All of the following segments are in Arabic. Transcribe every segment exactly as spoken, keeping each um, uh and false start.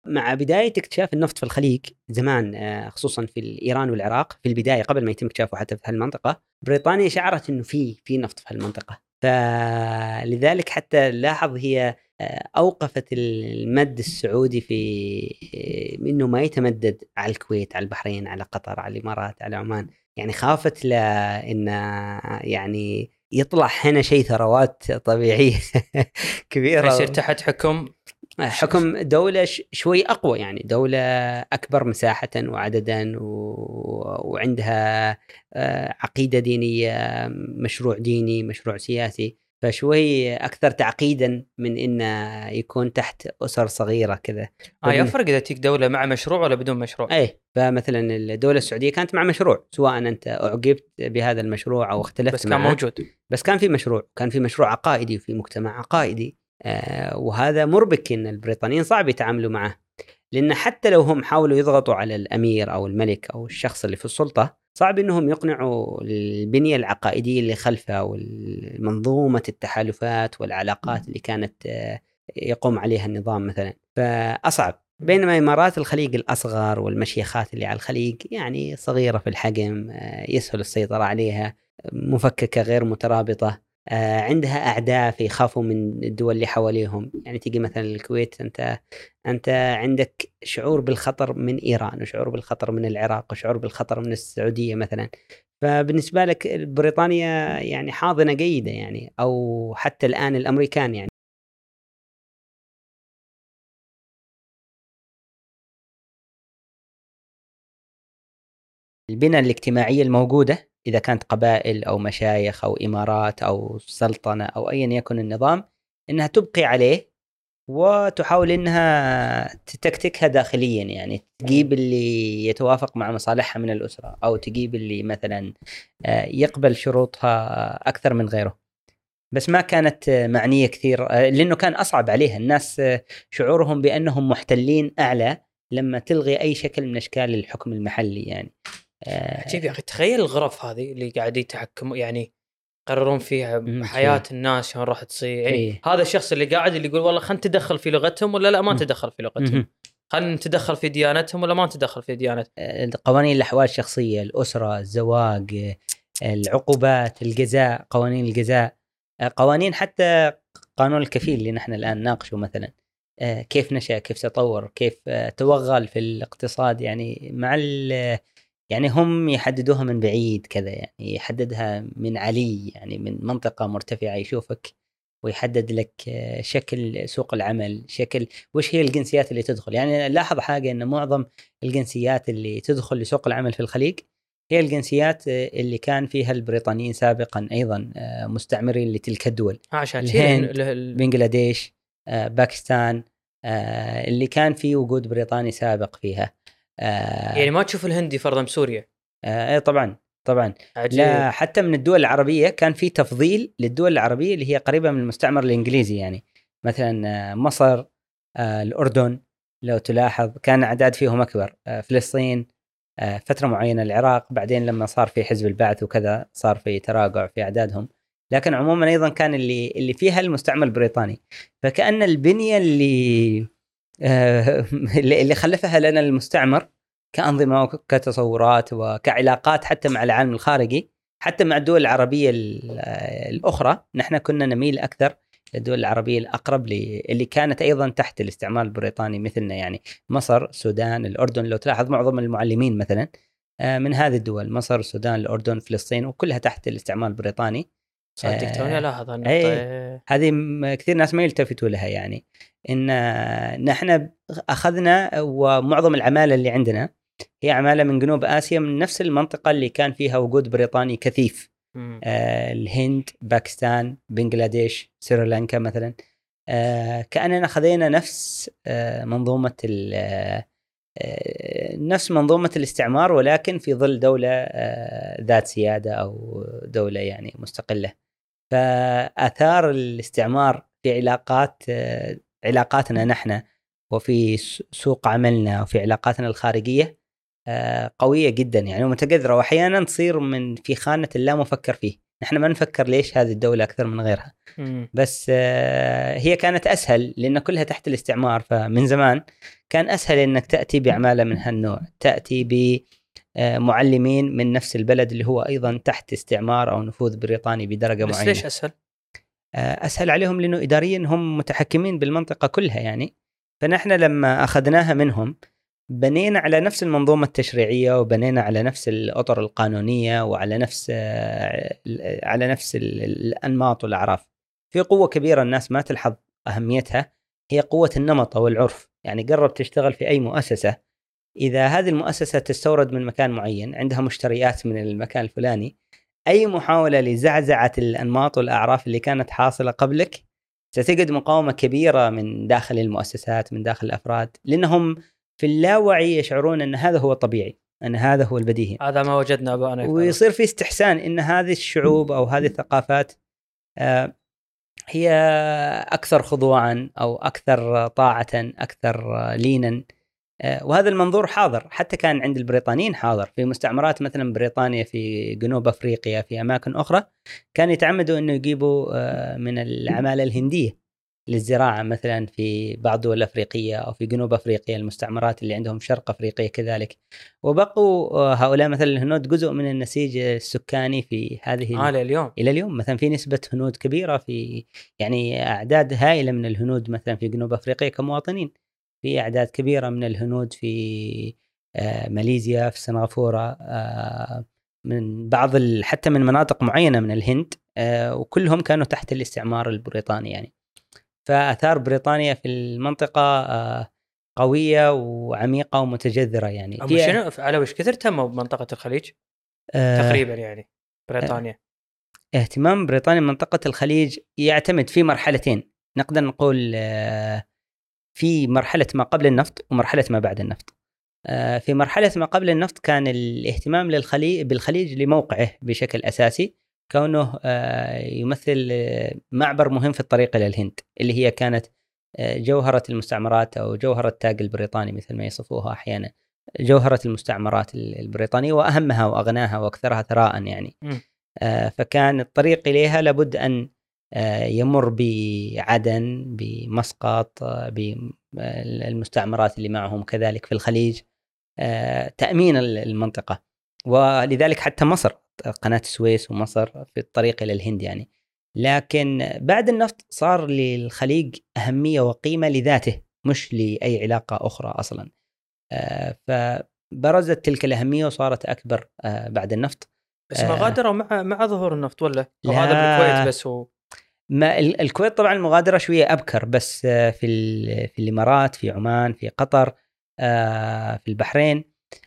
مع بداية اكتشاف النفط في الخليج زمان، خصوصا في إيران والعراق في البداية قبل ما يتم اكتشافه حتى في هالمنطقة، بريطانيا شعرت إنه في في نفط في هالمنطقة، فلذلك حتى لاحظ هي أوقفت المد السعودي في إنه ما يتمدد على الكويت، على البحرين، على قطر، على الإمارات، على عمان. يعني خافت لأن يعني يطلع هنا شيء ثروات طبيعية كبيرة، فيصير تحت حكم حكم دولة شوي أقوى، يعني دولة أكبر مساحة وعددا و... وعندها عقيدة دينية، مشروع ديني، مشروع سياسي، فشوي أكثر تعقيدا من إنه يكون تحت أسر صغيرة كذا. آه يفرق إذا تيك دولة مع مشروع ولا بدون مشروع. أيه، فمثلا الدولة السعودية كانت مع مشروع، سواء أنت أعجبت بهذا المشروع أو اختلفت بس كان معه، موجود، بس كان في مشروع، كان في مشروع عقائدي وفي مجتمع عقائدي. آه وهذا مربك إن البريطانيين صعب يتعاملوا معه، لأن حتى لو هم حاولوا يضغطوا على الأمير أو الملك أو الشخص اللي في السلطة، صعب إنهم يقنعوا البنية العقائدية اللي خلفها والمنظومة التحالفات والعلاقات اللي كانت آه يقوم عليها النظام مثلا، فأصعب. بينما إمارات الخليج الأصغر والمشيخات اللي على الخليج يعني صغيرة في الحجم، يسهل السيطرة عليها، مفككة، غير مترابطة، عندها أعداء يخافوا من الدول اللي حواليهم. يعني تيجي مثلا الكويت، أنت أنت عندك شعور بالخطر من إيران، وشعور بالخطر من العراق، وشعور بالخطر من السعودية مثلا، فبالنسبة لك بريطانيا يعني حاضنة جيدة، يعني أو حتى الآن الأمريكان. يعني البنى الاجتماعية الموجودة، إذا كانت قبائل أو مشايخ أو إمارات أو سلطنة أو أيا يكن النظام، إنها تبقي عليه وتحاول إنها تتكتكها داخليا، يعني تجيب اللي يتوافق مع مصالحها من الأسرة، أو تجيب اللي مثلا يقبل شروطها أكثر من غيره. بس ما كانت معنية كثير، لأنه كان أصعب عليها الناس، شعورهم بأنهم محتلين أعلى لما تلغي أي شكل من أشكال الحكم المحلي. يعني عجيب يا أخي، تخيل الغرف هذه اللي قاعد يتحكموا، يعني يقررون فيها حياة الناس شلون راح تصير. يعني فيه. هذا الشخص اللي قاعد اللي يقول والله خلنا نتدخل في لغتهم ولا لا ما نتدخل في لغتهم، خلنا نتدخل في ديانتهم ولا ما نتدخل في ديانتهم. قوانين الأحوال الشخصية، الأسرة، الزواج، العقوبات، الجزاء، قوانين الجزاء، قوانين حتى قانون الكفيل اللي نحن الآن ناقشه مثلا، كيف نشأ، كيف تطور، كيف توغل في الاقتصاد. يعني مع يعني هم يحددوها من بعيد كذا، يعني يحددها من علي، يعني من منطقة مرتفعة يشوفك ويحدد لك شكل سوق العمل، شكل وش هي الجنسيات اللي تدخل. يعني لاحظ حاجة، إن معظم الجنسيات اللي تدخل لسوق العمل في الخليج هي الجنسيات اللي كان فيها البريطانيين سابقا أيضا مستعمرين لتلك الدول، الهند، بنغلاديش، باكستان، اللي كان في وجود بريطاني سابق فيها. يعني ما تشوف الهندي فرضا بسوريا؟ ايه آه طبعا طبعا. عجيب. لا، حتى من الدول العربية كان في تفضيل للدول العربية اللي هي قريبة من المستعمر الإنجليزي. يعني مثلا مصر، آه الأردن، لو تلاحظ كان أعداد فيهم أكبر، آه فلسطين، آه فترة معينة العراق، بعدين لما صار في حزب البعث وكذا صار في تراجع في أعدادهم. لكن عموما أيضا كان اللي اللي فيها المستعمر البريطاني. فكأن البنية اللي آه اللي خلفها لنا المستعمر كأنظمة وكتصورات وكعلاقات حتى مع العالم الخارجي، حتى مع الدول العربية الأخرى، نحن كنا نميل أكثر للدول العربية الأقرب اللي كانت أيضا تحت الاستعمار البريطاني مثلنا. يعني مصر، السودان، الأردن، لو تلاحظ معظم المعلمين مثلا من هذه الدول، مصر، السودان، الأردن، فلسطين، وكلها تحت الاستعمار البريطاني. صدق توني ألاحظ النقطة هذه كثير ناس ما يلتفتوا لها، يعني إن نحن أخذنا ومعظم العمالة اللي عندنا هي عمالة من جنوب آسيا، من نفس المنطقة اللي كان فيها وجود بريطاني كثيف. آه الهند، باكستان، بنغلاديش، سريلانكا مثلا. آه كأننا خذينا نفس آه منظومة آه نفس منظومة الاستعمار، ولكن في ظل دولة آه ذات سيادة أو دولة يعني مستقلة. فآثار الاستعمار في علاقات آه علاقاتنا نحن، وفي سوق عملنا، وفي علاقاتنا الخارجية قوية جدا، يعني ومتجذرة، وأحيانا تصير من في خانة اللا مفكر فيه. نحن ما نفكر ليش هذه الدولة أكثر من غيرها. م. بس هي كانت أسهل لأن كلها تحت الاستعمار، فمن زمان كان أسهل أنك تأتي بعمالة من هالنوع، تأتي بمعلمين من نفس البلد اللي هو أيضا تحت استعمار أو نفوذ بريطاني بدرجة بس معينة. ليش أسهل؟ أسهل عليهم لأنه إداريا هم متحكمين بالمنطقة كلها يعني. فنحن لما أخذناها منهم بنينا على نفس المنظومة التشريعية، وبنينا على نفس الأطر القانونية، وعلى نفس على نفس الأنماط والأعراف. في قوة كبيرة الناس ما تلحظ أهميتها، هي قوة النمط أو العرف. يعني قرب تشتغل في أي مؤسسة، إذا هذه المؤسسة تستورد من مكان معين، عندها مشتريات من المكان الفلاني، أي محاولة لزعزعة الأنماط والأعراف اللي كانت حاصلة قبلك ستجد مقاومة كبيرة من داخل المؤسسات، من داخل الأفراد، لأنهم في اللاوعي يشعرون أن هذا هو الطبيعي، أن هذا هو البديهي. هذا ما وجدنا أبانا. ويصير في استحسان أن هذه الشعوب أو هذه الثقافات آه هي أكثر خضوعا أو أكثر طاعة، أكثر آه لينا. آه وهذا المنظور حاضر، حتى كان عند البريطانيين حاضر في مستعمرات مثلا بريطانيا في جنوب أفريقيا، في أماكن أخرى كان يتعمدوا أنه يجيبوا آه من العمالة الهندية للزراعة مثلا في بعض دول أفريقية، أو في جنوب أفريقيا المستعمرات اللي عندهم شرق أفريقيا كذلك. وبقوا هؤلاء مثلا الهنود جزء من النسيج السكاني في هذه آه اليوم. إلى اليوم. مثلا في نسبة هنود كبيرة، في يعني أعداد هائلة من الهنود مثلا في جنوب أفريقيا كمواطنين، في أعداد كبيرة من الهنود في آه ماليزيا، في سنغافورة، آه من بعض حتى من مناطق معينة من الهند، آه وكلهم كانوا تحت الاستعمار البريطاني يعني. فآثار بريطانيا في المنطقة قوية وعميقة ومتجذرة يعني. أما شنو على وش كثر تموا بمنطقة الخليج آه تقريبا يعني بريطانيا؟ آه اهتمام بريطانيا بمنطقة الخليج يعتمد في مرحلتين، نقدر نقول آه في مرحلة ما قبل النفط ومرحلة ما بعد النفط. آه في مرحلة ما قبل النفط كان الاهتمام للخليج بالخليج لموقعه بشكل أساسي، كونه يمثل معبر مهم في الطريق إلى الهند، اللي هي كانت جوهرة المستعمرات أو جوهرة تاج البريطاني مثل ما يصفوها أحيانا، جوهرة المستعمرات البريطانية وأهمها وأغناها وأكثرها ثراء يعني. م. فكان الطريق إليها لابد أن يمر بعدن، بمسقط، بالمستعمرات اللي معهم كذلك في الخليج، تأمين المنطقة. ولذلك حتى مصر، قناة السويس ومصر في الطريق إلى الهند يعني. لكن بعد النفط صار للخليج أهمية وقيمة لذاته، مش لأي علاقة أخرى أصلا. فبرزت تلك الأهمية وصارت أكبر بعد النفط. بس مغادرة مع مع ظهور النفط ولا؟ أو هذا بالكويت بس هو؟ ما الكويت طبعا المغادرة شوية أبكر، بس في في الإمارات، في عمان، في قطر، في البحرين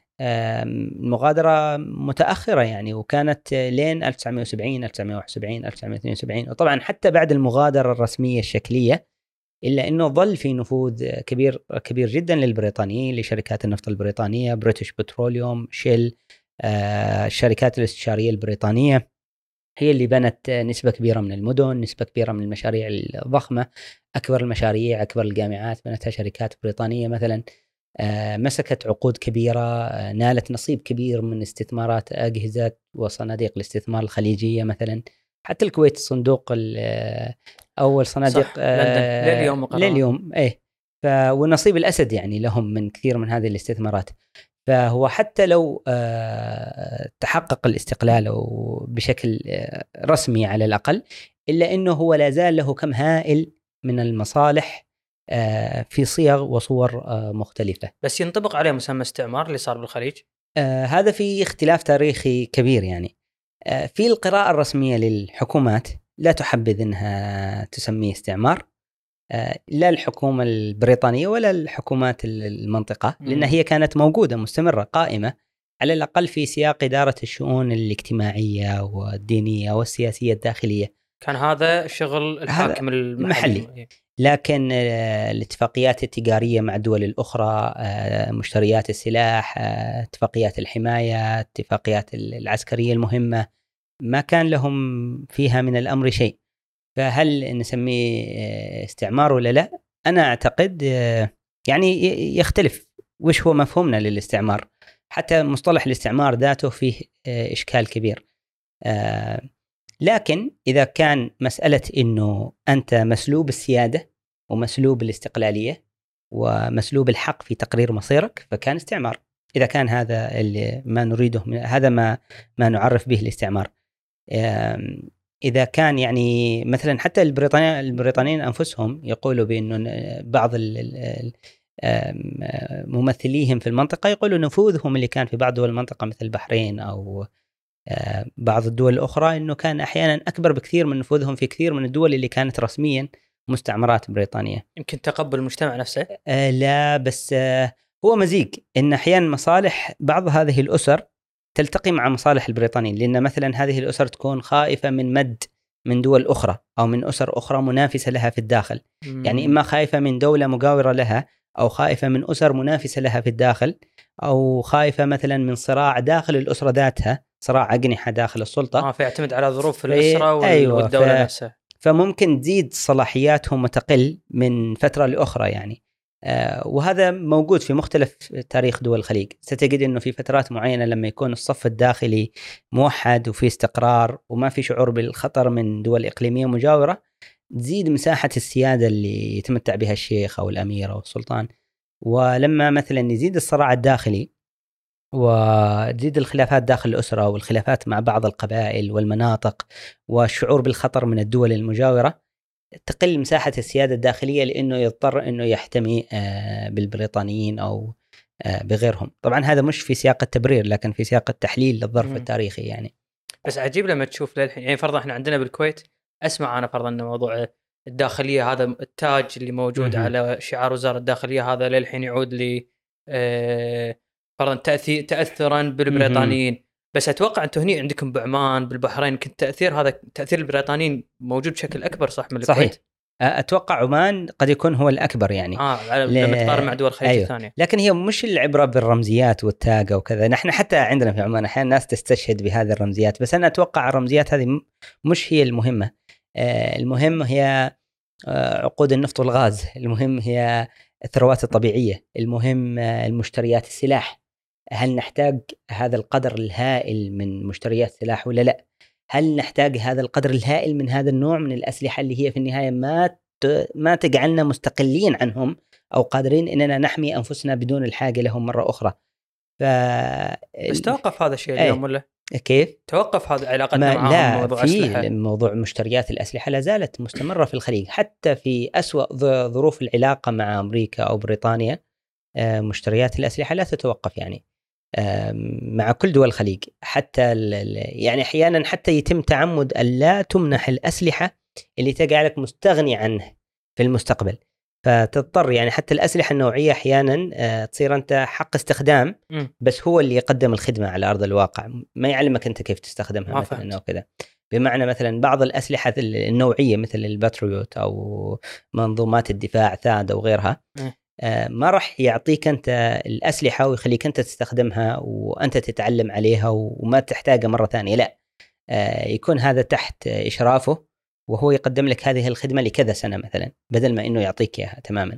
المغادرة متأخرة يعني، وكانت لين ألف وتسعمائة وسبعين ألف وتسعمائة وواحد وسبعين ألف وتسعمائة واثنين وسبعين. وطبعا حتى بعد المغادرة الرسمية الشكلية إلا أنه ظل في نفوذ كبير كبير جدا للبريطانيين، لشركات النفط البريطانية، بريتش بتروليوم، شيل، آه الشركات الاستشارية البريطانية هي اللي بنت نسبة كبيرة من المدن، نسبة كبيرة من المشاريع الضخمة. أكبر المشاريع، أكبر الجامعات بنتها شركات بريطانية مثلا. آه مسكت عقود كبيرة، آه نالت نصيب كبير من استثمارات أجهزة وصناديق الاستثمار الخليجية مثلا. حتى الكويت صندوق أول صناديق آه لليوم لليوم إيه. ونصيب الأسد يعني لهم من كثير من هذه الاستثمارات. فهو حتى لو آه تحقق الاستقلال بشكل آه رسمي على الأقل، إلا أنه هو لا زال له كم هائل من المصالح آه في صيغ وصور آه مختلفة. بس ينطبق عليه مسمى استعمار اللي صار بالخليج؟ آه هذا في اختلاف تاريخي كبير يعني. آه في القراءة الرسمية للحكومات لا تحبذ أنها تسميه استعمار، آه لا الحكومة البريطانية ولا الحكومات المنطقة، لأن هي كانت موجودة مستمرة قائمة على الأقل في سياق إدارة الشؤون الاجتماعية والدينية والسياسية الداخلية. كان هذا شغل الحاكم المحلي, المحلي. لكن الاتفاقيات التجارية مع الدول الأخرى، مشتريات السلاح، اتفاقيات الحماية، اتفاقيات العسكرية المهمة، ما كان لهم فيها من الأمر شيء. فهل نسميه استعمار ولا لا؟ أنا أعتقد يعني يختلف وش هو مفهومنا للاستعمار. حتى مصطلح الاستعمار ذاته فيه إشكال كبير، لكن إذا كان مسألة إنه أنت مسلوب السيادة ومسلوب الاستقلالية ومسلوب الحق في تقرير مصيرك فكان استعمار. إذا كان هذا اللي ما نريده، هذا ما ما نعرف به الاستعمار. إذا كان يعني مثلا حتى البريطانيين البريطانيين أنفسهم يقولوا بأنه بعض ممثليهم في المنطقة يقولوا نفوذهم اللي كان في بعض دول المنطقة مثل البحرين أو بعض الدول الأخرى إنه كان أحيانا أكبر بكثير من نفوذهم في كثير من الدول اللي كانت رسميا مستعمرات بريطانية. يمكن تقبل المجتمع نفسه؟ آه لا، بس آه هو مزيج، إن أحيانا مصالح بعض هذه الأسر تلتقي مع مصالح البريطانيين، لأن مثلا هذه الأسر تكون خائفة من مد من دول أخرى أو من أسر أخرى منافسة لها في الداخل. مم. يعني إما خائفة من دولة مجاورة لها، أو خائفة من أسر منافسة لها في الداخل، أو خائفة مثلا من صراع داخل الأسرة ذاتها، صراع أجنحة داخل السلطة. آه فيعتمد على ظروف الأسرة وال... أيوة والدولة ف... نفسها. فممكن تزيد صلاحياتهم وتقل من فترة لأخرى يعني. آه وهذا موجود في مختلف تاريخ دول الخليج. ستجد أنه في فترات معينة لما يكون الصف الداخلي موحد وفي استقرار وما في شعور بالخطر من دول إقليمية مجاورة، تزيد مساحة السيادة اللي يتمتع بها الشيخ أو الأمير أو السلطان. ولما مثلا يزيد الصراع الداخلي وتزيد الخلافات داخل الأسرة والخلافات مع بعض القبائل والمناطق والشعور بالخطر من الدول المجاورة، تقل مساحة السيادة الداخلية، لأنه يضطر أنه يحتمي بالبريطانيين أو بغيرهم. طبعا هذا مش في سياق التبرير، لكن في سياق التحليل للظرف م- التاريخي يعني. بس عجيب لما تشوف للحين يعني فرضا احنا عندنا بالكويت، أسمع أنا فرضا أن موضوع الداخلية هذا التاج اللي موجود م- على شعار وزارة الداخلية هذا للحين يعود لي آه فرضا تأثير تأثرا بالبريطانيين. م- بس أتوقع أنتم هني عندكم بعمان بالبحرين كنت تأثير هذا تأثير البريطانيين موجود بشكل أكبر صح من الكويت؟ صحيح. أتوقع عمان قد يكون هو الأكبر يعني. آه لما تقارن مع دول الخليج أيوه. الثانية. لكن هي مش العبرة بالرمزيات والتاجة وكذا. نحن حتى عندنا في عمان أحيانا الناس تستشهد بهذه الرمزيات، بس أنا أتوقع الرمزيات هذه مش هي المهمة. آه المهم هي آه عقود النفط والغاز، المهم هي الثروات الطبيعية، المهم آه المشتريات السلاح. هل نحتاج هذا القدر الهائل من مشتريات سلاح ولا لا؟ هل نحتاج هذا القدر الهائل من هذا النوع من الأسلحة اللي هي في النهاية ما ما تجعلنا مستقلين عنهم أو قادرين إننا نحمي أنفسنا بدون الحاجة لهم مرة أخرى؟ ف... بس توقف هذا الشيء اليوم ولا كيف؟ توقف هذا علاقتنا معهم؟ لا، موضوع في موضوع مشتريات الأسلحة لا زالت مستمرة في الخليج، حتى في أسوأ ظروف العلاقة مع أمريكا أو بريطانيا مشتريات الأسلحة لا تتوقف يعني مع كل دول الخليج. حتى يعني أحيانا حتى يتم تعمد ألا تمنح الأسلحة اللي تجعلك مستغني عنه في المستقبل، فتضطر يعني حتى الأسلحة النوعية أحيانا تصير أنت حق استخدام بس هو اللي يقدم الخدمة على أرض الواقع، ما يعلمك أنت كيف تستخدمها مثلا أو كذا. بمعنى مثلا بعض الأسلحة النوعية مثل الباتريوت أو منظومات الدفاع ثاد أو غيرها ما راح يعطيك أنت الأسلحة ويخليك أنت تستخدمها وأنت تتعلم عليها وما تحتاجها مرة ثانية، لا، يكون هذا تحت إشرافه وهو يقدم لك هذه الخدمة لكذا سنة مثلا، بدل ما إنه يعطيك إياها تماما.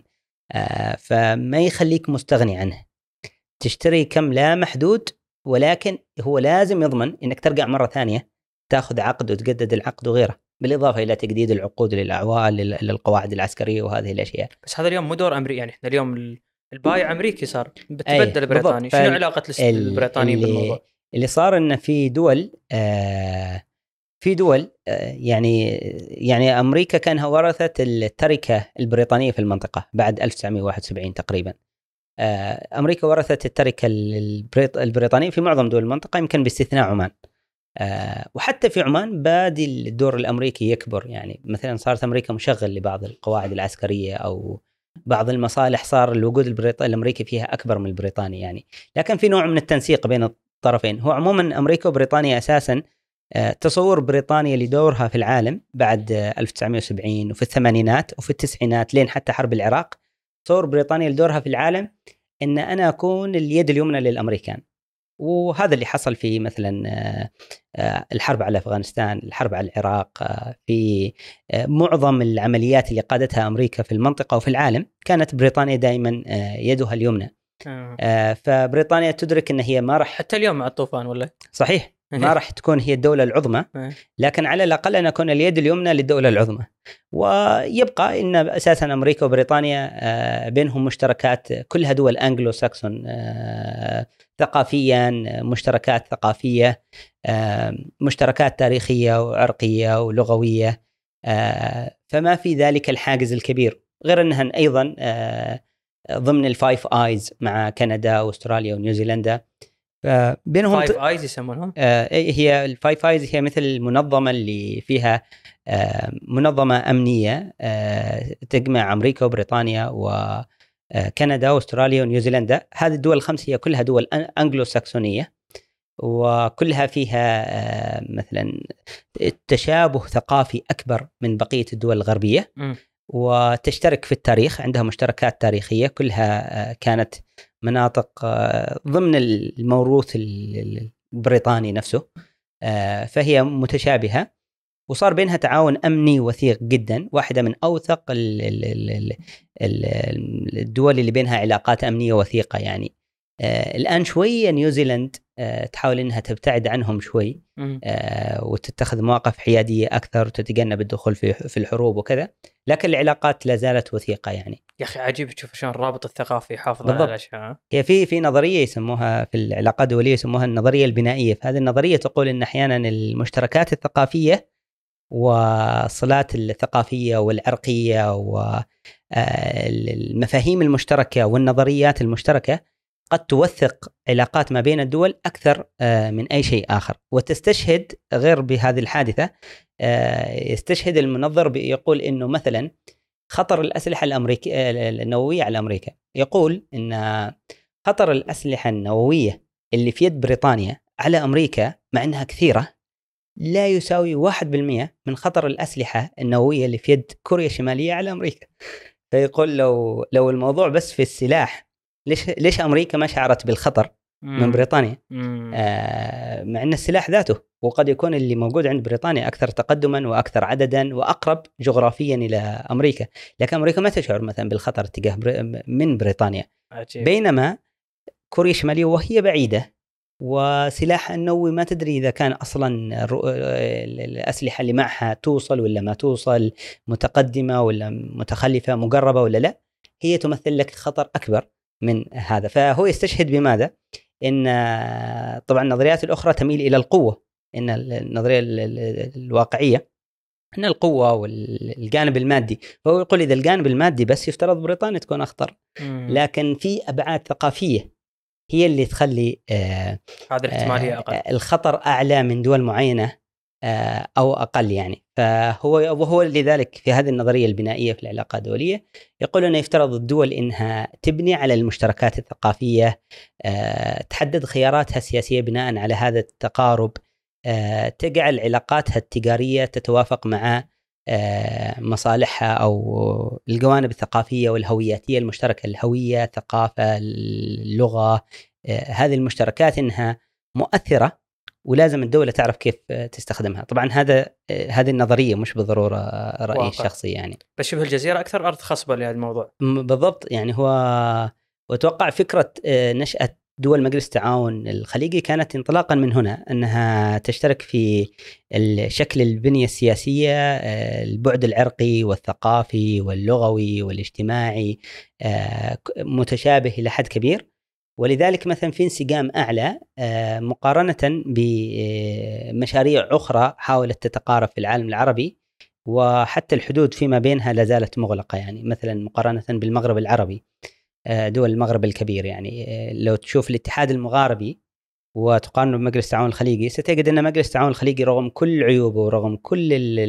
فما يخليك مستغني عنه. تشتري كم لا محدود، ولكن هو لازم يضمن إنك ترجع مرة ثانية تأخذ عقد وتجدد العقد وغيره، بالإضافة إلى تجديد العقود للأعوال للقواعد العسكرية وهذه الأشياء. بس هذا اليوم مو دور أمريكي يعني، إحنا اليوم البايع أمريكي صار بتبدل البريطاني. شنو علاقة البريطانيين بالموضوع؟ اللي صار إن في دول آه في دول آه يعني يعني أمريكا كانها ورثت التركة البريطانية في المنطقة بعد ألف وتسعمائة وواحد وسبعين تقريبا. آه أمريكا ورثت التركة البريطانية في معظم دول المنطقة يمكن باستثناء عمان. آه وحتى في عمان بادي الدور الأمريكي يكبر، يعني مثلا صارت أمريكا مشغل لبعض القواعد العسكرية أو بعض المصالح صار الوجود البريطاني الأمريكي فيها أكبر من البريطاني يعني. لكن في نوع من التنسيق بين الطرفين. هو عموما أمريكا وبريطانيا أساسا آه تصور بريطانيا لدورها في العالم بعد آه ألف وتسعمائة وسبعين وفي الثمانينات وفي التسعينات لين حتى حرب العراق، تصور بريطانيا لدورها في العالم إن أنا أكون اليد اليمنى للأمريكان. وهذا اللي حصل في مثلا الحرب على أفغانستان، الحرب على العراق، في معظم العمليات اللي قادتها أمريكا في المنطقة وفي العالم كانت بريطانيا دائما يدها اليمنى. آه. فبريطانيا تدرك أن هي ما راح. حتى اليوم مع الطوفان ولا؟ صحيح، ما راح تكون هي الدولة العظمى، لكن على الأقل أن نكون اليد اليمنى للدولة العظمى. ويبقى إن أساسا أمريكا وبريطانيا بينهم مشتركات، كلها دول أنجلو ساكسون ثقافيا، مشتركات ثقافية، مشتركات تاريخية وعرقية ولغوية، فما في ذلك الحاجز الكبير. غير أنها أيضا ضمن الفايف آيز مع كندا وأستراليا ونيوزيلندا. بينهم فايف آيز يسمونهم. هي الفايف آيز هي مثل المنظمة اللي فيها منظمة أمنية تجمع أمريكا وبريطانيا وكندا وأستراليا ونيوزيلندا. هذه الدول الخمس هي كلها دول أنجلو ساكسونية، وكلها فيها مثلا تشابه ثقافي أكبر من بقية الدول الغربية، م. وتشترك في التاريخ، عندها مشتركات تاريخية، كلها كانت مناطق ضمن الموروث البريطاني نفسه، فهي متشابهة، وصار بينها تعاون أمني وثيق جدا. واحدة من أوثق الدول اللي بينها علاقات أمنية وثيقة يعني. آه الآن شوية نيوزيلند آه تحاول أنها تبتعد عنهم شوي، آه وتتخذ مواقف حيادية أكثر وتتجنب الدخول في في الحروب وكذا، لكن العلاقات لا زالت وثيقة يعني. يا أخي عجيب تشوف شلون الرابط الثقافي يحافظ على الأشياء. هي في في نظرية يسموها في العلاقات الدولية يسموها النظرية البنائية. فهذه النظرية تقول أن أحيانا المشتركات الثقافية والصلات الثقافية والعرقية والمفاهيم المشتركة والنظريات المشتركة قد توثق علاقات ما بين الدول أكثر من أي شيء آخر. وتستشهد غير بهذه الحادثة، يستشهد المنظر يقول إنه مثلا خطر الأسلحة الأمريكية النووية على أمريكا، يقول إن خطر الأسلحة النووية اللي في يد بريطانيا على أمريكا مع أنها كثيرة لا يساوي واحد بالمئة من خطر الأسلحة النووية اللي في يد كوريا الشمالية على أمريكا. فيقول لو لو الموضوع بس في السلاح، ليش ليش أمريكا ما شعرت بالخطر مم. من بريطانيا؟ آه مع أن السلاح ذاته وقد يكون اللي موجود عند بريطانيا أكثر تقدما وأكثر عددا وأقرب جغرافيا إلى أمريكا، لكن أمريكا ما تشعر مثلا بالخطر تجاه بري... من بريطانيا. عجيب. بينما كوريا الشمالية وهي بعيدة وسلاح النووي ما تدري إذا كان أصلا الأسلحة اللي معها توصل ولا ما توصل، متقدمة ولا متخلفة، مقربة ولا لا، هي تمثل لك خطر أكبر من هذا. فهو يستشهد بماذا؟ إن طبعا النظريات الأخرى تميل إلى القوة، إن النظرية الواقعية إن القوة والجانب المادي. فهو يقول إذا الجانب المادي بس يفترض بريطانيا تكون أخطر، لكن في أبعاد ثقافية هي اللي تخلي آه هذه الاحتمالية أقل، آه الخطر أعلى من دول معينة آه أو أقل يعني. فهو وهو لذلك في هذه النظرية البنائية في العلاقات الدولية يقول أنه يفترض الدول إنها تبني على المشتركات الثقافية، آه تحدد خياراتها السياسية بناء على هذا التقارب، آه تجعل علاقاتها التجارية تتوافق مع مصالحها أو الجوانب الثقافية والهوياتية المشتركة، الهوية، الثقافة، اللغة، هذه المشتركات إنها مؤثرة ولازم الدولة تعرف كيف تستخدمها. طبعا هذا هذه النظرية مش بالضرورة رأيي الشخصي يعني. بس شبه الجزيرة أكثر أرض خصبة لهذا الموضوع. بالضبط يعني. هو وأتوقع فكرة نشأة دول مجلس التعاون الخليجي كانت انطلاقا من هنا، أنها تشترك في الشكل البنية السياسية، البعد العرقي والثقافي واللغوي والاجتماعي متشابه إلى حد كبير، ولذلك مثلا في انسجام أعلى مقارنة بمشاريع أخرى حاولت تتقارب في العالم العربي، وحتى الحدود فيما بينها لازالت مغلقة. يعني مثلا مقارنة بالمغرب العربي، دول المغرب الكبير، يعني لو تشوف الاتحاد المغاربي وتقارنه بمجلس التعاون الخليجي ستجد أن مجلس التعاون الخليجي رغم كل عيوبه ورغم كل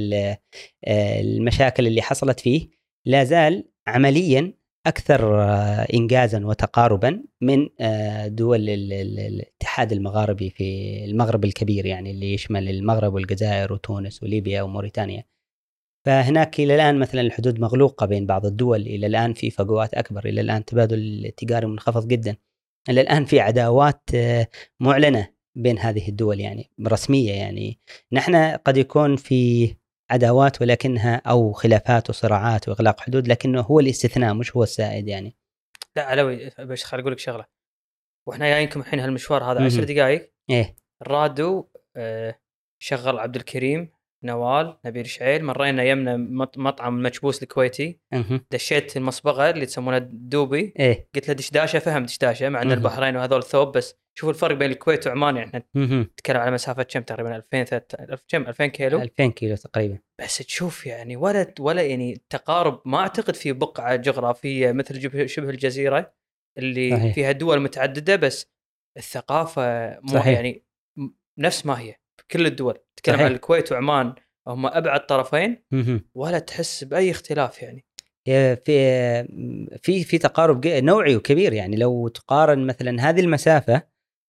المشاكل اللي حصلت فيه لا زال عمليا أكثر إنجازا وتقاربا من دول الاتحاد المغاربي في المغرب الكبير، يعني اللي يشمل المغرب والجزائر وتونس وليبيا وموريتانيا. فهناك إلى الآن مثلا الحدود مغلوقة بين بعض الدول، إلى الآن في فجوات أكبر، إلى الآن تبادل التجاري منخفض جدا، إلى الآن في عداوات معلنة بين هذه الدول يعني رسمية. يعني نحن قد يكون في عداوات ولكنها أو خلافات وصراعات وإغلاق حدود، لكنه هو الاستثناء مش هو السائد يعني. لا علوي بس خلي أقول لك شغلة، وإحنا جايينكم الحين هالمشوار هذا عشر دقائق إيه الرادو شغل عبد الكريم، نوال، نبيل شعيل، مرينا يمنا مطعم المكبوس الكويتي. دشيت المصبغه اللي تسمونها دوبي. إيه؟ قلت له دشداشه، فهم دشداشه، مع ان البحرين وهذول ثوب، بس شوف الفرق بين الكويت وعمان. يعني نتكلم على مسافه كم تقريبا ألفين كم ألفين كيلو ألفين كيلو تقريبا. بس تشوف يعني ولا ولا يعني التقارب. ما اعتقد في بقعه جغرافيه مثل شبه الجزيره اللي صحيح. فيها دول متعدده، بس الثقافه مو يعني نفس ما هي في كل الدول. تتكلم عن الكويت وعمان، هم ابعد طرفين، ولا تحس باي اختلاف. يعني في في في تقارب نوعي وكبير. يعني لو تقارن مثلا هذه المسافه،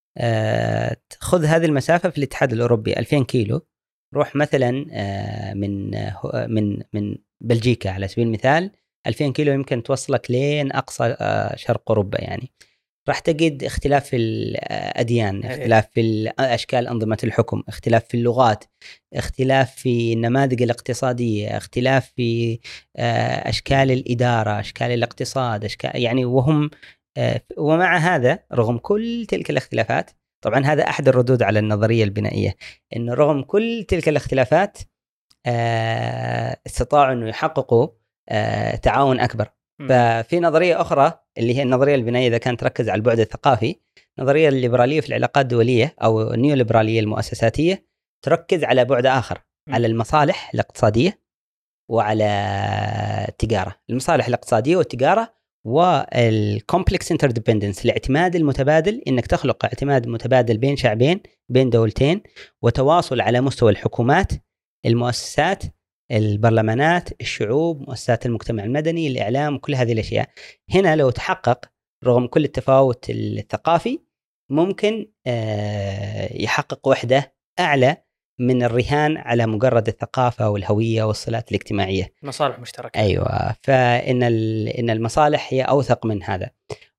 آه خذ هذه المسافه في الاتحاد الاوروبي ألفين كيلو، روح مثلا آه من آه من من بلجيكا على سبيل المثال، ألفين كيلو يمكن توصلك لين اقصى آه شرق اوروبا. يعني راح تجد اختلاف في الأديان، اختلاف في أشكال أنظمة الحكم، اختلاف في اللغات، اختلاف في النماذج الاقتصادية، اختلاف في أشكال الإدارة، أشكال الاقتصاد، أشكال يعني. وهم ومع هذا رغم كل تلك الاختلافات، طبعا هذا أحد الردود على النظرية البنائية، إنه رغم كل تلك الاختلافات استطاعوا إنه يحققوا تعاون أكبر. ففي نظرية أخرى اللي هي النظرية البنائية، إذا كانت تركز على البعد الثقافي، نظرية الليبرالية في العلاقات الدولية أو النيوليبرالية المؤسساتية تركز على بعد آخر، م. على المصالح الاقتصادية وعلى التجارة. المصالح الاقتصادية والتجارة والكومبلكس انترديبندنس، الاعتماد المتبادل، إنك تخلق اعتماد متبادل بين شعبين، بين دولتين، وتواصل على مستوى الحكومات، المؤسسات، البرلمانات، الشعوب، مؤسسات المجتمع المدني، الإعلام، كل هذه الأشياء. هنا لو تحقق رغم كل التفاوت الثقافي، ممكن يحقق وحدة أعلى من الرهان على مجرد الثقافة والهوية والصلات الاجتماعية، مصالح مشتركة. أيوة. فإن إن المصالح هي أوثق من هذا.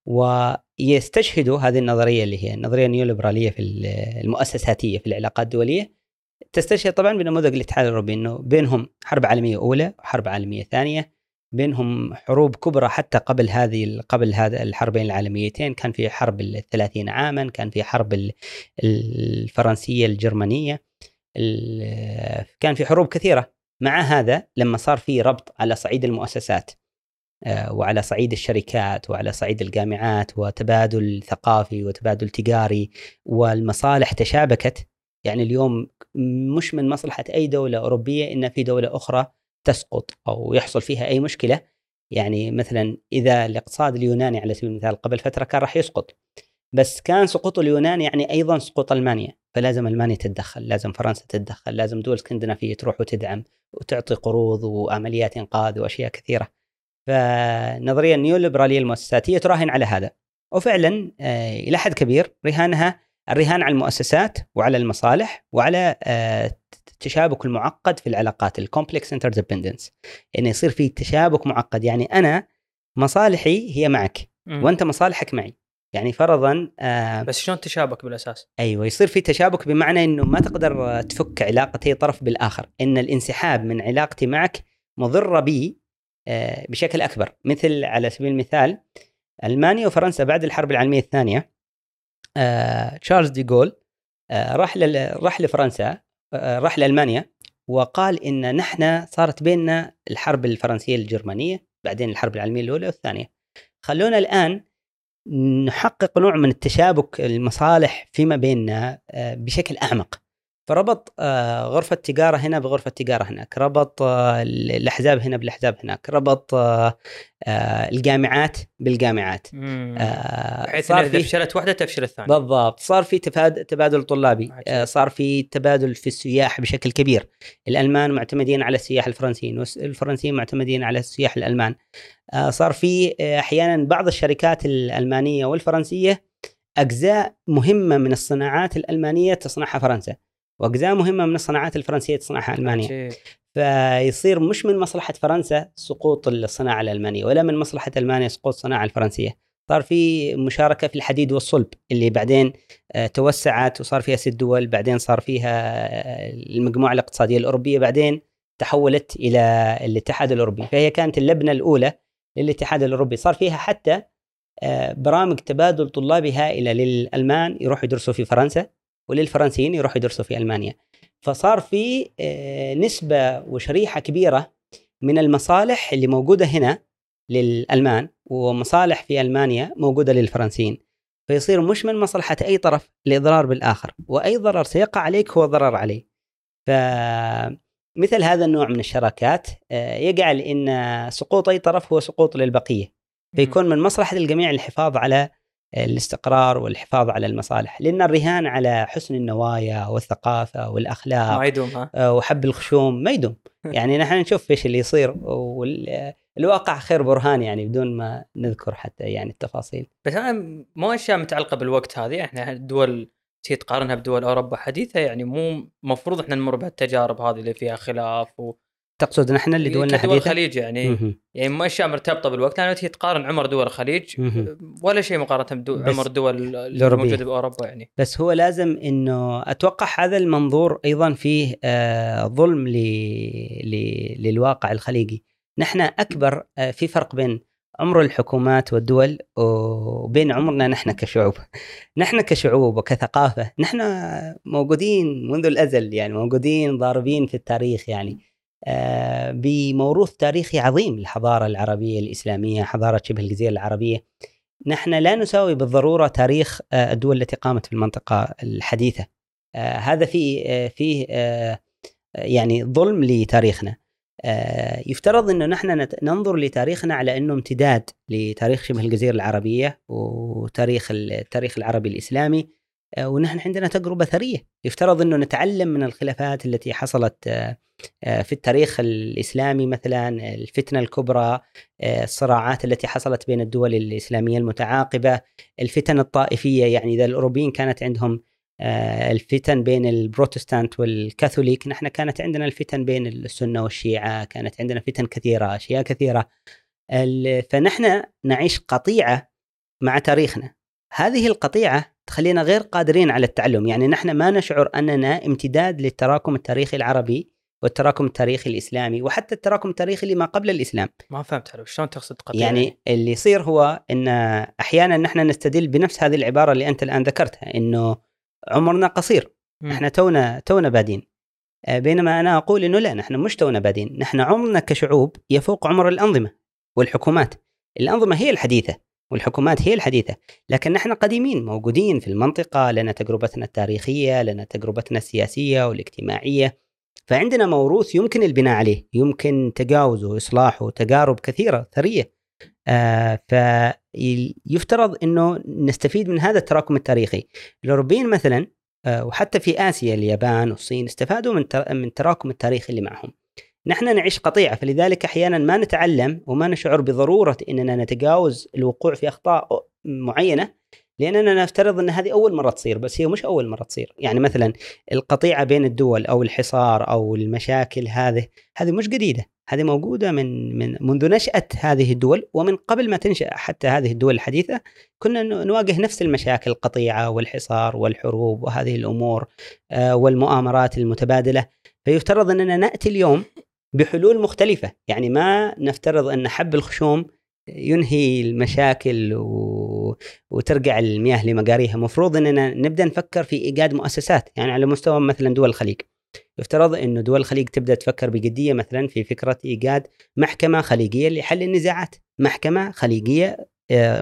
ويستشهدوا هذه النظرية اللي هي النظرية النيوليبرالية في المؤسساتية في العلاقات الدولية، تستشهد طبعا بنموذج الاتحاد الأوروبي، إنه بينهم حرب عالمية أولى وحرب عالمية ثانية، بينهم حروب كبرى حتى قبل هذه قبل هذا الحربين العالميتين. كان في حرب الثلاثين عاما، كان في حرب الفرنسية الجرمانية، كان في حروب كثيرة. مع هذا لما صار في ربط على صعيد المؤسسات وعلى صعيد الشركات وعلى صعيد الجامعات، وتبادل ثقافي وتبادل تجاري، والمصالح تشابكت. يعني اليوم مش من مصلحة أي دولة أوروبية إن في دولة أخرى تسقط أو يحصل فيها أي مشكلة. يعني مثلا إذا الاقتصاد اليوناني على سبيل المثال قبل فترة كان راح يسقط، بس كان سقوط اليونان يعني أيضا سقوط ألمانيا، فلازم ألمانيا تتدخل، لازم فرنسا تتدخل، لازم دول اسكندنافية تروح وتدعم وتعطي قروض وعمليات إنقاذ وأشياء كثيرة. فنظرية النيوليبرالية المؤسساتية تراهن على هذا، وفعلا إلى حد كبير رهانها الرهان على المؤسسات وعلى المصالح وعلى التشابك المعقد في العلاقات، الكومبلكس انترديبندنس، يعني يصير في تشابك معقد. يعني أنا مصالحي هي معك م. وأنت مصالحك معي. يعني فرضا آه بس شلون تشابك بالأساس؟ أيوة، يصير في تشابك بمعنى إنه ما تقدر تفك علاقة أي طرف بالآخر، إن الانسحاب من علاقتي معك مضرة بي آه بشكل أكبر. مثل على سبيل المثال ألمانيا وفرنسا بعد الحرب العالمية الثانية، آه، تشارلز دي غول آه، راح راح لفرنسا، آه، راح لألمانيا، وقال إن نحن صارت بيننا الحرب الفرنسية الجرمانية، بعدين الحرب العالمية الأولى والثانية، خلونا الآن نحقق نوع من التشابك المصالح فيما بيننا آه، بشكل أعمق. فربط آه، غرفة تجارة هنا بغرفة تجارة هناك، ربط آه، الأحزاب هنا بالأحزاب هناك، ربط آه، آه، الجامعات بالجامعات، بحيث إذا فشلت واحدة تفشل الثانية. بالضبط. صار في تفاد تبادل طلابي، آه، صار في تبادل في السياح بشكل كبير. الألمان معتمدين على السياح الفرنسيين والفرنسيين معتمدين على السياح الألمان. آه، صار في آه، أحيانا بعض الشركات الألمانية والفرنسية أجزاء مهمة من الصناعات الألمانية تصنعها فرنسا، وأجزاء مهمة من الصناعات الفرنسية تصنعها ألمانيا. عجيب. فيصير مش من مصلحة فرنسا سقوط الصناعة الألمانية، ولا من مصلحة ألمانيا سقوط الصناعة الفرنسية. صار في مشاركة في الحديد والصلب اللي بعدين توسعت وصار فيها ست دول، بعدين صار فيها المجموعة الاقتصادية الأوروبية، بعدين تحولت إلى الاتحاد الأوروبي. فهي كانت اللبنة الأولى للاتحاد الأوروبي. صار فيها حتى برامج تبادل طلابي هائلة للألمان يروحوا يدرسوا في فرنسا، وللفرنسيين يروحوا يدرسوا في ألمانيا. فصار في نسبة وشريحة كبيرة من المصالح اللي موجودة هنا للألمان ومصالح في ألمانيا موجودة للفرنسيين، فيصير مش من مصلحة أي طرف الإضرار بالآخر، وأي ضرر سيقع عليك هو ضرر عليه. فمثل هذا النوع من الشراكات يجعل إن سقوط أي طرف هو سقوط للبقية، فيكون من مصلحة الجميع الحفاظ على الاستقرار والحفاظ على المصالح، لأن الرهان على حسن النوايا والثقافة والأخلاق ما يدوم ها؟ وحب الخشوم ما يدوم. يعني نحن نشوف إيش اللي يصير، والواقع خير برهان يعني بدون ما نذكر حتى يعني التفاصيل. بس أنا مو أشياء متعلقة بالوقت هذه، إحنا الدول تي تقارنها بدول أوروبا حديثة، يعني مو مفروض إحنا نمر بهالتجارب هذه اللي فيها خلاف و... تقصد نحن اللي دولنا حديثة؟ دول الخليج يعني م-م. يعني ما أشياء مرتبطة بالوقت، لأنه تي تقارن عمر دول الخليج م-م. ولا شيء مقارنة بعمر دول الموجودة بأوروبا يعني. بس هو لازم إنه أتوقع هذا المنظور أيضا فيه آه ظلم ل... ل... للواقع الخليجي. نحن أكبر آه في فرق بين عمر الحكومات والدول وبين عمرنا نحن كشعوب. نحن كشعوب وكثقافة نحن موجودين منذ الأزل، يعني موجودين ضاربين في التاريخ، يعني آه بموروث تاريخي عظيم للحضارة العربية الإسلامية، حضارة شبه الجزيرة العربية. نحن لا نساوي بالضرورة تاريخ آه الدول التي قامت في المنطقة الحديثة. آه هذا فيه آه فيه آه يعني ظلم لتاريخنا. آه يفترض أنه نحن ننظر لتاريخنا على أنه امتداد لتاريخ شبه الجزيرة العربية وتاريخ التاريخ العربي الإسلامي، آه ونحن عندنا تجربة ثرية. يفترض أنه نتعلم من الخلافات التي حصلت آه في التاريخ الإسلامي، مثلا الفتنة الكبرى، الصراعات التي حصلت بين الدول الإسلامية المتعاقبة، الفتن الطائفية. يعني إذا الأوروبيين كانت عندهم الفتن بين البروتستانت والكاثوليك، نحن كانت عندنا الفتن بين السنة والشيعة، كانت عندنا فتن كثيرة، أشياء كثيرة. فنحن نعيش قطيعة مع تاريخنا. هذه القطيعة تخلينا غير قادرين على التعلم، يعني نحن ما نشعر أننا امتداد للتراكم التاريخي العربي والتراكم التاريخي الإسلامي، وحتى التراكم التاريخي اللي ما قبل الإسلام. ما فهمت حلو شلون تقصد قطيعة؟ يعني, يعني اللي يصير هو إن أحيانا نحن نستدل بنفس هذه العبارة اللي أنت الآن ذكرتها، إنه عمرنا قصير، م. إحنا تونا تونا بادين، بينما أنا أقول إنه لا، نحن مش تونا بادين، نحن عمرنا كشعوب يفوق عمر الأنظمة والحكومات. الأنظمة هي الحديثة والحكومات هي الحديثة، لكن نحن قديمين موجودين في المنطقة، لنا تجربتنا التاريخية، لنا تجربتنا السياسية والاجتماعية، فعندنا موروث يمكن البناء عليه، يمكن تجاوزه وإصلاحه وتجارب كثيرة ثرية. آه فيفترض أنه نستفيد من هذا التراكم التاريخي. الأوروبيين مثلا آه وحتى في آسيا اليابان والصين استفادوا من من تراكم التاريخ اللي معهم. نحن نعيش قطيعة، فلذلك أحيانا ما نتعلم وما نشعر بضرورة أننا نتجاوز الوقوع في أخطاء معينة، لأننا نفترض أن هذه أول مرة تصير، بس هي مش أول مرة تصير. يعني مثلا القطيعة بين الدول أو الحصار أو المشاكل هذه هذه مش جديدة، هذه موجودة من من منذ نشأة هذه الدول، ومن قبل ما تنشأ حتى هذه الدول الحديثة كنا نواجه نفس المشاكل، القطيعة والحصار والحروب وهذه الأمور آه والمؤامرات المتبادلة. فيفترض أننا نأتي اليوم بحلول مختلفة، يعني ما نفترض أن حب الخشوم ينهي المشاكل و... وترجع المياه لمجاريها. مفروض أننا نبدأ نفكر في إيجاد مؤسسات، يعني على مستوى مثلا دول الخليج. يفترض أنه دول الخليج تبدأ تفكر بجدية مثلا في فكرة إيجاد محكمة خليجية لحل النزاعات، محكمة خليجية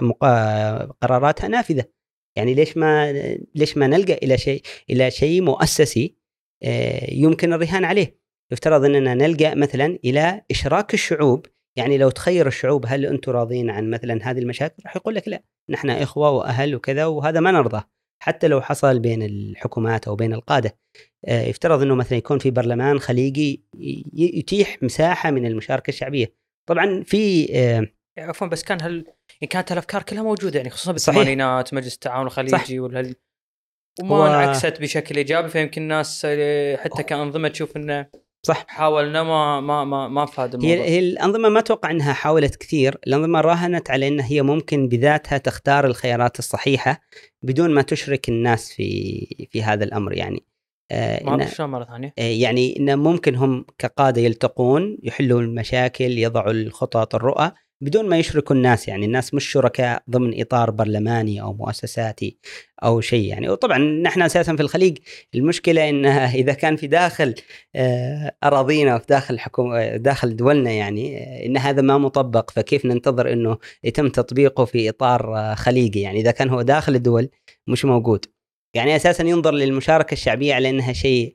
قراراتها نافذة. يعني ليش ما ليش ما نلجأ إلى شيء إلى شيء مؤسسي يمكن الرهان عليه؟ يفترض أننا نلجأ مثلا إلى إشراك الشعوب. يعني لو تخير الشعوب هل أنتم راضين عن مثلا هذه المشاكل، راح يقول لك لا، نحن إخوة وأهل وكذا، وهذا ما نرضى حتى لو حصل بين الحكومات أو بين القادة. يفترض أنه مثلا يكون في برلمان خليجي يتيح مساحة من المشاركة الشعبية. طبعا في عفوا بس كان هل كانت الأفكار كلها موجودة، يعني خصوصا بالثمانينات مجلس التعاون الخليجي ولا وما انعكست بشكل إيجابي، فيمكن الناس حتى كأنظمة تشوف إنه صح حاولنا ما ما ما ما فاد الموضوع. هي, هي الأنظمة ما توقع أنها حاولت كثير، الأنظمة راهنت على أنها هي ممكن بذاتها تختار الخيارات الصحيحة بدون ما تشرك الناس في في هذا الأمر. يعني آه ما أعرف شو مرة ثانية آه يعني إن ممكن هم كقادة يلتقون، يحلوا المشاكل، يضعوا الخطط، الرؤى، بدون ما يشركوا الناس، يعني الناس مش شركاء ضمن إطار برلماني أو مؤسساتي أو شيء يعني. وطبعا نحن أساسا في الخليج المشكلة إنها إذا كان في داخل أراضينا وفي داخل حكومة داخل دولنا يعني إن هذا ما مطبق، فكيف ننتظر إنه يتم تطبيقه في إطار خليجي؟ يعني إذا كان هو داخل الدول مش موجود، يعني أساسا ينظر للمشاركة الشعبية على أنها شيء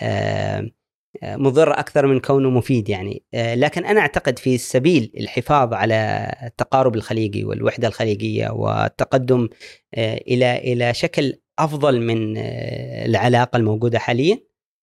مضر أكثر من كونه مفيد يعني. لكن أنا أعتقد في سبيل الحفاظ على التقارب الخليجي والوحدة الخليجية والتقدم إلى إلى شكل أفضل من العلاقة الموجودة حاليا،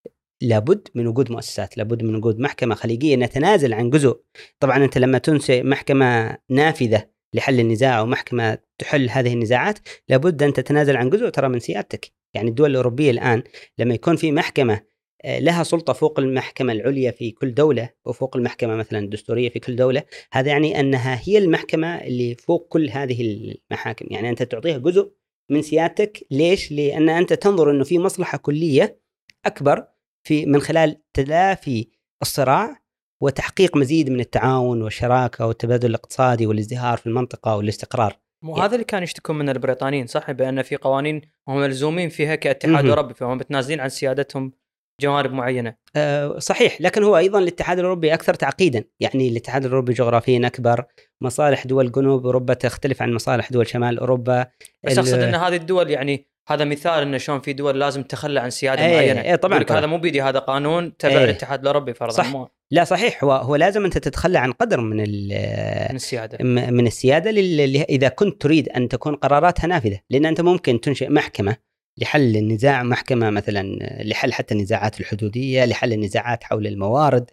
لابد من وجود مؤسسات، لابد من وجود محكمة خليجية نتنازل عن جزء. طبعا أنت لما تنشئ محكمة نافذة لحل النزاع ومحكمة تحل هذه النزاعات لابد أن تتنازل عن جزء ترى من سيادتك. يعني الدول الأوروبية الآن لما يكون في محكمة لها سلطة فوق المحكمة العليا في كل دولة وفوق المحكمة مثلا الدستورية في كل دولة، هذا يعني أنها هي المحكمة اللي فوق كل هذه المحاكم. يعني أنت تعطيها جزء من سيادتك. ليش؟ لأن أنت تنظر أنه في مصلحة كلية أكبر في من خلال تلافي الصراع وتحقيق مزيد من التعاون والشراكة والتبادل الاقتصادي والازدهار في المنطقة والاستقرار. مو هذا اللي كان يشتكون من البريطانيين صح؟ بأن في قوانين هم ملزومين فيها كاتحاد أوروبي فهم متنازلين عن سيادتهم جوانب معينة. أه صحيح، لكن هو أيضا الاتحاد الأوروبي أكثر تعقيدا. يعني الاتحاد الأوروبي جغرافيا أكبر، مصالح دول جنوب أوروبا تختلف عن مصالح دول شمال أوروبا. بس أقصد أن هذه الدول يعني هذا مثال إنه شلون في دول لازم تخلى عن سيادة أيه معينة. أيه طبعا, طبعا. هذا مو بيدي، هذا قانون تبع أيه الاتحاد الأوروبي فرضا. صح. مو. لا صحيح، هو هو لازم أنت تتخلى عن قدر من من السيادة من السيادة اللي إذا كنت تريد أن تكون قراراتها نافذة. لأن أنت ممكن تنشئ محكمة لحل النزاع، محكمة مثلا لحل حتى النزاعات الحدودية، لحل النزاعات حول الموارد.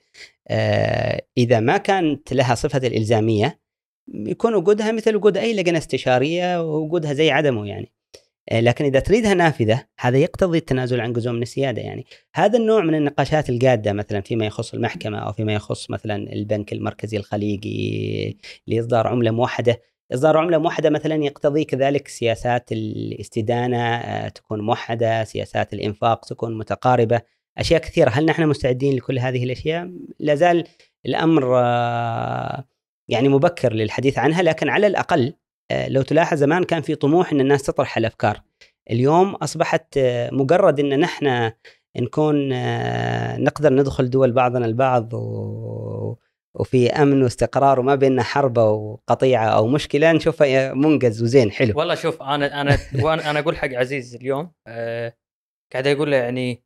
آه إذا ما كانت لها صفة الإلزامية يكون وجودها مثل وجود أي لجنة استشارية ووجودها زي عدمه يعني. آه لكن إذا تريدها نافذة هذا يقتضي التنازل عن جزء من السيادة. يعني هذا النوع من النقاشات الجادة مثلا فيما يخص المحكمة أو فيما يخص مثلا البنك المركزي الخليجي لإصدار عملة موحدة. إصدار عملة موحدة مثلا يقتضي كذلك سياسات الاستدانة تكون موحدة، سياسات الإنفاق تكون متقاربة، أشياء كثيرة. هل نحن مستعدين لكل هذه الأشياء؟ لازال الأمر يعني مبكر للحديث عنها. لكن على الأقل لو تلاحظ زمان كان في طموح أن الناس تطرح الأفكار، اليوم أصبحت مجرد أن نحن نكون نقدر ندخل دول بعضنا البعض و وفي أمن واستقرار وما بيننا حرب أو قطيعة أو مشكلة نشوفها منجز وزين حلو. والله شوف أنا أنا أنا أقول حق عزيز اليوم أه قاعد أقول له يعني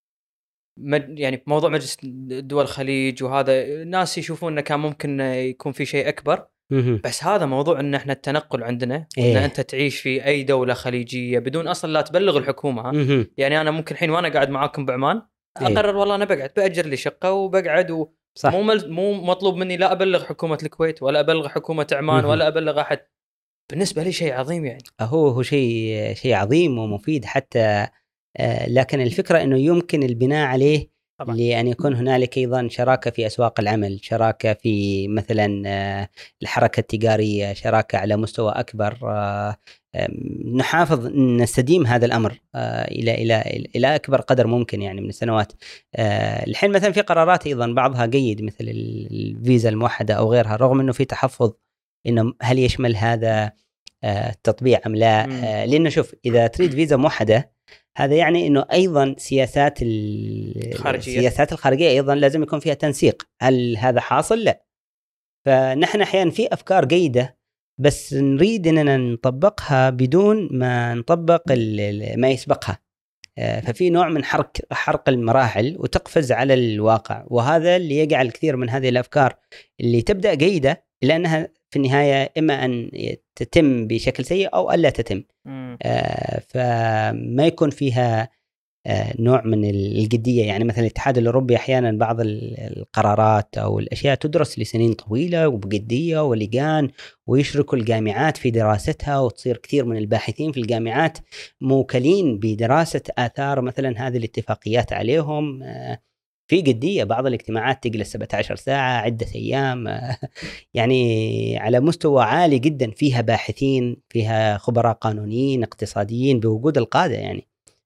مد يعني موضوع مجلس دول الخليج وهذا الناس يشوفون إنه كان ممكن يكون في شيء أكبر. بس هذا موضوع إن إحنا التنقل عندنا وإن إيه. أنت تعيش في أي دولة خليجية بدون أصلا لا تبلغ الحكومة ها؟ يعني أنا ممكن الحين وأنا قاعد معاكم بعمان أقرر إيه. والله أنا بقعد بأجر لي شقة وبقعد و... مو مل... مو مطلوب مني لا أبلغ حكومة الكويت ولا أبلغ حكومة عمان ولا أبلغ أحد. بالنسبة لي شيء عظيم يعني. هو هو شيء شيء عظيم ومفيد حتى آه لكن الفكرة إنه يمكن البناء عليه طبعا. لأن يكون هنالك أيضا شراكة في أسواق العمل، شراكة في مثلا آه الحركة التجارية، شراكة على مستوى أكبر. آه نحافظ نستديم هذا الأمر آه إلى إلى إلى أكبر قدر ممكن يعني من السنوات. آه الحين مثلا في قرارات أيضا بعضها جيد مثل الفيزا الموحدة أو غيرها، رغم إنه في تحفظ إنه هل يشمل هذا آه التطبيع أم لا. آه لأنه شوف إذا تريد فيزا موحدة هذا يعني إنه أيضا سياسات الخارجية السياسات الخارجية أيضا لازم يكون فيها تنسيق. هل هذا حاصل؟ لا. فنحن أحيانا في أفكار جيدة بس نريد أننا نطبقها بدون ما نطبق ما يسبقها. ففي نوع من حرق حرق المراحل وتقفز على الواقع، وهذا اللي يجعل الكثير من هذه الأفكار اللي تبدأ جيدة لأنها في النهاية إما أن تتم بشكل سيء أو ألا تتم. آه فما يكون فيها آه نوع من الجدية. يعني مثلا الاتحاد الأوروبي أحيانا بعض القرارات أو الأشياء تدرس لسنين طويلة وبجدية ولجان ويشركوا الجامعات في دراستها، وتصير كثير من الباحثين في الجامعات موكلين بدراسة آثار مثلا هذه الاتفاقيات عليهم آه في جدية. بعض الاجتماعات تجلس سبعة عشر ساعة عدة أيام يعني على مستوى عالي جدا، فيها باحثين، فيها خبراء قانونيين اقتصاديين بوجود القادة يعني.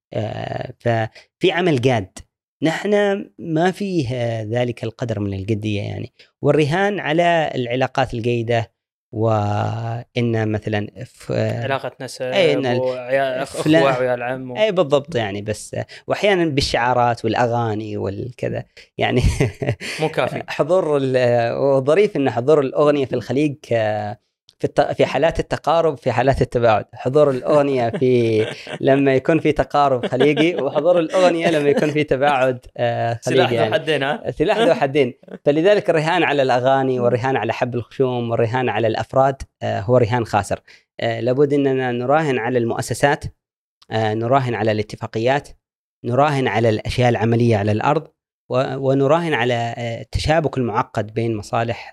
ففي عمل جاد. نحن ما فيه ذلك القدر من الجدية يعني، والرهان على العلاقات الجيدة وإن مثلا علاقة نسب وأخوة وعيال عم و... أي بالضبط يعني. بس وأحيانا بالشعارات والأغاني والكذا يعني مو كافي. حضور وظريف إن حضور الأغنية في الخليج في الت... في حالات التقارب في حالات التباعد. حضور الأغنية في لما يكون في تقارب خليجي، وحضور الأغنية لما يكون في تباعد آه خليجي. سلاح ذو حدين. ها سلاح ذو حدين. فلذلك الرهان على الأغاني والرهان على حب الخشوم والرهان على الأفراد آه هو رهان خاسر. آه لابد أننا نراهن على المؤسسات، آه نراهن على الاتفاقيات، نراهن على الأشياء العملية على الأرض، ونراهن على التشابك المعقد بين مصالح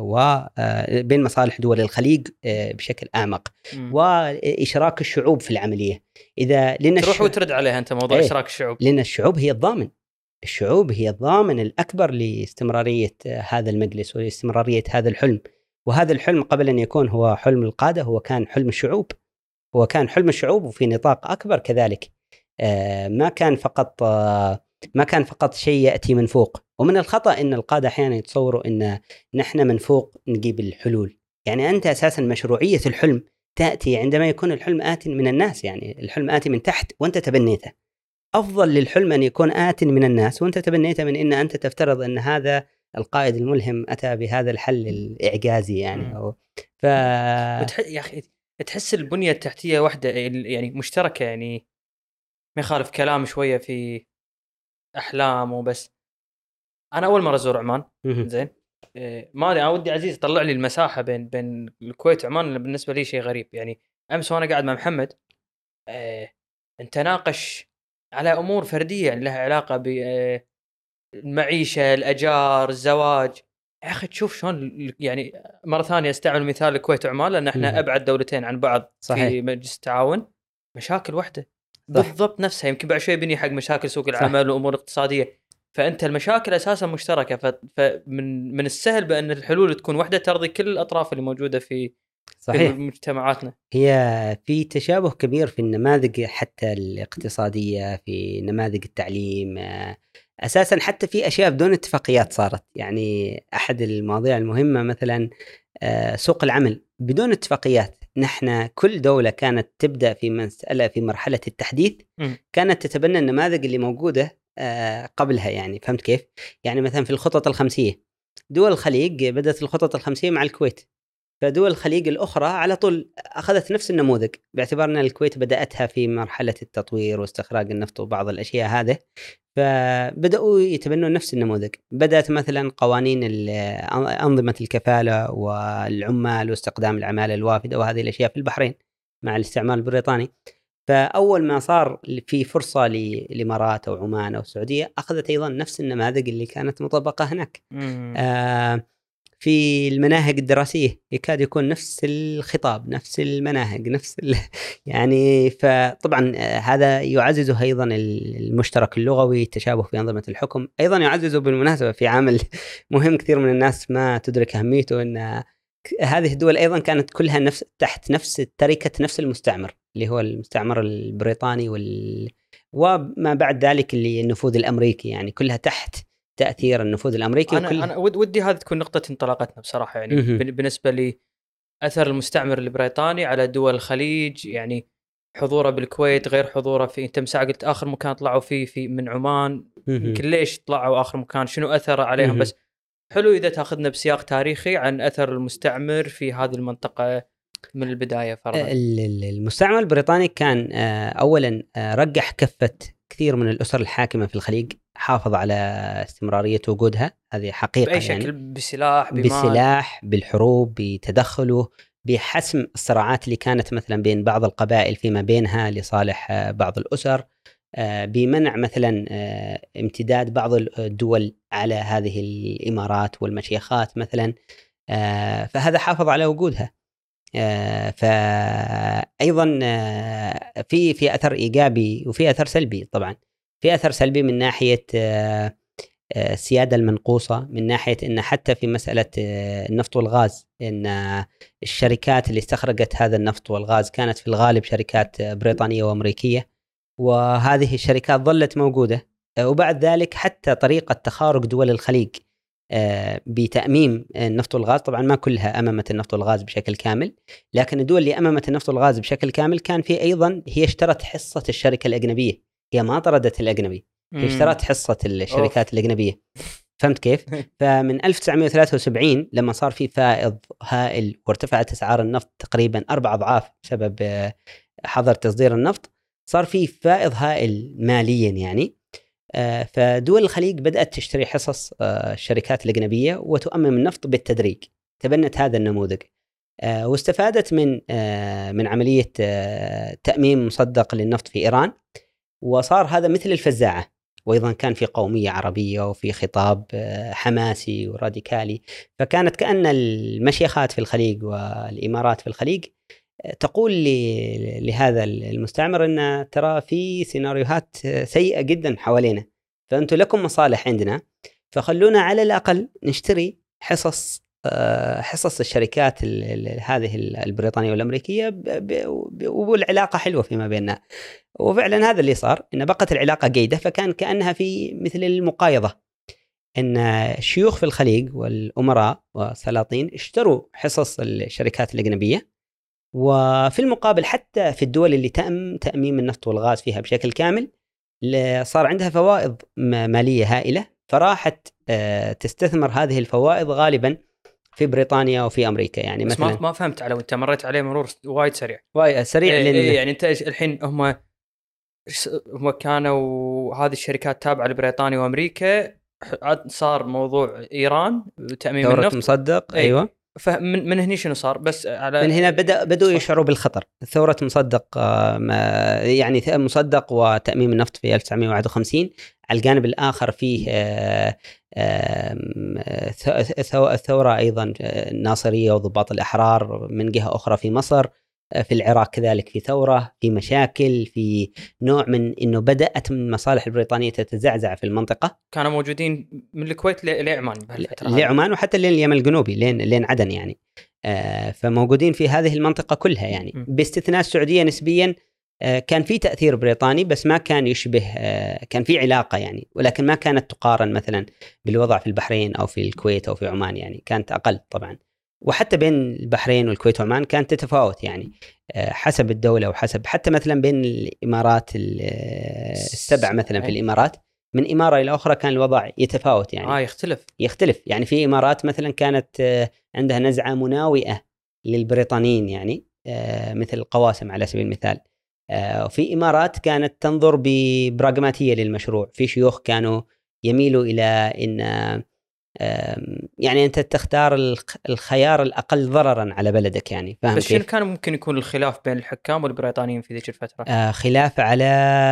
وبين مصالح دول الخليج بشكل أعمق، م. وإشراك الشعوب في العملية. إذا لنا تروح الشعوب... وترد عليها أنت موضوع ايه؟ إشراك الشعوب، لأن الشعوب هي الضامن، الشعوب هي الضامن الأكبر لاستمرارية هذا المجلس ولاستمرارية هذا الحلم. وهذا الحلم قبل أن يكون هو حلم القادة هو كان حلم الشعوب، هو كان حلم الشعوب وفي نطاق أكبر كذلك. ما كان فقط ما كان فقط شيء يأتي من فوق. ومن الخطأ إن القادة أحيانا يتصوروا إن نحن من فوق نجيب الحلول. يعني أنت أساسا مشروعية الحلم تأتي عندما يكون الحلم آت من الناس، يعني الحلم آتي من تحت وأنت تبنيته. أفضل للحلم أن يكون آت من الناس وأنت تبنيته من إن أنت تفترض أن هذا القائد الملهم أتى بهذا الحل الإعجازي يعني. أو ف بتح... يا أخي تحس البنية التحتية واحدة يعني مشتركة، يعني ما يخالف كلام شوية في أحلام وبس. أنا أول مرة أزور عمان زين إيه ما أنا ودي عزيز طلع لي المساحة بين بين الكويت وعمان، بالنسبة لي شيء غريب. يعني أمس وأنا قاعد مع محمد إيه نتناقش على أمور فردية يعني لها علاقة بالمعيشة، الأجار، الزواج. يا أخي تشوف شلون يعني مرة ثانية استعمل مثال الكويت وعمان لأن إحنا أبعد دولتين عن بعض صحيح. في مجلس التعاون مشاكل واحدة بالضبط نفسها، يمكن بعد شوي بني حق مشاكل سوق العمل والأمور الاقتصادية. فأنت المشاكل أساسا مشتركة، فمن من السهل بأن الحلول تكون واحدة ترضي كل الأطراف اللي موجودة في صحيح. في مجتمعاتنا. هي في تشابه كبير في النماذج حتى الاقتصادية، في نماذج التعليم أساسا، حتى في أشياء بدون اتفاقيات صارت. يعني أحد المواضيع المهمة مثلا سوق العمل بدون اتفاقيات. نحن كل دولة كانت تبدأ في مسألة في مرحلة التحديث م. كانت تتبنى النماذج اللي موجودة قبلها. يعني فهمت كيف؟ يعني مثلا في الخطط الخمسية دول الخليج بدأت الخطط الخمسية مع الكويت، فدول الخليج الأخرى على طول أخذت نفس النموذج، باعتبار أن الكويت بدأتها في مرحلة التطوير واستخراج النفط وبعض الأشياء هذه، فبدأوا يتبنوا نفس النموذج. بدأت مثلا قوانين أنظمة الكفالة والعمال واستخدام العمالة الوافدة وهذه الأشياء في البحرين مع الاستعمار البريطاني. فأول ما صار في فرصة للإمارات أو عمان أو السعودية أخذت أيضا نفس النماذج اللي كانت مطبقة هناك. آه في المناهج الدراسية يكاد يكون نفس الخطاب، نفس المناهج، نفس ال... يعني فطبعا هذا يعزز أيضا المشترك اللغوي، التشابه في أنظمة الحكم. أيضا يعزز بالمناسبة في عامل مهم كثير من الناس ما تدرك أهميته، أن هذه الدول أيضا كانت كلها نفس تحت نفس تركة نفس المستعمر اللي هو المستعمر البريطاني وال... وما بعد ذلك اللي النفوذ الأمريكي، يعني كلها تحت تأثير النفوذ الأمريكي. أنا, وكل... أنا ودي هذه تكون نقطة انطلاقتنا بصراحة. يعني م-م. بالنسبة لي أثر المستعمر البريطاني على دول الخليج، يعني حضوره بالكويت غير حضوره في أنت مساء قلت آخر مكان طلعوا فيه في من عمان، يمكن ليش طلعوا آخر مكان، شنو أثره عليهم. م-م. بس حلو إذا تأخذنا بسياق تاريخي عن أثر المستعمر في هذه المنطقة من البداية. فرضا المستعمر البريطاني كان أولا رجح كفة كثير من الأسر الحاكمة في الخليج، حافظ على استمرارية وجودها، هذه حقيقة بأي شكل، يعني بسلاح، بمال، بسلاح، بالحروب، بتدخله، بحسم الصراعات اللي كانت مثلا بين بعض القبائل فيما بينها لصالح بعض الأسر، بمنع مثلا امتداد بعض الدول على هذه الإمارات والمشيخات مثلا. فهذا حافظ على وجودها. فأيضا في في أثر إيجابي وفي أثر سلبي. طبعا في أثر سلبي من ناحية السيادة المنقوصة، من ناحية إن حتى في مسألة النفط والغاز، إن الشركات اللي استخرجت هذا النفط والغاز كانت في الغالب شركات بريطانية وأمريكية، وهذه الشركات ظلت موجودة. وبعد ذلك حتى طريقة تخارج دول الخليج بتأميم النفط والغاز. طبعا ما كلها أممت النفط والغاز بشكل كامل، لكن الدول اللي أممت النفط والغاز بشكل كامل كان في أيضا هي اشترت حصة الشركة الأجنبية، هي ما طردت الأجنبي، هي اشترت حصة الشركات أوف. الأجنبية. فهمت كيف؟ فمن ألف وتسعمائة وثلاثة وسبعين لما صار في فائض هائل وارتفعت أسعار النفط تقريبا أربع أضعاف بسبب حظر تصدير النفط، صار في فائض هائل ماليا يعني. فدول الخليج بدأت تشتري حصص الشركات الأجنبية وتؤمم النفط بالتدريج، تبنت هذا النموذج واستفادت من من عملية تأميم مصدق للنفط في إيران، وصار هذا مثل الفزاعة. وأيضا كان في قومية عربية وفي خطاب حماسي وراديكالي، فكانت كأن المشيخات في الخليج والإمارات في الخليج تقول لهذا المستعمر أن ترى في سيناريوهات سيئة جدا حوالينا، فأنتم لكم مصالح عندنا، فخلونا على الأقل نشتري حصص حصص الشركات هذه البريطانية والأمريكية والعلاقة حلوة فيما بيننا. وفعلا هذا اللي صار، إن بقت العلاقة جيدة، فكان كأنها في مثل المقايضة، إن الشيوخ في الخليج والأمراء والسلاطين اشتروا حصص الشركات الأجنبية، وفي المقابل حتى في الدول اللي تم تأميم النفط والغاز فيها بشكل كامل صار عندها فوائد مالية هائلة، فراحت تستثمر هذه الفوائد غالبا في بريطانيا وفي أمريكا. يعني مثلا ما, ما فهمت على وانت مريت عليه مرور وايد سريع وايد سريع إيه لأن إيه يعني انت الحين هم هم كانوا هذه الشركات تابعة لبريطانيا وأمريكا، صار موضوع إيران وتأميم النفط مصدق. أيوة, أيوة. فمن من هنا شنو صار؟ بس على من هنا بدأ بدأوا يشعروا بالخطر. ثورة مصدق يعني مصدق وتأميم النفط في ألف وتسعمائة وواحد وخمسين. على الجانب الآخر فيه الثورة أيضا الناصرية وضباط الأحرار من جهة أخرى في مصر، في العراق كذلك في ثورة، في مشاكل، في نوع من إنه بدأت من المصالح البريطانية تتزعزع في المنطقة. كانوا موجودين من الكويت لعمان بهالفترة، لعمان وحتى لين اليمن الجنوبي لين لين عدن يعني. آه فموجودين في هذه المنطقة كلها يعني م. باستثناء السعودية نسبيا آه كان في تأثير بريطاني، بس ما كان يشبه آه كان في علاقة يعني، ولكن ما كانت تقارن مثلا بالوضع في البحرين أو في الكويت أو في عمان، يعني كانت أقل طبعا. وحتى بين البحرين والكويت وعمان كانت تتفاوت يعني حسب الدولة وحسب حتى مثلا بين الإمارات السبع مثلا في الإمارات من إمارة إلى أخرى كان الوضع يتفاوت يعني. آه يختلف يختلف يعني. في إمارات مثلا كانت عندها نزعة مناوئة للبريطانيين يعني مثل القواسم على سبيل المثال. وفي إمارات كانت تنظر ببراغماتية للمشروع. في شيوخ كانوا يميلوا إلى إن يعني أنت تختار الخيار الأقل ضرراً على بلدك يعني. فاهم بس شنو كان ممكن يكون الخلاف بين الحكام والبريطانيين في ذيك الفترة؟ آه خلاف على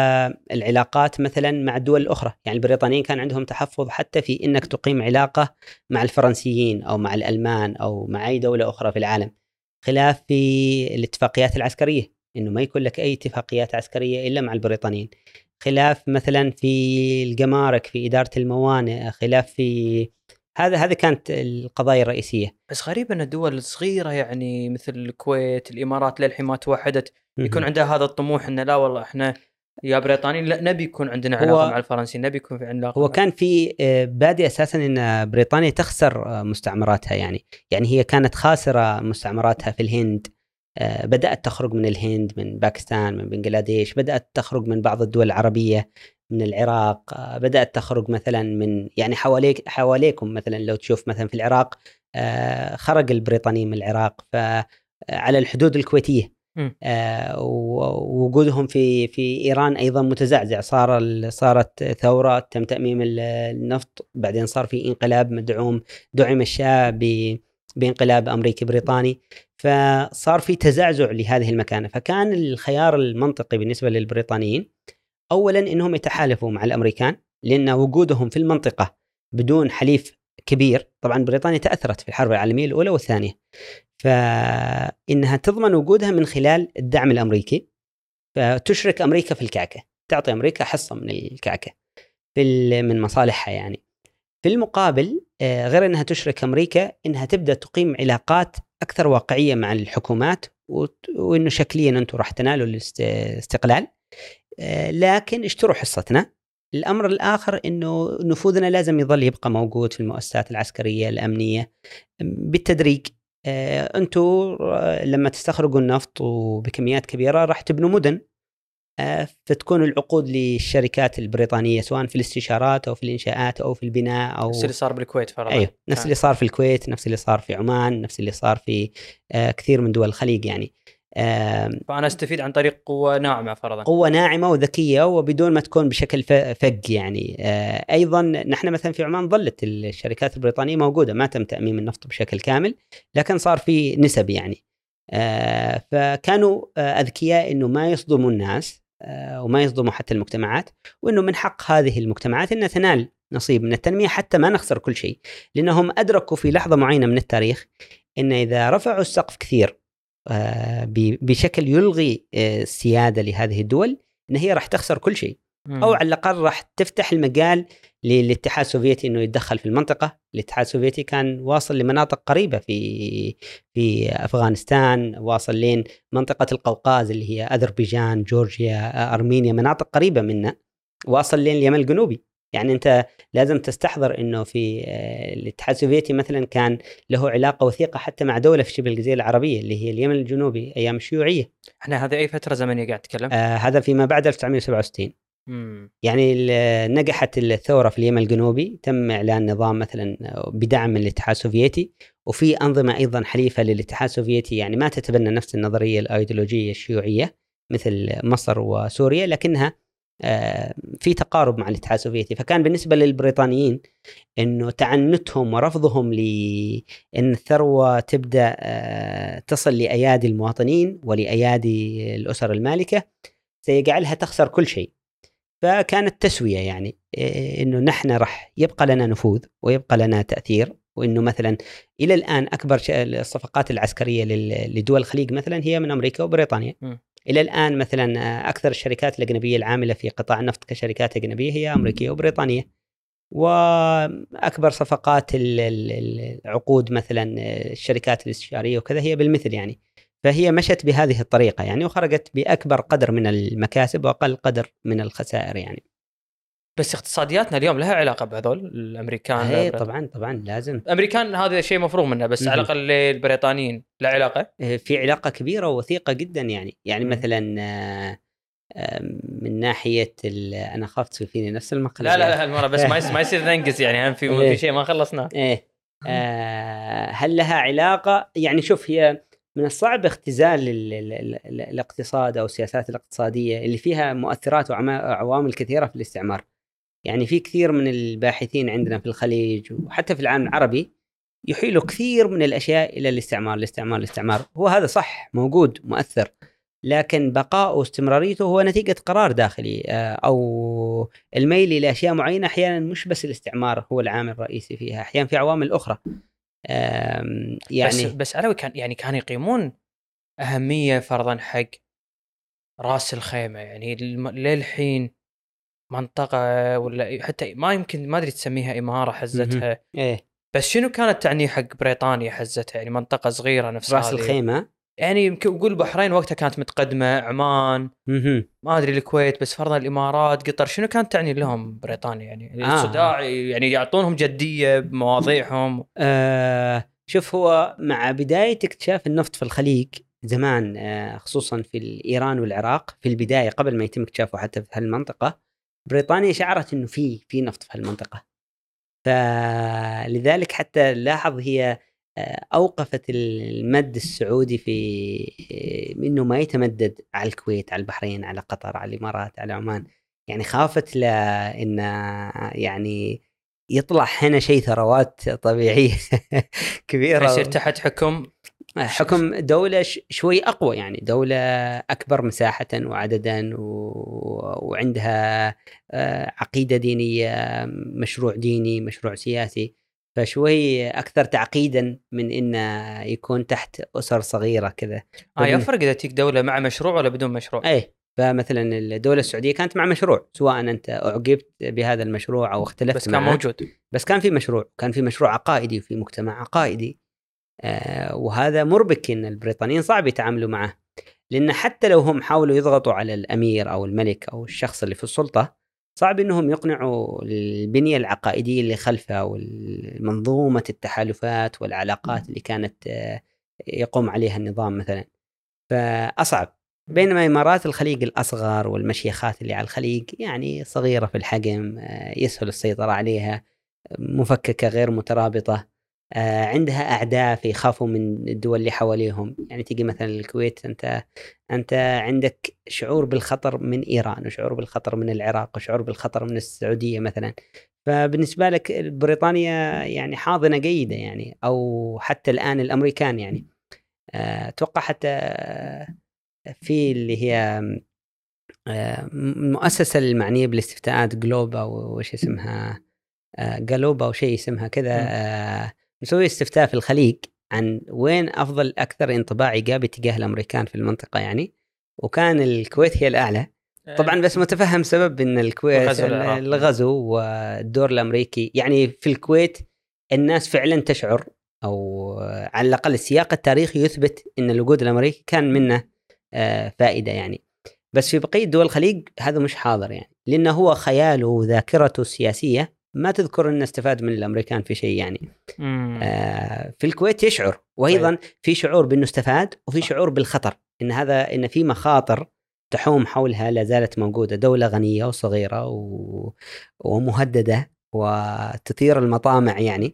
العلاقات مثلاً مع الدول الأخرى. يعني البريطانيين كان عندهم تحفظ حتى في إنك تقيم علاقة مع الفرنسيين أو مع الألمان أو مع أي دولة أخرى في العالم. خلاف في الاتفاقيات العسكرية، إنه ما يكون لك أي اتفاقيات عسكرية إلا مع البريطانيين. خلاف مثلاً في الجمارك، في إدارة الموانئ. خلاف في هذا هذه كانت القضايا الرئيسية. بس غريب أن الدول الصغيرة يعني مثل الكويت الإمارات للحين ما توحدت يكون عندها هذا الطموح إن لا والله إحنا يا بريطانيين لا نبي يكون عندنا علاقة مع الفرنسيين، نبي يكون في عندنا علاقة. هو كان في بادئ أساسا أن بريطانيا تخسر مستعمراتها يعني. يعني هي كانت خاسرة مستعمراتها في الهند، بدأت تخرج من الهند، من باكستان، من بنغلاديش، بدأت تخرج من بعض الدول العربية، من العراق، بدأت تخرج مثلا من يعني حواليك حواليكم مثلا لو تشوف مثلا في العراق خرج البريطانيين من العراق، فعلى الحدود الكويتية ووجودهم في في إيران أيضا متزعزع. صار صارت ثورة، تم تأميم النفط، بعدين صار في انقلاب مدعوم، دعم الشاه بانقلاب أمريكي بريطاني، فصار في تزعزع لهذه المكانة. فكان الخيار المنطقي بالنسبة للبريطانيين أولاً إنهم يتحالفوا مع الأمريكان، لأن وجودهم في المنطقة بدون حليف كبير، طبعاً بريطانيا تأثرت في الحرب العالمية الأولى والثانية، فإنها تضمن وجودها من خلال الدعم الأمريكي، فتشرك أمريكا في الكعكة، تعطي أمريكا حصة من الكعكة في من مصالحها يعني. في المقابل غير أنها تشرك أمريكا، إنها تبدأ تقيم علاقات أكثر واقعية مع الحكومات، وإنه شكلياً أنتم راح تنالوا الاستقلال، لكن اشتروا حصتنا الأمر الآخر إنه نفوذنا لازم يظل يبقى موجود في المؤسسات العسكرية الأمنية بالتدريج. آه، أنتوا لما تستخرجوا النفط وبكميات كبيرة راح تبنوا مدن، آه، فتكون العقود للشركات البريطانية سواء في الاستشارات أو في الإنشاءات أو في البناء، أو نفس اللي صار بالكويت فرضا. أيوه، نفس اللي صار في الكويت، نفس اللي صار في عمان، نفس اللي صار في آه، كثير من دول الخليج يعني. فأنا أستفيد عن طريق قوة ناعمة فرضا، قوة ناعمة وذكية وبدون ما تكون بشكل فج يعني. أيضا نحن مثلا في عمان ظلت الشركات البريطانية موجودة، ما تم تأميم النفط بشكل كامل، لكن صار في نسب يعني. فكانوا أذكياء إنه ما يصدموا الناس وما يصدموا حتى المجتمعات، وإنه من حق هذه المجتمعات أن تنال نصيب من التنمية حتى ما نخسر كل شيء، لأنهم أدركوا في لحظة معينة من التاريخ إن إذا رفعوا السقف كثير بشكل يلغي السيادة لهذه الدول، إن هي راح تخسر كل شيء، أو على الأقل راح تفتح المجال للاتحاد السوفيتي إنه يتدخل في المنطقة. الاتحاد السوفيتي كان واصل لمناطق قريبة في في أفغانستان، واصل لين منطقة القوقاز اللي هي أذربيجان، جورجيا، أرمينيا، مناطق قريبة منا، واصل لين اليمن الجنوبي. يعني أنت لازم تستحضر إنه في الاتحاد السوفيتي مثلا كان له علاقة وثيقة حتى مع دولة في شبه الجزيرة العربية اللي هي اليمن الجنوبي أيام الشيوعية. إحنا هذا أي فترة زمنية قاعد تتكلم؟ آه هذا فيما بعد ألف وتسعمائة وسبعة وستين. مم. يعني نجحت الثورة في اليمن الجنوبي، تم إعلان نظام مثلا بدعم من الاتحاد السوفيتي، وفي أنظمة أيضا حليفة للاتحاد السوفيتي يعني ما تتبنى نفس النظرية الأيديولوجية الشيوعية مثل مصر وسوريا، لكنها في تقارب مع الاتحاد السوفيتي. فكان بالنسبة للبريطانيين إنه تعنتهم ورفضهم لأن الثروة تبدأ تصل لأيادي المواطنين ولأيادي الأسر المالكة سيجعلها تخسر كل شيء. فكانت تسوية يعني إنه نحن رح يبقى لنا نفوذ ويبقى لنا تأثير، وإنه مثلا إلى الآن أكبر الصفقات العسكرية لدول الخليج مثلا هي من أمريكا وبريطانيا. م. إلى الآن مثلا أكثر الشركات الأجنبية العاملة في قطاع النفط كشركات أجنبية هي أمريكية وبريطانية، وأكبر صفقات العقود مثلا الشركات الاستشارية وكذا هي بالمثل يعني. فهي مشت بهذه الطريقة يعني، وخرجت بأكبر قدر من المكاسب وأقل قدر من الخسائر يعني. بس اقتصادياتنا اليوم لها علاقة بهذول الأمريكان؟ هي طبعا طبعا لازم. الأمريكان هذا شيء مفروغ منه، بس على الأقل للبريطانيين لا علاقة؟ في علاقة كبيرة ووثيقة جدا يعني. يعني م. مثلا من ناحية أنا خافت فيني نفس المقلب. لا لا لا هالمرة بس ما ما يصير ننقص يعني، هم في في شيء ما خلصنا. إيه آه هل لها علاقة؟ يعني شوف، هي من الصعب اختزال ال ال ال الاقتصاد أو السياسات الاقتصادية اللي فيها مؤثرات وعوامل كثيرة في الاستعمار. يعني في كثير من الباحثين عندنا في الخليج وحتى في العالم العربي يحيلوا كثير من الأشياء إلى الاستعمار الاستعمار الاستعمار هو هذا صح موجود مؤثر، لكن بقاء واستمراريته هو نتيجة قرار داخلي أو الميل إلى أشياء معينة. أحيانا مش بس الاستعمار هو العامل الرئيسي فيها، أحيانا في عوامل أخرى يعني. بس بس علوي كان يعني كانوا يقيمون أهمية فرضا حق رأس الخيمة يعني للحين منطقة ولا حتى ما يمكن ما أدري تسميها إمارة حزتها. إيه. بس شنو كانت تعني حق بريطانيا حزتها؟ يعني منطقة صغيرة نفس رأس الخيمة يعني. يمكن أقول البحرين وقتها كانت متقدمة، عمان مه. ما أدري الكويت، بس فرضا الإمارات قطر شنو كانت تعني لهم بريطانيا يعني؟ آه. الصداع يعني يعطونهم جدية بمواضيعهم. آه شوف، هو مع بداية اكتشاف النفط في الخليج زمان، آه خصوصا في إيران والعراق في البداية قبل ما يتم اكتشافه حتى في هالمنطقة، بريطانيا شعرت إنه في في نفط في هالمنطقة. فلذلك حتى لاحظ هي أوقفت المد السعودي في إنه ما يتمدد على الكويت، على البحرين، على قطر، على الإمارات، على عمان. يعني خافت لأن يعني يطلع هنا شيء ثروات طبيعية كبيرة يصير تحت حكم حكم دولة شوي أقوى، يعني دولة أكبر مساحة وعددا وعندها عقيدة دينية، مشروع ديني، مشروع سياسي، فشوي أكثر تعقيدا من إنه يكون تحت أسر صغيرة كذا. آه يفرق إذا تيك دولة مع مشروع ولا بدون مشروع. أي، فمثلا الدولة السعودية كانت مع مشروع، سواء أنت أعجبت بهذا المشروع أو اختلفت بس كان معه، موجود، بس كان في مشروع، كان في مشروع عقائدي وفي مجتمع عقائدي. آه وهذا مربك إن البريطانيين صعب يتعاملوا معه، لأن حتى لو هم حاولوا يضغطوا على الأمير أو الملك أو الشخص اللي في السلطة، صعب انهم يقنعوا البنية العقائدية اللي خلفها والمنظومة التحالفات والعلاقات اللي كانت يقوم عليها النظام مثلا، فأصعب. بينما إمارات الخليج الأصغر والمشيخات اللي على الخليج يعني صغيرة في الحجم، يسهل السيطرة عليها، مفككة غير مترابطة، عندها أعداء يخافوا من الدول اللي حواليهم. يعني تيجي مثلا الكويت، أنت أنت عندك شعور بالخطر من إيران، وشعور بالخطر من العراق، وشعور بالخطر من السعودية مثلا. فبالنسبة لك بريطانيا يعني حاضنة جيدة يعني، أو حتى الآن الأمريكان يعني أتوقع حتى في اللي هي المؤسسة المعنية بالاستفتاءات جلوب أو وش اسمها، جالوب أو شيء اسمها كذا، مسوي استفتاء في الخليج عن وين أفضل أكثر انطباع إيجابي تجاه الأمريكان في المنطقة يعني، وكان الكويت هي الأعلى طبعا، بس متفهم سبب إن الكويت الغزو والدور الأمريكي. يعني في الكويت الناس فعلا تشعر، أو على الأقل السياق التاريخي يثبت أن الوجود الأمريكي كان منه فائدة يعني. بس في بقية دول الخليج هذا مش حاضر يعني، لأنه هو خياله وذاكرته السياسية ما تذكر أنه استفاد من الأمريكان في شيء يعني. آه في الكويت يشعر، وأيضا في شعور بأنه استفاد، وفي شعور بالخطر، إن هذا إن في مخاطر تحوم حولها لا زالت موجودة، دولة غنية وصغيرة و... ومهددة وتثير المطامع يعني،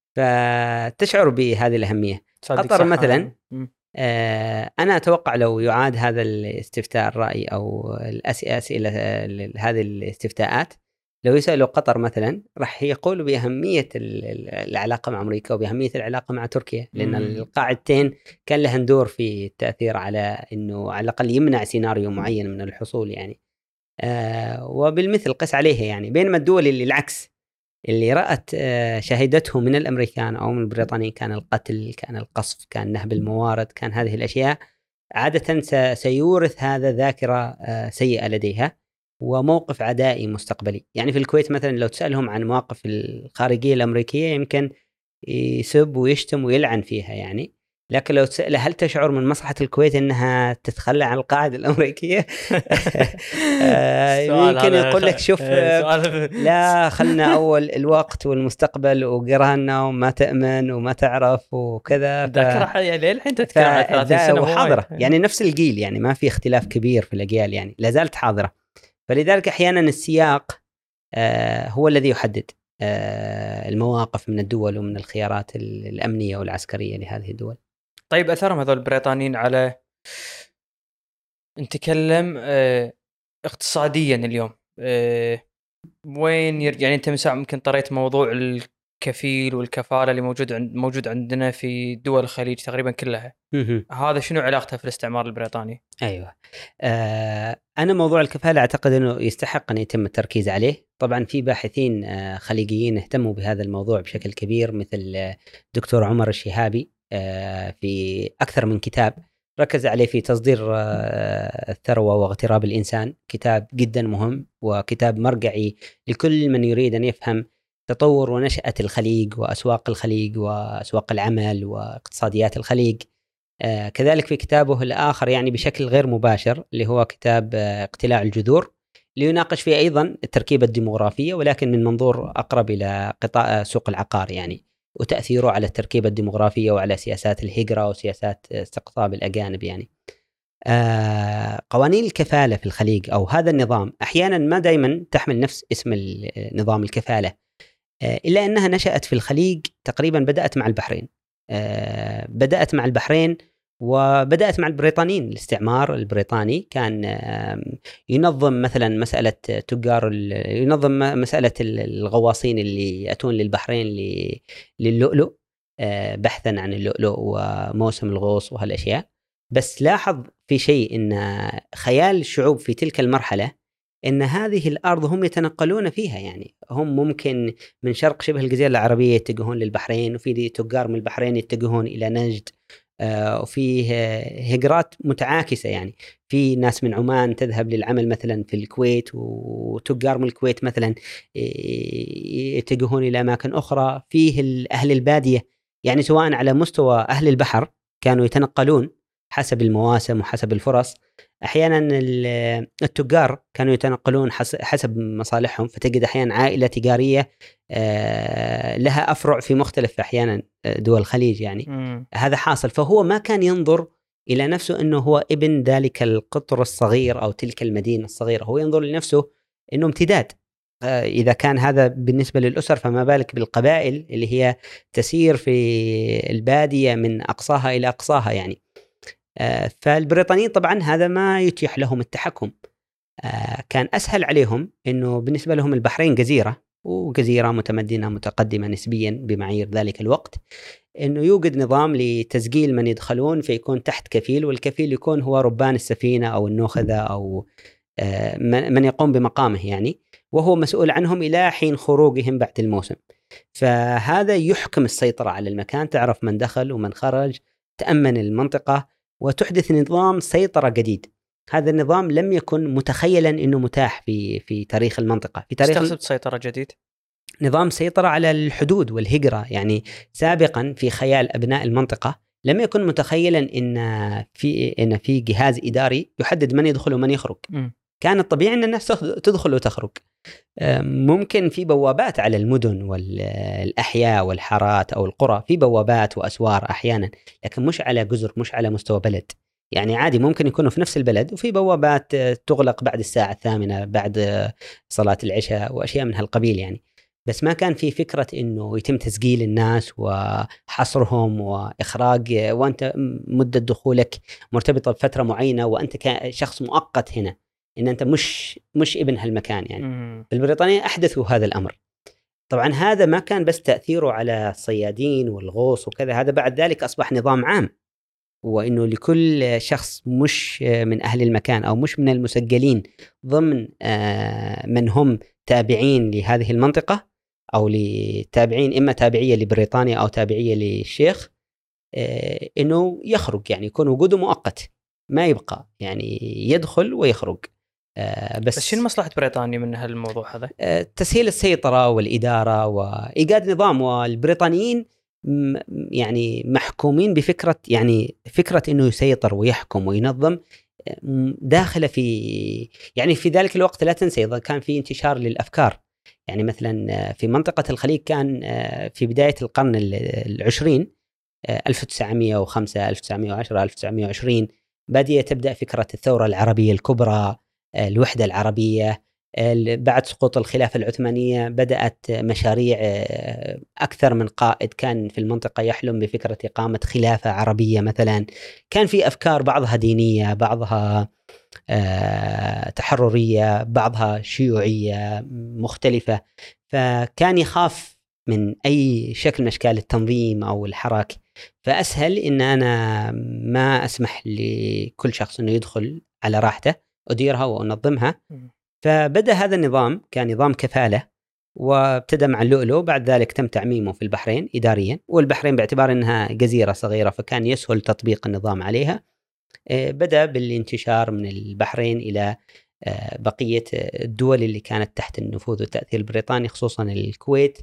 فتشعر بهذه الأهمية. قطر مثلا آه أنا أتوقع لو يعاد هذا الاستفتاء الرأي أو الأسئلة هذه الاستفتاءات، لو يسألوا قطر مثلا راح يقولوا بأهمية العلاقة مع أمريكا وبأهمية العلاقة مع تركيا، لأن القاعدتين كان لها دور في التأثير على أنه على الأقل يمنع سيناريو معين من الحصول يعني. آه وبالمثل قس عليها يعني. بينما الدول اللي العكس، اللي رأت شهادته من الأمريكان أو من البريطانيين، كان القتل، كان القصف، كان نهب الموارد، كان هذه الأشياء، عادة سيورث هذا ذاكرة سيئة لديها وموقف عدائي مستقبلي. يعني في الكويت مثلا لو تسألهم عن مواقف الخارجية الأمريكية يمكن يسب ويشتم ويلعن فيها يعني، لكن لو تسأله هل تشعر من مصلحة الكويت أنها تتخلى عن القاعدة الأمريكية يمكن يقول لك شوف لا خلنا أول الوقت والمستقبل وقرانا وما تأمن وما تعرف وكذا. ذاكرة يعني الحين تتكلم عن ثلاثين سنة وحاضرة يعني، نفس الجيل يعني، ما في اختلاف كبير في الأجيال يعني، لا زالت حاضرة. فلذلك أحيانا السياق هو الذي يحدد المواقف من الدول ومن الخيارات الأمنية والعسكرية لهذه الدول. طيب أثرهم هذول البريطانيين على، نتكلم اه اقتصاديا اليوم اه وين يرجع؟ يعني أنت مساء ممكن طريت موضوع الكفيل والكفالة اللي موجود عند موجود عندنا في دول الخليج تقريبا كلها. هذا شنو علاقته في الاستعمار البريطاني؟ أيوة آه أنا موضوع الكفالة أعتقد أنه يستحق أن يتم التركيز عليه. طبعا في باحثين آه خليجيين اهتموا بهذا الموضوع بشكل كبير، مثل آه دكتور عمر الشهابي آه في أكثر من كتاب ركز عليه في تصدير آه الثروة واغتراب الإنسان، كتاب جدا مهم وكتاب مرجعي لكل من يريد أن يفهم تطور ونشأة الخليج وأسواق الخليج وأسواق العمل واقتصاديات الخليج. آه كذلك في كتابه الآخر يعني بشكل غير مباشر اللي هو كتاب آه اقتلاع الجذور، ليناقش فيه أيضا التركيبة الديموغرافية ولكن من منظور أقرب إلى قطاع سوق العقار يعني، وتأثيره على التركيبة الديموغرافية وعلى سياسات الهجرة وسياسات استقطاب الأجانب يعني. آه قوانين الكفالة في الخليج أو هذا النظام أحيانا ما دائما تحمل نفس اسم نظام الكفالة، آه إلا أنها نشأت في الخليج تقريبا، بدأت مع البحرين آه بدأت مع البحرين وبدأت مع البريطانيين. الاستعمار البريطاني كان ينظم مثلا مسألة تجار، ينظم مسألة الغواصين اللي يأتون للبحرين للؤلؤ بحثا عن اللؤلؤ وموسم الغوص وهالأشياء. بس لاحظ في شيء إن خيال الشعوب في تلك المرحلة إن هذه الأرض هم يتنقلون فيها، يعني هم ممكن من شرق شبه الجزيرة العربية يتجهون للبحرين، وفي تجار من البحرين يتجهون إلى نجد، آه وفيه هجرات متعاكسة يعني، في ناس من عمان تذهب للعمل مثلا في الكويت، وتجار من الكويت مثلا يتجهون إلى أماكن أخرى. فيه أهل البادية يعني، سواء على مستوى أهل البحر كانوا يتنقلون حسب المواسم وحسب الفرص. أحيانا التجار كانوا يتنقلون حسب مصالحهم، فتجد أحيانا عائلة تجارية لها أفرع في مختلف أحيانا دول الخليج يعني م. هذا حاصل. فهو ما كان ينظر إلى نفسه أنه هو ابن ذلك القطر الصغير أو تلك المدينة الصغيرة، هو ينظر لنفسه أنه امتداد. إذا كان هذا بالنسبة للأسر، فما بالك بالقبائل اللي هي تسير في البادية من أقصاها إلى أقصاها يعني. فالبريطانيين طبعا هذا ما يتيح لهم التحكم. كان أسهل عليهم أنه بالنسبة لهم البحرين جزيرة، وجزيرة متمدنة متقدمة نسبيا بمعايير ذلك الوقت، أنه يوجد نظام لتسجيل من يدخلون فيكون تحت كفيل، والكفيل يكون هو ربان السفينة أو النوخذة أو من يقوم بمقامه يعني، وهو مسؤول عنهم إلى حين خروجهم بعد الموسم. فهذا يحكم السيطرة على المكان، تعرف من دخل ومن خرج، تأمن المنطقة وتحدث نظام سيطرة جديد. هذا النظام لم يكن متخيلا أنه متاح في في تاريخ المنطقة. في تاريخ استقصد سيطرة جديد، نظام سيطرة على الحدود والهجرة. يعني سابقا في خيال أبناء المنطقة لم يكن متخيلا إن في إن في جهاز إداري يحدد من يدخل ومن يخرج. م. كان الطبيعي أن الناس تدخل وتخرج. ممكن في بوابات على المدن والأحياء والحارات أو القرى، في بوابات وأسوار أحيانا، لكن مش على جزر، مش على مستوى بلد. يعني عادي ممكن يكونوا في نفس البلد وفي بوابات تغلق بعد الساعة الثامنة بعد صلاة العشاء وأشياء من هالقبيل يعني. بس ما كان في فكرة إنه يتم تسجيل الناس وحصرهم وإخراج، وأنت مدة دخولك مرتبطة بفترة معينة، وأنت كشخص مؤقت هنا، إن أنت مش مش ابن هالمكان يعني. البريطانيين أحدثوا هذا الأمر. طبعا هذا ما كان بس تأثيره على الصيادين والغوص وكذا، هذا بعد ذلك أصبح نظام عام، وإنه لكل شخص مش من أهل المكان أو مش من المسجلين ضمن من هم تابعين لهذه المنطقة أو لتابعين إما تابعية لبريطانيا أو تابعية للشيخ، إنه يخرج، يعني يكون وجوده مؤقت ما يبقى، يعني يدخل ويخرج. بس, بس شنو مصلحة بريطانيا من هالموضوع هذا؟ تسهيل السيطرة والإدارة وإيجاد نظام. والبريطانيين يعني محكومين بفكرة، يعني فكرة إنه يسيطر ويحكم وينظم داخل في، يعني في ذلك الوقت لا تنسى إذا كان في انتشار للأفكار. يعني مثلا في منطقة الخليج كان في بداية القرن العشرين ألف وتسعمائة وخمسة ألف وتسعمائة وعشرة ألف وتسعمائة وعشرين بدأت تبدأ فكرة الثورة العربية الكبرى، الوحدة العربية. بعد سقوط الخلافة العثمانية بدأت مشاريع، أكثر من قائد كان في المنطقة يحلم بفكرة إقامة خلافة عربية مثلا. كان في أفكار بعضها دينية، بعضها تحررية، بعضها شيوعية مختلفة. فكان يخاف من أي شكل من أشكال التنظيم أو الحراك. فأسهل إن أنا ما أسمح لكل شخص أنه يدخل على راحته، أديرها وأنظمها. فبدأ هذا النظام كان نظام كفالة، وابتدى مع اللؤلؤ، بعد ذلك تم تعميمه في البحرين إداريا. والبحرين باعتبار أنها جزيرة صغيرة فكان يسهل تطبيق النظام عليها. بدأ بالانتشار من البحرين إلى بقية الدول اللي كانت تحت النفوذ والتأثير البريطاني، خصوصا الكويت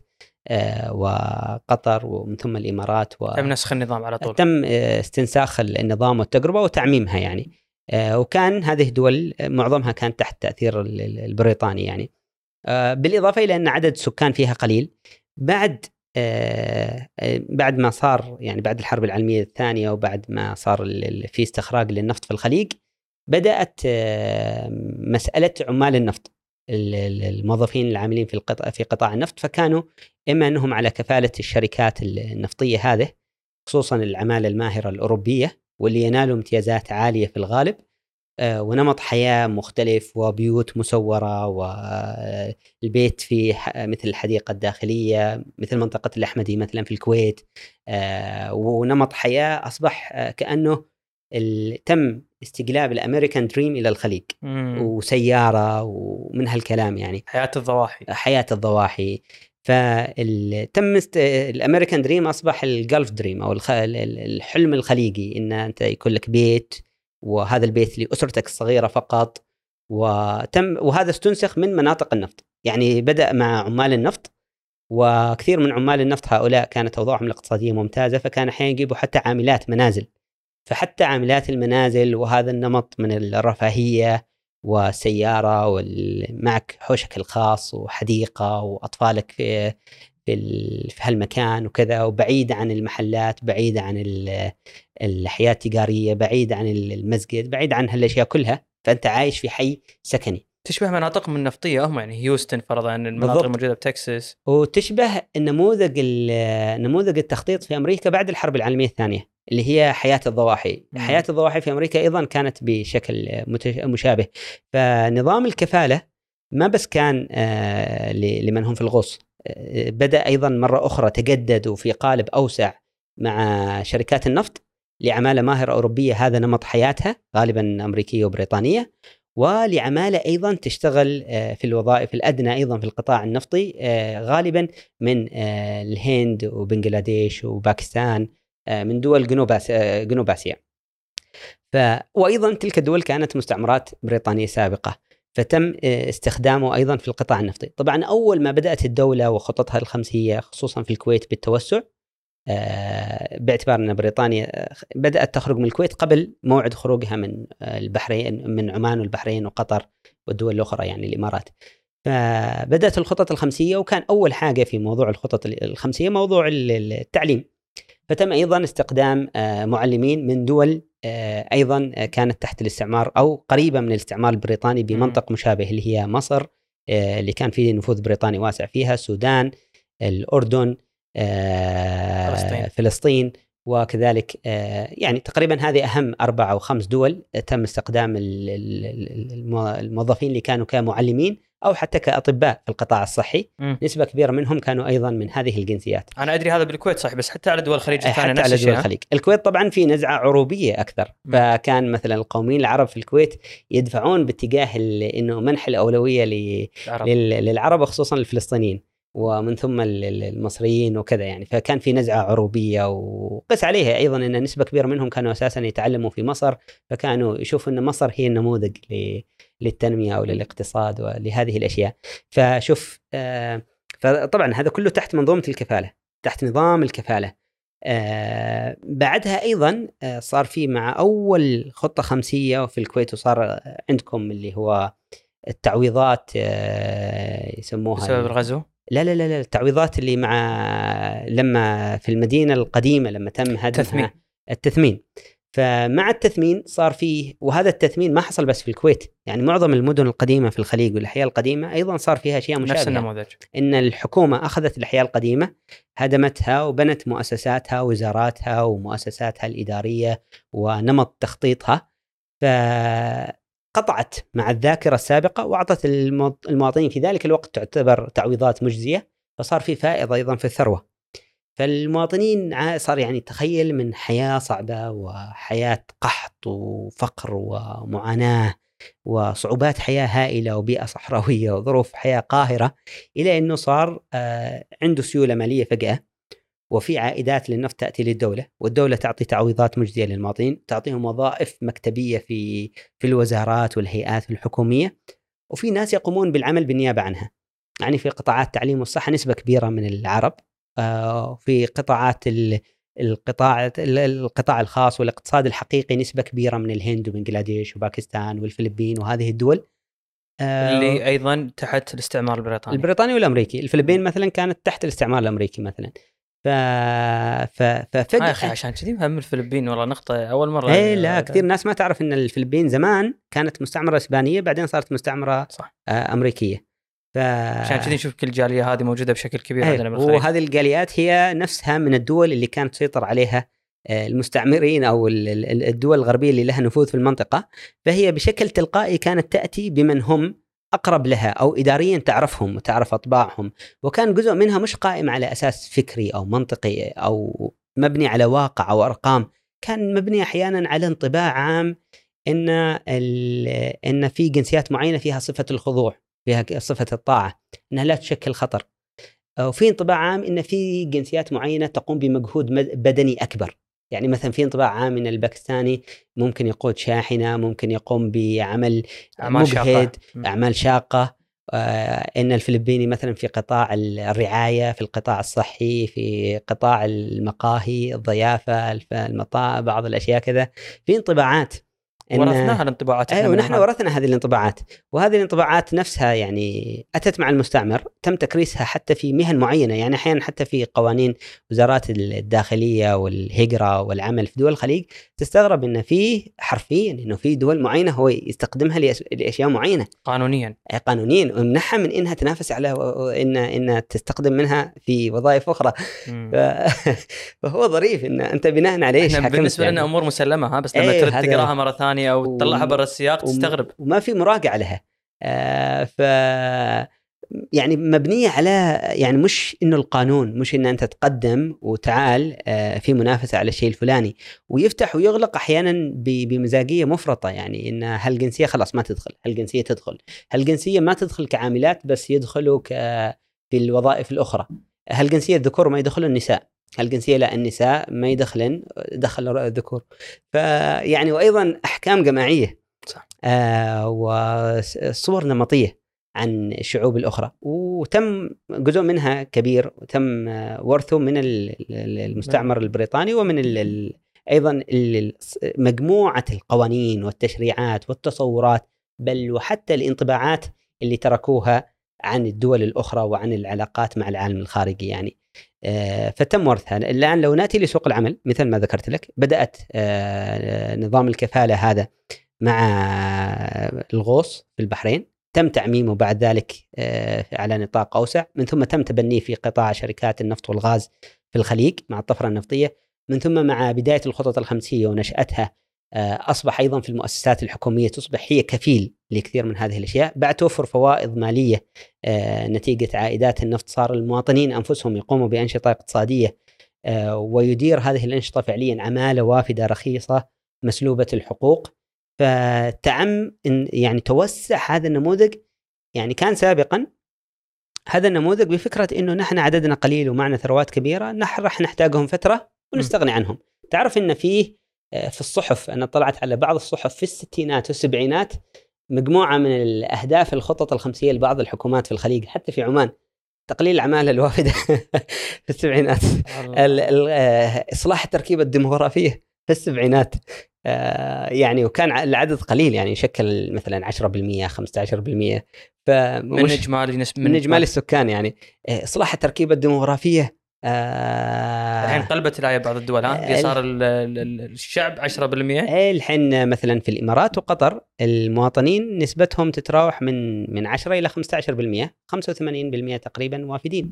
وقطر ومن ثم الإمارات. و... تم نسخ النظام على طول، تم استنساخ النظام والتجربة وتعميمها يعني. وكان هذه الدول معظمها كانت تحت تأثير البريطاني يعني. بالإضافة إلى أن عدد السكان فيها قليل. بعد بعد ما صار يعني بعد الحرب العالمية الثانية وبعد ما صار في استخراج للنفط في الخليج، بدأت مسألة عمال النفط، الموظفين العاملين في القطاع في قطاع النفط، فكانوا إما أنهم على كفالة الشركات النفطية هذه، خصوصا العمالة الماهرة الأوروبية واللي ينالوا امتيازات عالية في الغالب، ونمط حياة مختلف وبيوت مسورة، والبيت في مثل الحديقة الداخلية مثل منطقة الأحمدي مثلا في الكويت. ونمط حياة أصبح كأنه تم استجلاب الأمريكان دريم إلى الخليج. مم. وسيارة ومن هالكلام يعني، حياة الضواحي حياة الضواحي. فتم الأمريكان دريم أصبح الجلف دريم أو الحلم الخليجي، إن أنت يكون لك بيت، وهذا البيت لأسرتك الصغيرة فقط. وتم وهذا استنسخ من مناطق النفط، يعني بدأ مع عمال النفط، وكثير من عمال النفط هؤلاء كانت أوضاعهم الاقتصادية ممتازة، فكان أحيانا يجيبوا حتى عاملات منازل فحتى عاملات المنازل وهذا النمط من الرفاهية وسيارة ومعك حوشك الخاص وحديقة وأطفالك في في هالمكان وكذا، وبعيد عن المحلات، بعيد عن الحياة التجارية، بعيد عن المسجد، بعيد عن هالأشياء كلها، فأنت عايش في حي سكني. تشبه مناطق من النفطية هم، يعني هيوستن فرضا، المناطق الموجودة بتكساس، وتشبه النموذج نموذج التخطيط في أمريكا بعد الحرب العالمية الثانية اللي هي حياة الضواحي. م. حياة الضواحي في أمريكا أيضا كانت بشكل مشابه. فنظام الكفالة ما بس كان لمن هم في الغوص، بدأ أيضا مرة أخرى تجدد وفي قالب أوسع مع شركات النفط لعمالة ماهرة أوروبية، هذا نمط حياتها غالبا أمريكية وبريطانية، ولعمالة أيضا تشتغل في الوظائف الأدنى أيضا في القطاع النفطي، غالبا من الهند وبنغلاديش وباكستان، من دول جنوب آسيا. ف وأيضا تلك الدول كانت مستعمرات بريطانية سابقة، فتم استخدامه أيضا في القطاع النفطي. طبعا أول ما بدأت الدولة وخططها الخمسية خصوصا في الكويت بالتوسع، باعتبار أن بريطانيا بدأت تخرج من الكويت قبل موعد خروجها من البحرين، من عمان والبحرين وقطر والدول الأخرى يعني الإمارات. فبدأت الخطط الخمسية، وكان أول حاجة في موضوع الخطط الخمسية موضوع التعليم. فتم أيضا استخدام معلمين من دول أيضا كانت تحت الاستعمار أو قريبة من الاستعمار البريطاني بمنطق مشابه، اللي هي مصر اللي كان فيه نفوذ بريطاني واسع فيها، السودان، الأردن، فلسطين. فلسطين وكذلك يعني تقريبا هذه أهم أربع أو خمس دول تم استخدام الموظفين اللي كانوا كمعلمين أو حتى كأطباء في القطاع الصحي. م. نسبة كبيرة منهم كانوا أيضا من هذه الجنسيات. أنا أدري هذا بالكويت صحيح، بس حتى على دول الخليج حتى على دول الخليج. الكويت طبعا في نزعة عروبية أكثر. م. فكان مثلا القوميين العرب في الكويت يدفعون باتجاه إنه منح الأولوية للعرب خصوصا الفلسطينيين ومن ثم المصريين وكذا يعني. فكان في نزعة عروبية، وقس عليها أيضا أن نسبة كبيرة منهم كانوا أساسا يتعلموا في مصر، فكانوا يشوفوا أن مصر هي النموذج للتنمية أو للاقتصاد ولهذه الأشياء. فشوف آه فطبعا هذا كله تحت منظومة الكفالة، تحت نظام الكفالة. آه بعدها أيضا آه صار في مع أول خطة خمسية في الكويت، وصار عندكم اللي هو التعويضات آه يسموها بسبب الغزو. لا لا لا التعويضات اللي مع لما في المدينة القديمة لما تم هدمها التثمين. فمع التثمين صار فيه، وهذا التثمين ما حصل بس في الكويت، يعني معظم المدن القديمة في الخليج والأحياء القديمة أيضا صار فيها أشياء مشابهة. نفس النموذج، إن الحكومة أخذت الأحياء القديمة هدمتها وبنت مؤسساتها وزاراتها ومؤسساتها الإدارية ونمط تخطيطها، فقطعت مع الذاكرة السابقة وأعطت المواطنين في ذلك الوقت تعتبر تعويضات مجزية، فصار في فائض أيضا في الثروة. فالمواطنين صار يعني تخيل من حياة صعبة وحياة قحط وفقر ومعاناة وصعوبات حياة هائلة وبيئة صحراوية وظروف حياة قاهرة، إلى أنه صار عنده سيولة مالية فجأة، وفي عائدات للنفط تأتي للدولة، والدولة تعطي تعويضات مجزية للمواطنين، تعطيهم وظائف مكتبية في في الوزارات والهيئات الحكومية، وفي ناس يقومون بالعمل بالنيابة عنها. يعني في قطاعات التعليم والصحة نسبة كبيرة من العرب، في قطاعات القطاع القطاع الخاص والاقتصاد الحقيقي نسبة كبيرة من الهند وبنغلاديش وباكستان والفلبين وهذه الدول اللي أيضا تحت الاستعمار البريطاني البريطاني والأمريكي. الفلبين مثلا كانت تحت الاستعمار الأمريكي مثلا. ف ف ففجأة يا أخي عشان كذي مهم الفلبين، والله نقطة أول مرة. إيه لا كثير ناس ما تعرف إن الفلبين زمان كانت مستعمرة إسبانية، بعدين صارت مستعمرة صح. أمريكية. ف... عشان كذي نشوف كل الجالية هذه موجودة بشكل كبير عندنا بالخليج. وهذه الجاليات هي نفسها من الدول اللي كانت تسيطر عليها المستعمرين أو الدول الغربية اللي لها نفوذ في المنطقة، فهي بشكل تلقائي كانت تأتي بمن هم أقرب لها أو إداريا تعرفهم وتعرف أطباعهم، وكان جزء منها مش قائم على أساس فكري أو منطقي أو مبني على واقع أو أرقام، كان مبني أحيانا على انطباع عام إن إن في جنسيات معينة فيها صفة الخضوع، فيها صفة الطاعة، إنها لا تشكل خطر. وفي انطباع عام إن في جنسيات معينة تقوم بمجهود بدني أكبر، يعني مثلا في انطباع عام إن الباكستاني ممكن يقود شاحنة، ممكن يقوم بعمل أعمال مجهد شاقة. أعمال شاقة، إن الفلبيني مثلا في قطاع الرعاية، في القطاع الصحي، في قطاع المقاهي، الضيافة، المطاعم، بعض الأشياء كذا، في انطباعات ورثناها الانطباعات. احنا ونحن ورثنا هذه الانطباعات، وهذه الانطباعات نفسها يعني أتت مع المستعمر، تم تكريسها حتى في مهن معينة. يعني أحيانا حتى في قوانين وزارات الداخلية والهجرة والعمل في دول الخليج تستغرب إن في حرفيا إنه في دول معينة هو يستخدمها لأشياء معينة قانونيا قانونيا ومنحها من إنها تنافس على إن إن تستخدم منها في وظائف أخرى. ف... فهو ظريف إن أنت بناء عليه إيش حكمت. بالنسبة يعني لنا أمور مسلمة، ها بس لما أيه ترد تقراها مرة ثانية أو تطلعها برا السياق تستغرب، وما في مراجعة لها. آه ف يعني مبنية على يعني مش إنه القانون، مش إن أنت تقدم وتعال آه في منافسة على الشيء الفلاني، ويفتح ويغلق أحيانا بمزاجية مفرطة. يعني إن هالجنسية خلاص ما تدخل، هالجنسية تدخل، هالجنسية ما تدخل كعاملات بس يدخلوا ك في الوظائف الأخرى، هالجنسية الذكور ما يدخلوا النساء، هالجنسية لا النساء ما يدخلن دخل الذكور. فيعني وأيضا أحكام جماعية صح. آه وصور نمطية عن الشعوب الأخرى، وتم جزء منها كبير وتم ورثه من المستعمر البريطاني، ومن ال ال أيضا مجموعة القوانين والتشريعات والتصورات، بل وحتى الانطباعات اللي تركوها عن الدول الأخرى وعن العلاقات مع العالم الخارجي. يعني آه فتم ورثها. الآن لو نأتي لسوق العمل مثل ما ذكرت لك، بدأت آه نظام الكفالة هذا مع الغوص في البحرين، تم تعميمه بعد ذلك على نطاق أوسع، من ثم تم تبنيه في قطاع شركات النفط والغاز في الخليج مع الطفرة النفطية، من ثم مع بداية الخطط الخمسية ونشأتها أصبح أيضا في المؤسسات الحكومية تصبح هي كفيل لكثير من هذه الأشياء. بعد توفر فوائد مالية نتيجة عائدات النفط، صار المواطنين أنفسهم يقوموا بأنشطة اقتصادية ويدير هذه الأنشطة فعليا عمالة وافدة رخيصة مسلوبة الحقوق. فتعم يعني توسع هذا النموذج. يعني كان سابقا هذا النموذج بفكرة إنه نحن عددنا قليل ومعنا ثروات كبيرة، نحن راح نحتاجهم فترة ونستغني عنهم. تعرف إن فيه في الصحف، أنا طلعت على بعض الصحف في الستينات والسبعينات مجموعة من الأهداف الخطط الخمسية لبعض الحكومات في الخليج، حتى في عمان، تقليل العمالة الوافدة في السبعينات، إصلاح التركيبة الديموغرافية في السبعينات. آه يعني وكان العدد قليل، يعني يشكل مثلا عشرة بالمئة خمسة عشر بالمئة من إجمالي نسبة من إجمالي السكان. يعني آه إصلاح التركيبة الديموغرافية. آه الحين قلبت الآية بعض الدول، ها اللي صار الشعب عشرة بالمئة. الحين مثلا في الإمارات وقطر المواطنين نسبتهم تتراوح من من عشرة إلى خمسة عشر بالمئة، خمسة وثمانين بالمئة تقريبا وافدين.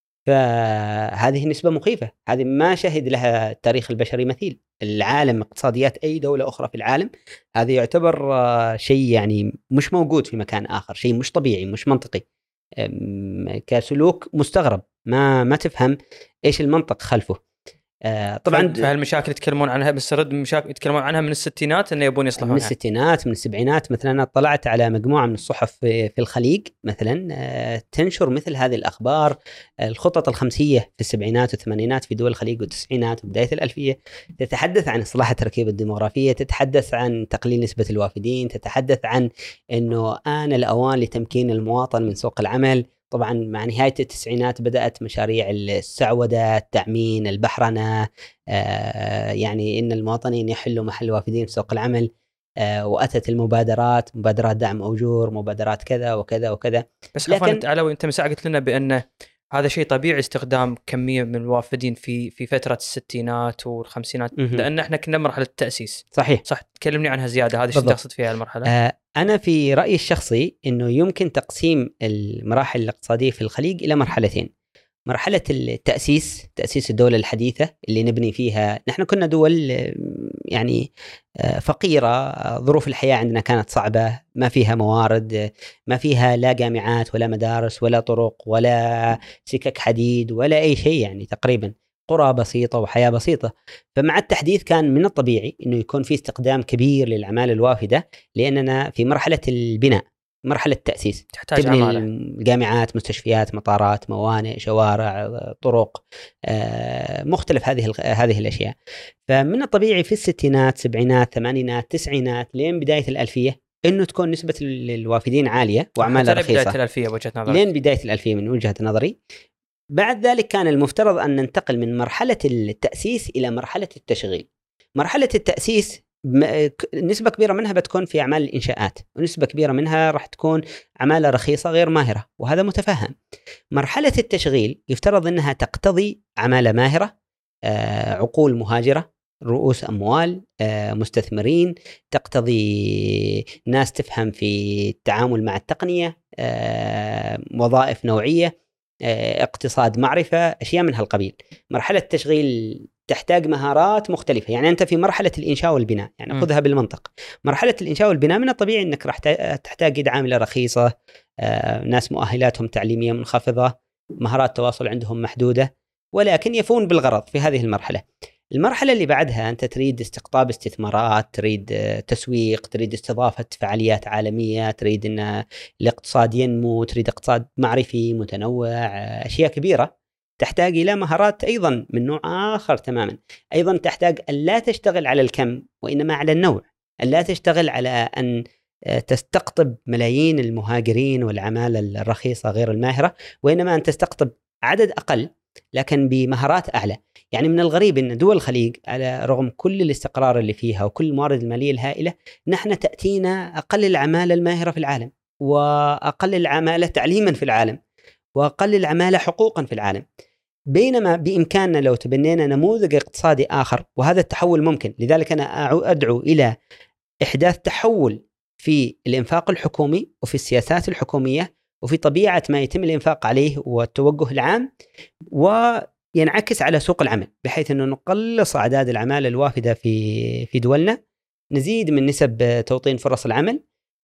فهذه نسبة مخيفة، هذه ما شهد لها التاريخ البشري مثيل. العالم اقتصاديات أي دولة أخرى في العالم هذا يعتبر شيء يعني مش موجود في مكان آخر، شيء مش طبيعي مش منطقي، كسلوك مستغرب، ما ما تفهم إيش المنطق خلفه. آه طبعا فهالمشاكل يتكلمون عنها بس رد مشاكل يتكلمون عنها من الستينات انه يبون يصلحونها. من الستينات من السبعينات. مثلا انا طلعت على مجموعه من الصحف في, في الخليج مثلا آه تنشر مثل هذه الاخبار، الخطط الخمسيه في السبعينات والثمانينات في دول الخليج والتسعينات وبدايه الالفيه، تتحدث عن اصلاح التركيبه الديموغرافيه، تتحدث عن تقليل نسبه الوافدين، تتحدث عن انه آن الاوان لتمكين المواطن من سوق العمل. طبعا مع نهاية التسعينات بدأت مشاريع السعودة، التأمين، البحرنة، آه يعني إن المواطنين يحلوا محل وافدين في سوق العمل. آه وأتت المبادرات، مبادرات دعم أجور، مبادرات كذا وكذا وكذا. بس عفوا علوي، أنت مساء قلت لنا بأن هذا شيء طبيعي استخدام كمية من الوافدين في في فترة الستينات والخمسينات، لأن احنا كنا مرحلة التأسيس. صحيح صح، تكلمني عنها زيادة، هذا شو تقصد فيها المرحلة؟ آه أنا في رأيي الشخصي إنه يمكن تقسيم المراحل الاقتصادية في الخليج إلى مرحلتين. مرحلة التأسيس، تأسيس الدولة الحديثة اللي نبني فيها، نحن كنا دول يعني فقيرة، ظروف الحياة عندنا كانت صعبة، ما فيها موارد، ما فيها لا جامعات ولا مدارس ولا طرق ولا سكك حديد ولا أي شيء، يعني تقريبا قرى بسيطة وحياة بسيطة. فمع التحديث كان من الطبيعي إنه يكون في استخدام كبير للعمالة الوافدة، لأننا في مرحلة البناء، مرحلة التأسيس، تحتاج تبني عمالة. الجامعات، مستشفيات، مطارات، موانئ، شوارع، طرق، مختلف هذه هذه الأشياء. فمن الطبيعي في الستينات، سبعينات، ثمانينات، تسعينات لين بداية الألفية إنه تكون نسبة الوافدين عالية وأعمالها رخيصة بداية الألفية بوجهة نظري لين بداية الألفية من وجهة نظري. بعد ذلك كان المفترض أن ننتقل من مرحلة التأسيس إلى مرحلة التشغيل. مرحلة التأسيس نسبة كبيرة منها بتكون في أعمال الإنشاءات، ونسبة كبيرة منها راح تكون أعمال رخيصة غير ماهرة، وهذا متفهم. مرحلة التشغيل يفترض أنها تقتضي أعمال ماهرة، عقول مهاجرة، رؤوس أموال، مستثمرين، تقتضي ناس تفهم في التعامل مع التقنية، وظائف نوعية، اقتصاد معرفة، أشياء من هالقبيل. مرحلة التشغيل تحتاج مهارات مختلفة. يعني أنت في مرحلة الإنشاء والبناء، يعني خذها بالمنطق. مرحلة الإنشاء والبناء من الطبيعي أنك راح تحتاج يد عاملة رخيصة، ناس مؤهلاتهم تعليمية منخفضة، مهارات تواصل عندهم محدودة، ولكن يفون بالغرض في هذه المرحلة. المرحلة اللي بعدها أنت تريد استقطاب استثمارات، تريد تسويق، تريد استضافة فعاليات عالمية، تريد أن الاقتصاد ينمو، تريد اقتصاد معرفي متنوع، أشياء كبيرة تحتاج إلى مهارات أيضا من نوع آخر تماما. أيضا تحتاج أن لا تشتغل على الكم وإنما على النوع، أن لا تشتغل على أن تستقطب ملايين المهاجرين والعمالة الرخيصة غير الماهرة، وإنما أن تستقطب عدد أقل لكن بمهارات أعلى. يعني من الغريب أن دول الخليج على رغم كل الاستقرار اللي فيها وكل الموارد المالية الهائلة، نحن تأتينا أقل العمالة الماهرة في العالم، وأقل العمالة تعليما في العالم، وأقل العمالة حقوقا في العالم. بينما بإمكاننا لو تبنينا نموذج اقتصادي آخر، وهذا التحول ممكن. لذلك أنا أدعو إلى إحداث تحول في الإنفاق الحكومي وفي السياسات الحكومية وفي طبيعة ما يتم الإنفاق عليه والتوجه العام، وينعكس على سوق العمل، بحيث أنه نقلص أعداد العمالة الوافدة في في دولنا، نزيد من نسب توطين فرص العمل،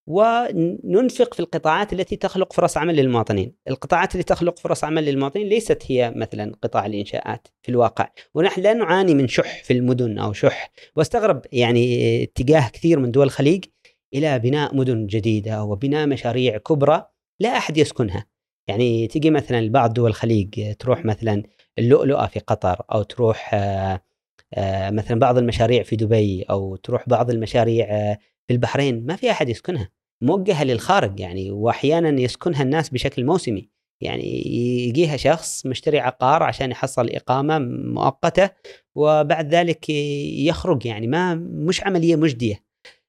وننفق في القطاعات التي تخلق فرص عمل للمواطنين. القطاعات اللي تخلق فرص عمل للمواطنين ليست هي مثلا قطاع الإنشاءات في الواقع، ونحن لا نعاني من شح في المدن أو شح. واستغرب يعني اتجاه كثير من دول الخليج إلى بناء مدن جديدة وبناء مشاريع كبرى لا أحد يسكنها. يعني تيجي مثلا لبعض دول الخليج، تروح مثلا اللؤلؤة في قطر، أو تروح آآ آآ مثلا بعض المشاريع في دبي، أو تروح بعض المشاريع في البحرين، ما في أحد يسكنها، موجهة للخارج يعني. وأحيانا يسكنها الناس بشكل موسمي، يعني يجيها شخص مشتري عقار عشان يحصل إقامة مؤقتة وبعد ذلك يخرج، يعني ما مش عملية مجدية.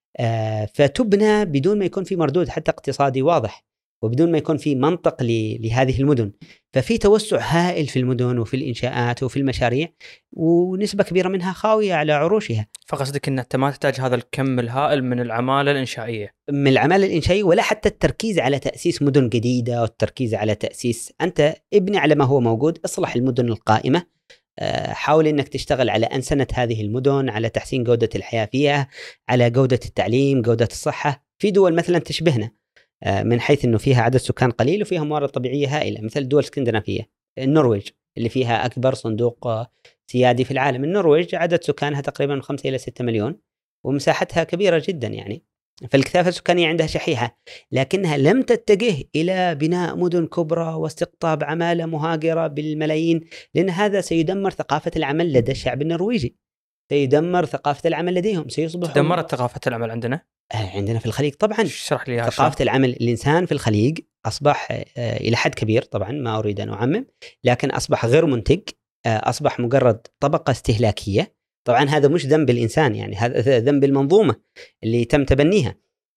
فتبنى بدون ما يكون في مردود حتى اقتصادي واضح، وبدون ما يكون في منطق لهذه المدن. ففي توسع هائل في المدن وفي الإنشاءات وفي المشاريع، ونسبة كبيرة منها خاوية على عروشها. فقصدك أن أنت ما تحتاج هذا الكم الهائل من العمالة الإنشائية، من العمالة الإنشائية، ولا حتى التركيز على تأسيس مدن جديدة، والتركيز على تأسيس. أنت ابني على ما هو موجود، اصلح المدن القائمة، حاول أنك تشتغل على أنسنة هذه المدن، على تحسين جودة الحياة فيها، على جودة التعليم، جودة الصحة. في دول مثلا تشبهنا من حيث أنه فيها عدد سكان قليل وفيها موارد طبيعية هائلة، مثل الدول الاسكندنافية، النرويج اللي فيها أكبر صندوق سيادي في العالم. النرويج عدد سكانها تقريبا من خمسة إلى ستة مليون، ومساحتها كبيرة جدا يعني، فالكثافة السكانية عندها شحيحة، لكنها لم تتجه إلى بناء مدن كبرى واستقطاب عمالة مهاجرة بالملايين، لأن هذا سيدمر ثقافة العمل لدى الشعب النرويجي، سيدمر ثقافة العمل لديهم، سيصبح. تدمرت ثقافة العمل عندنا؟ عندنا في الخليج طبعا. اشرح لي ثقافة عشان. العمل، الإنسان في الخليج أصبح إلى حد كبير، طبعا ما أريد أن أعمم، لكن أصبح غير منتج، أصبح مجرد طبقة استهلاكية. طبعا هذا مش ذنب الإنسان، يعني هذا ذنب المنظومة اللي تم تبنيها.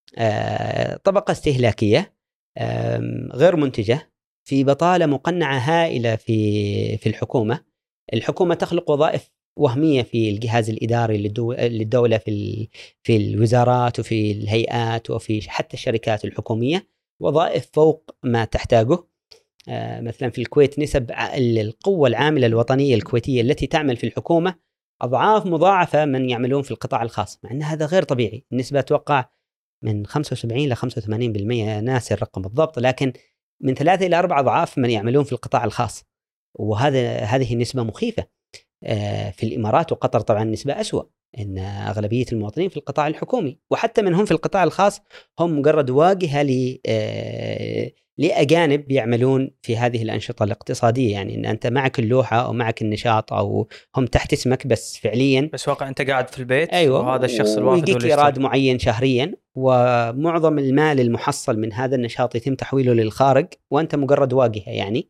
طبقة استهلاكية غير منتجة، في بطالة مقنعة هائلة في في الحكومة. الحكومة تخلق وظائف وهمية في الجهاز الإداري للدولة، في في الوزارات وفي الهيئات وفي حتى الشركات الحكومية، وظائف فوق ما تحتاجه. مثلا في الكويت نسب القوة العاملة الوطنية الكويتية التي تعمل في الحكومة أضعاف مضاعفة من يعملون في القطاع الخاص، مع أن هذا غير طبيعي. النسبة توقع من خمسة وسبعين إلى خمسة وثمانين بالمئة، ناسي الرقم بالضبط، لكن من ثلاثة إلى أربعة أضعاف من يعملون في القطاع الخاص، وهذا هذه النسبة مخيفة. في الإمارات وقطر طبعا النسبة أسوأ، إن أغلبية المواطنين في القطاع الحكومي، وحتى من هم في القطاع الخاص هم مجرد واجهة لأجانب يعملون في هذه الأنشطة الاقتصادية، يعني إن أنت معك اللوحة أو معك النشاط أو هم تحت اسمك، بس فعليا بس واقع أنت قاعد في البيت. أيوة، وهذا الشخص الوافد ويجيك إيراد معين شهريا، ومعظم المال المحصل من هذا النشاط يتم تحويله للخارج وأنت مجرد واجهة يعني.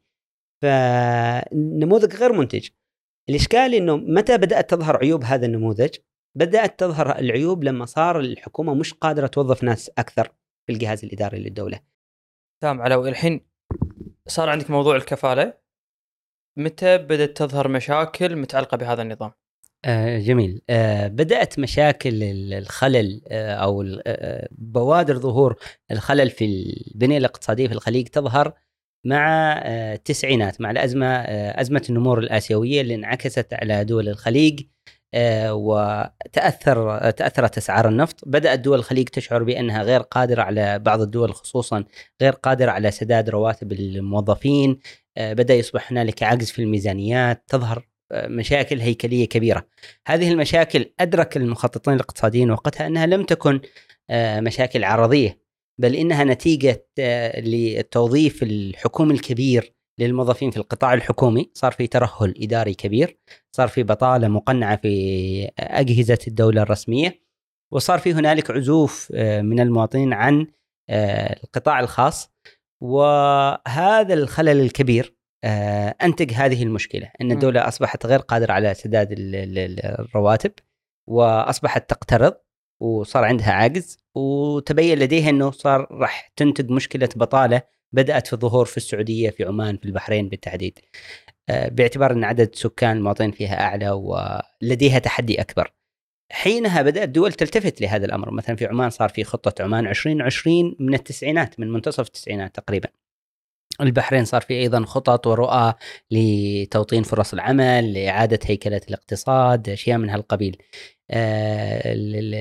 فنموذج غير منتج. الإشكال إنه متى بدأت تظهر عيوب هذا النموذج؟ بدأت تظهر العيوب لما صار الحكومة مش قادرة توظف ناس أكثر في الجهاز الإداري للدولة. تمام. على الحين صار عندك موضوع الكفالة، متى بدأت تظهر مشاكل متعلقة بهذا النظام؟ آه جميل. آه بدأت مشاكل الخلل آه أو آه بوادر ظهور الخلل في البنية الاقتصادية في الخليج تظهر مع آه التسعينات، مع الأزمة آه أزمة النمور الآسيوية اللي انعكست على دول الخليج، آه وتأثر تأثرت أسعار النفط. بدأت دول الخليج تشعر بأنها غير قادرة على بعض الدول خصوصا غير قادرة على سداد رواتب الموظفين. آه بدأ يصبح هنالك عجز في الميزانيات، تظهر مشاكل هيكلية كبيرة. هذه المشاكل أدرك المخططين الاقتصاديين وقتها أنها لم تكن مشاكل عرضية، بل إنها نتيجة للتوظيف الحكومي الكبير للموظفين في القطاع الحكومي. صار في ترهل إداري كبير، صار في بطالة مقنعة في أجهزة الدولة الرسمية، وصار في هنالك عزوف من المواطنين عن القطاع الخاص. وهذا الخلل الكبير أنتج هذه المشكلة، أن الدولة أصبحت غير قادرة على سداد الرواتب، وأصبحت تقترض، وصار عندها عجز، وتبين لديها أنه صار راح تنتج مشكلة بطالة بدأت في الظهور في السعودية، في عمان، في البحرين بالتحديد، باعتبار أن عدد سكان المواطنين فيها أعلى ولديها تحدي أكبر. حينها بدأت الدول تلتفت لهذا الأمر. مثلا في عمان صار في خطة عمان عشرين عشرين من التسعينات، من منتصف التسعينات تقريبا. البحرين صار في أيضا خطط ورؤى لتوطين فرص العمل، لإعادة هيكلة الاقتصاد، أشياء من هالقبيل. آه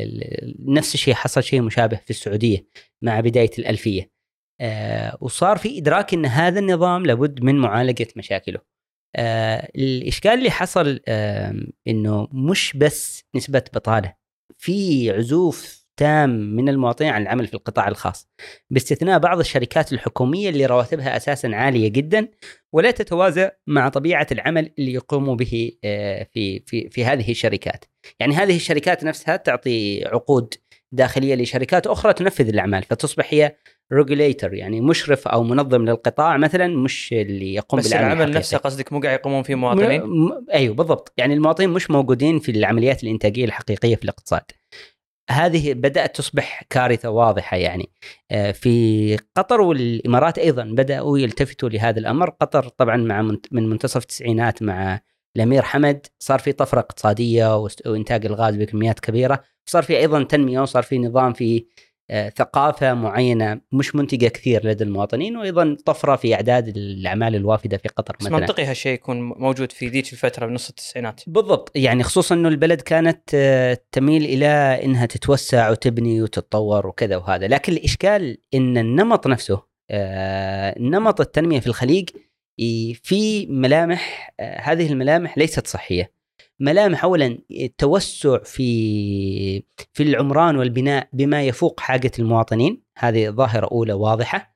نفس الشيء حصل شيء مشابه في السعودية مع بداية الألفية. آه وصار في إدراك أن هذا النظام لابد من معالجة مشاكله. آه الإشكال اللي حصل آه إنه مش بس نسبة بطالة، في عزوف تام من المواطنين عن العمل في القطاع الخاص، باستثناء بعض الشركات الحكومية اللي رواتبها أساسا عالية جدا ولا تتوازى مع طبيعة العمل اللي يقوموا به في في في هذه الشركات. يعني هذه الشركات نفسها تعطي عقود داخلية لشركات أخرى تنفذ الأعمال، فتصبح هي ريجوليتر، يعني مشرف أو منظم للقطاع مثلا، مش اللي يقوم بس بالعمل العمل نفسه قصدك مو قاعد يقومون فيه مواطنين؟ م... م... أيوه بالضبط، يعني المواطنين مش موجودين في العمليات الإنتاجية الحقيقية في الاقتصاد. هذه بدأت تصبح كارثة واضحة. يعني في قطر والإمارات أيضا بدأوا يلتفتوا لهذا الأمر. قطر طبعا مع من منتصف التسعينات مع الأمير حمد صار في طفرة اقتصادية وإنتاج الغاز بكميات كبيرة، صار في أيضا تنمية، وصار في نظام، في ثقافة معينة مش منتجة كثير لدى المواطنين، وأيضا طفرة في أعداد الأعمال الوافدة في قطر مثلا. منطقي هالشيء يكون موجود في ذيك الفترة بنص التسعينات. بالضبط، يعني خصوصا أنه البلد كانت تميل إلى أنها تتوسع وتبني وتتطور وكذا وهذا. لكن الإشكال أن النمط نفسه، نمط التنمية في الخليج، في ملامح، هذه الملامح ليست صحية. ملامح أولا التوسع في في العمران والبناء بما يفوق حاجة المواطنين، هذه ظاهرة أولى واضحة.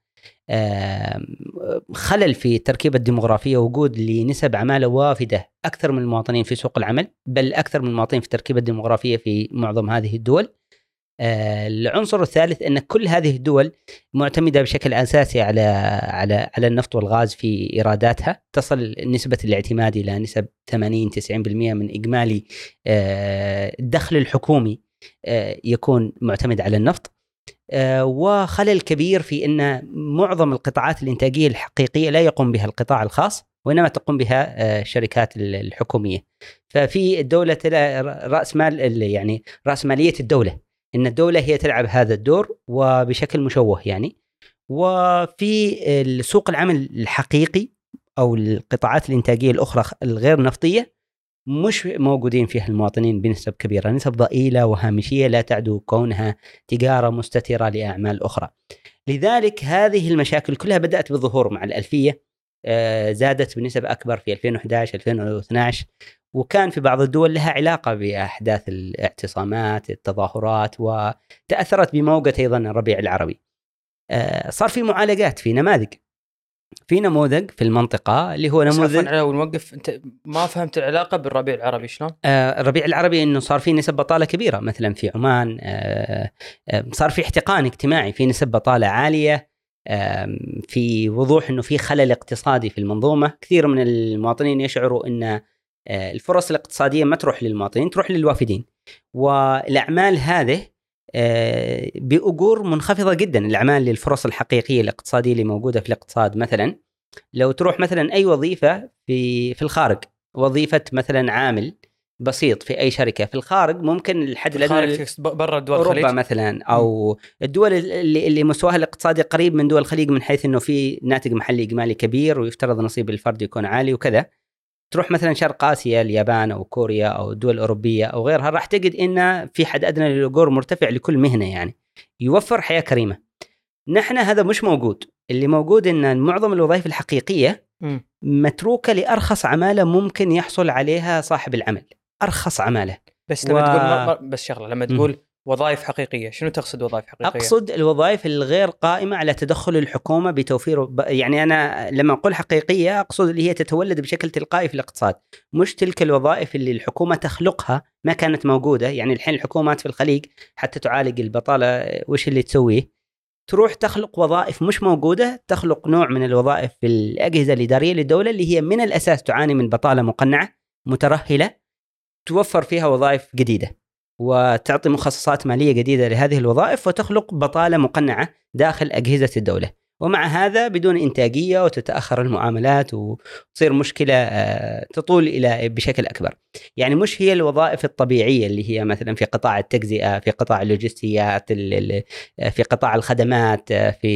خلل في التركيبة الديمغرافية، وجود لنسب عمالة وافدة أكثر من المواطنين في سوق العمل، بل أكثر من المواطنين في التركيبة الديمغرافية في معظم هذه الدول. العنصر الثالث أن كل هذه الدول معتمدة بشكل أساسي على على على النفط والغاز في إيراداتها، تصل نسبة الاعتماد إلى نسب ثمانين تسعين بالمئة من إجمالي الدخل الحكومي يكون معتمد على النفط. وخلل كبير في أن معظم القطاعات الإنتاجية الحقيقية لا يقوم بها القطاع الخاص، وإنما تقوم بها الشركات الحكومية. ففي الدولة رأس مال، يعني رأس مالية الدولة، إن الدولة هي تلعب هذا الدور وبشكل مشوه يعني. وفي سوق العمل الحقيقي أو القطاعات الإنتاجية الأخرى الغير نفطية مش موجودين فيها المواطنين بنسب كبيرة، نسب ضئيلة وهامشية لا تعدو كونها تجارة مستترة لأعمال أخرى. لذلك هذه المشاكل كلها بدأت بالظهور مع الألفية، زادت بنسب أكبر في ألفين وإحدى عشر ألفين واثني عشر، وكان في بعض الدول لها علاقة بأحداث الاعتصامات، التظاهرات، وتأثرت بموجة أيضا الربيع العربي. صار في معالجات، في نماذج، في نموذج في المنطقة اللي هو نموذج. على ونوقف، أنت ما فهمت العلاقة بالربيع العربي شلون؟ آه الربيع العربي إنه صار في نسب بطالة كبيرة مثلا في عمان، آه آه صار في احتقان اجتماعي، في نسب بطالة عالية، آه في وضوح إنه في خلل اقتصادي في المنظومة. كثير من المواطنين يشعروا إن آه الفرص الاقتصادية ما تروح للمواطنين، تروح للوافدين، والأعمال هذه آه بأجور منخفضة جدا. الأعمال للفرص الحقيقية الاقتصادية اللي موجودة في الاقتصاد، مثلا لو تروح مثلا أي وظيفة في في الخارج، وظيفة مثلا عامل بسيط في أي شركة في الخارج، ممكن الحد الأدنى برا دول الخليج أوروبا مثلا، أو الدول اللي, اللي مستواها الاقتصادي قريب من دول الخليج، من حيث إنه في ناتج محلي إجمالي كبير ويفترض نصيب الفرد يكون عالي وكذا. تروح مثلا شرق آسيا، اليابان أو كوريا أو الدول الأوروبية أو غيرها، راح تجد إن في حد أدنى للأجور مرتفع لكل مهنة، يعني يوفر حياة كريمة. نحن هذا مش موجود. اللي موجود إن معظم الوظائف الحقيقية م. متروكة لأرخص عمالة ممكن يحصل عليها صاحب العمل، أرخص عمالة. بس لما و... تقول مر... بس شغلة لما تقول م. وظائف حقيقية، شنو تقصد وظائف حقيقية؟ أقصد الوظائف الغير قائمة على تدخل الحكومة بتوفير، يعني أنا لما أقول حقيقية أقصد اللي هي تتولد بشكل تلقائي في الاقتصاد، مش تلك الوظائف اللي الحكومة تخلقها ما كانت موجودة. يعني الحين الحكومات في الخليج حتى تعالج البطالة وش اللي تسويه؟ تروح تخلق وظائف مش موجودة، تخلق نوع من الوظائف في الأجهزة الإدارية للدولة اللي هي من الأساس تعاني من بطالة مقنعة مترهلة، توفر فيها وظائف جديدة وتعطي مخصصات مالية جديدة لهذه الوظائف، وتخلق بطالة مقنعة داخل أجهزة الدولة. ومع هذا بدون إنتاجية، وتتأخر المعاملات، وتصير مشكلة تطول إلى بشكل أكبر. يعني مش هي الوظائف الطبيعية اللي هي مثلا في قطاع التجزئة، في قطاع اللوجستيات، في قطاع الخدمات،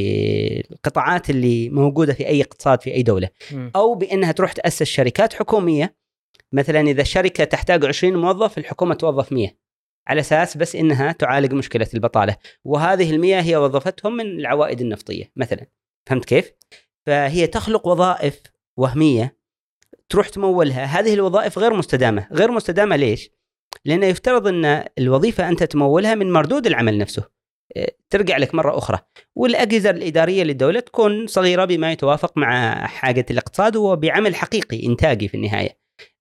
في القطاعات اللي موجودة في أي اقتصاد في أي دولة، أو بأنها تروح تأسس شركات حكومية. مثلا إذا الشركة تحتاج عشرين موظف، الحكومة توظف مية على أساس بس إنها تعالج مشكلة البطالة، وهذه المياه هي وظفتهم من العوائد النفطية مثلا. فهمت كيف؟ فهي تخلق وظائف وهمية تروح تمولها. هذه الوظائف غير مستدامة. غير مستدامة ليش؟ لأنه يفترض أن الوظيفة أنت تمولها من مردود العمل نفسه، ترجع لك مرة أخرى، والأجهزة الإدارية للدولة تكون صغيرة بما يتوافق مع حاجة الاقتصاد، وبعمل حقيقي إنتاجي في النهاية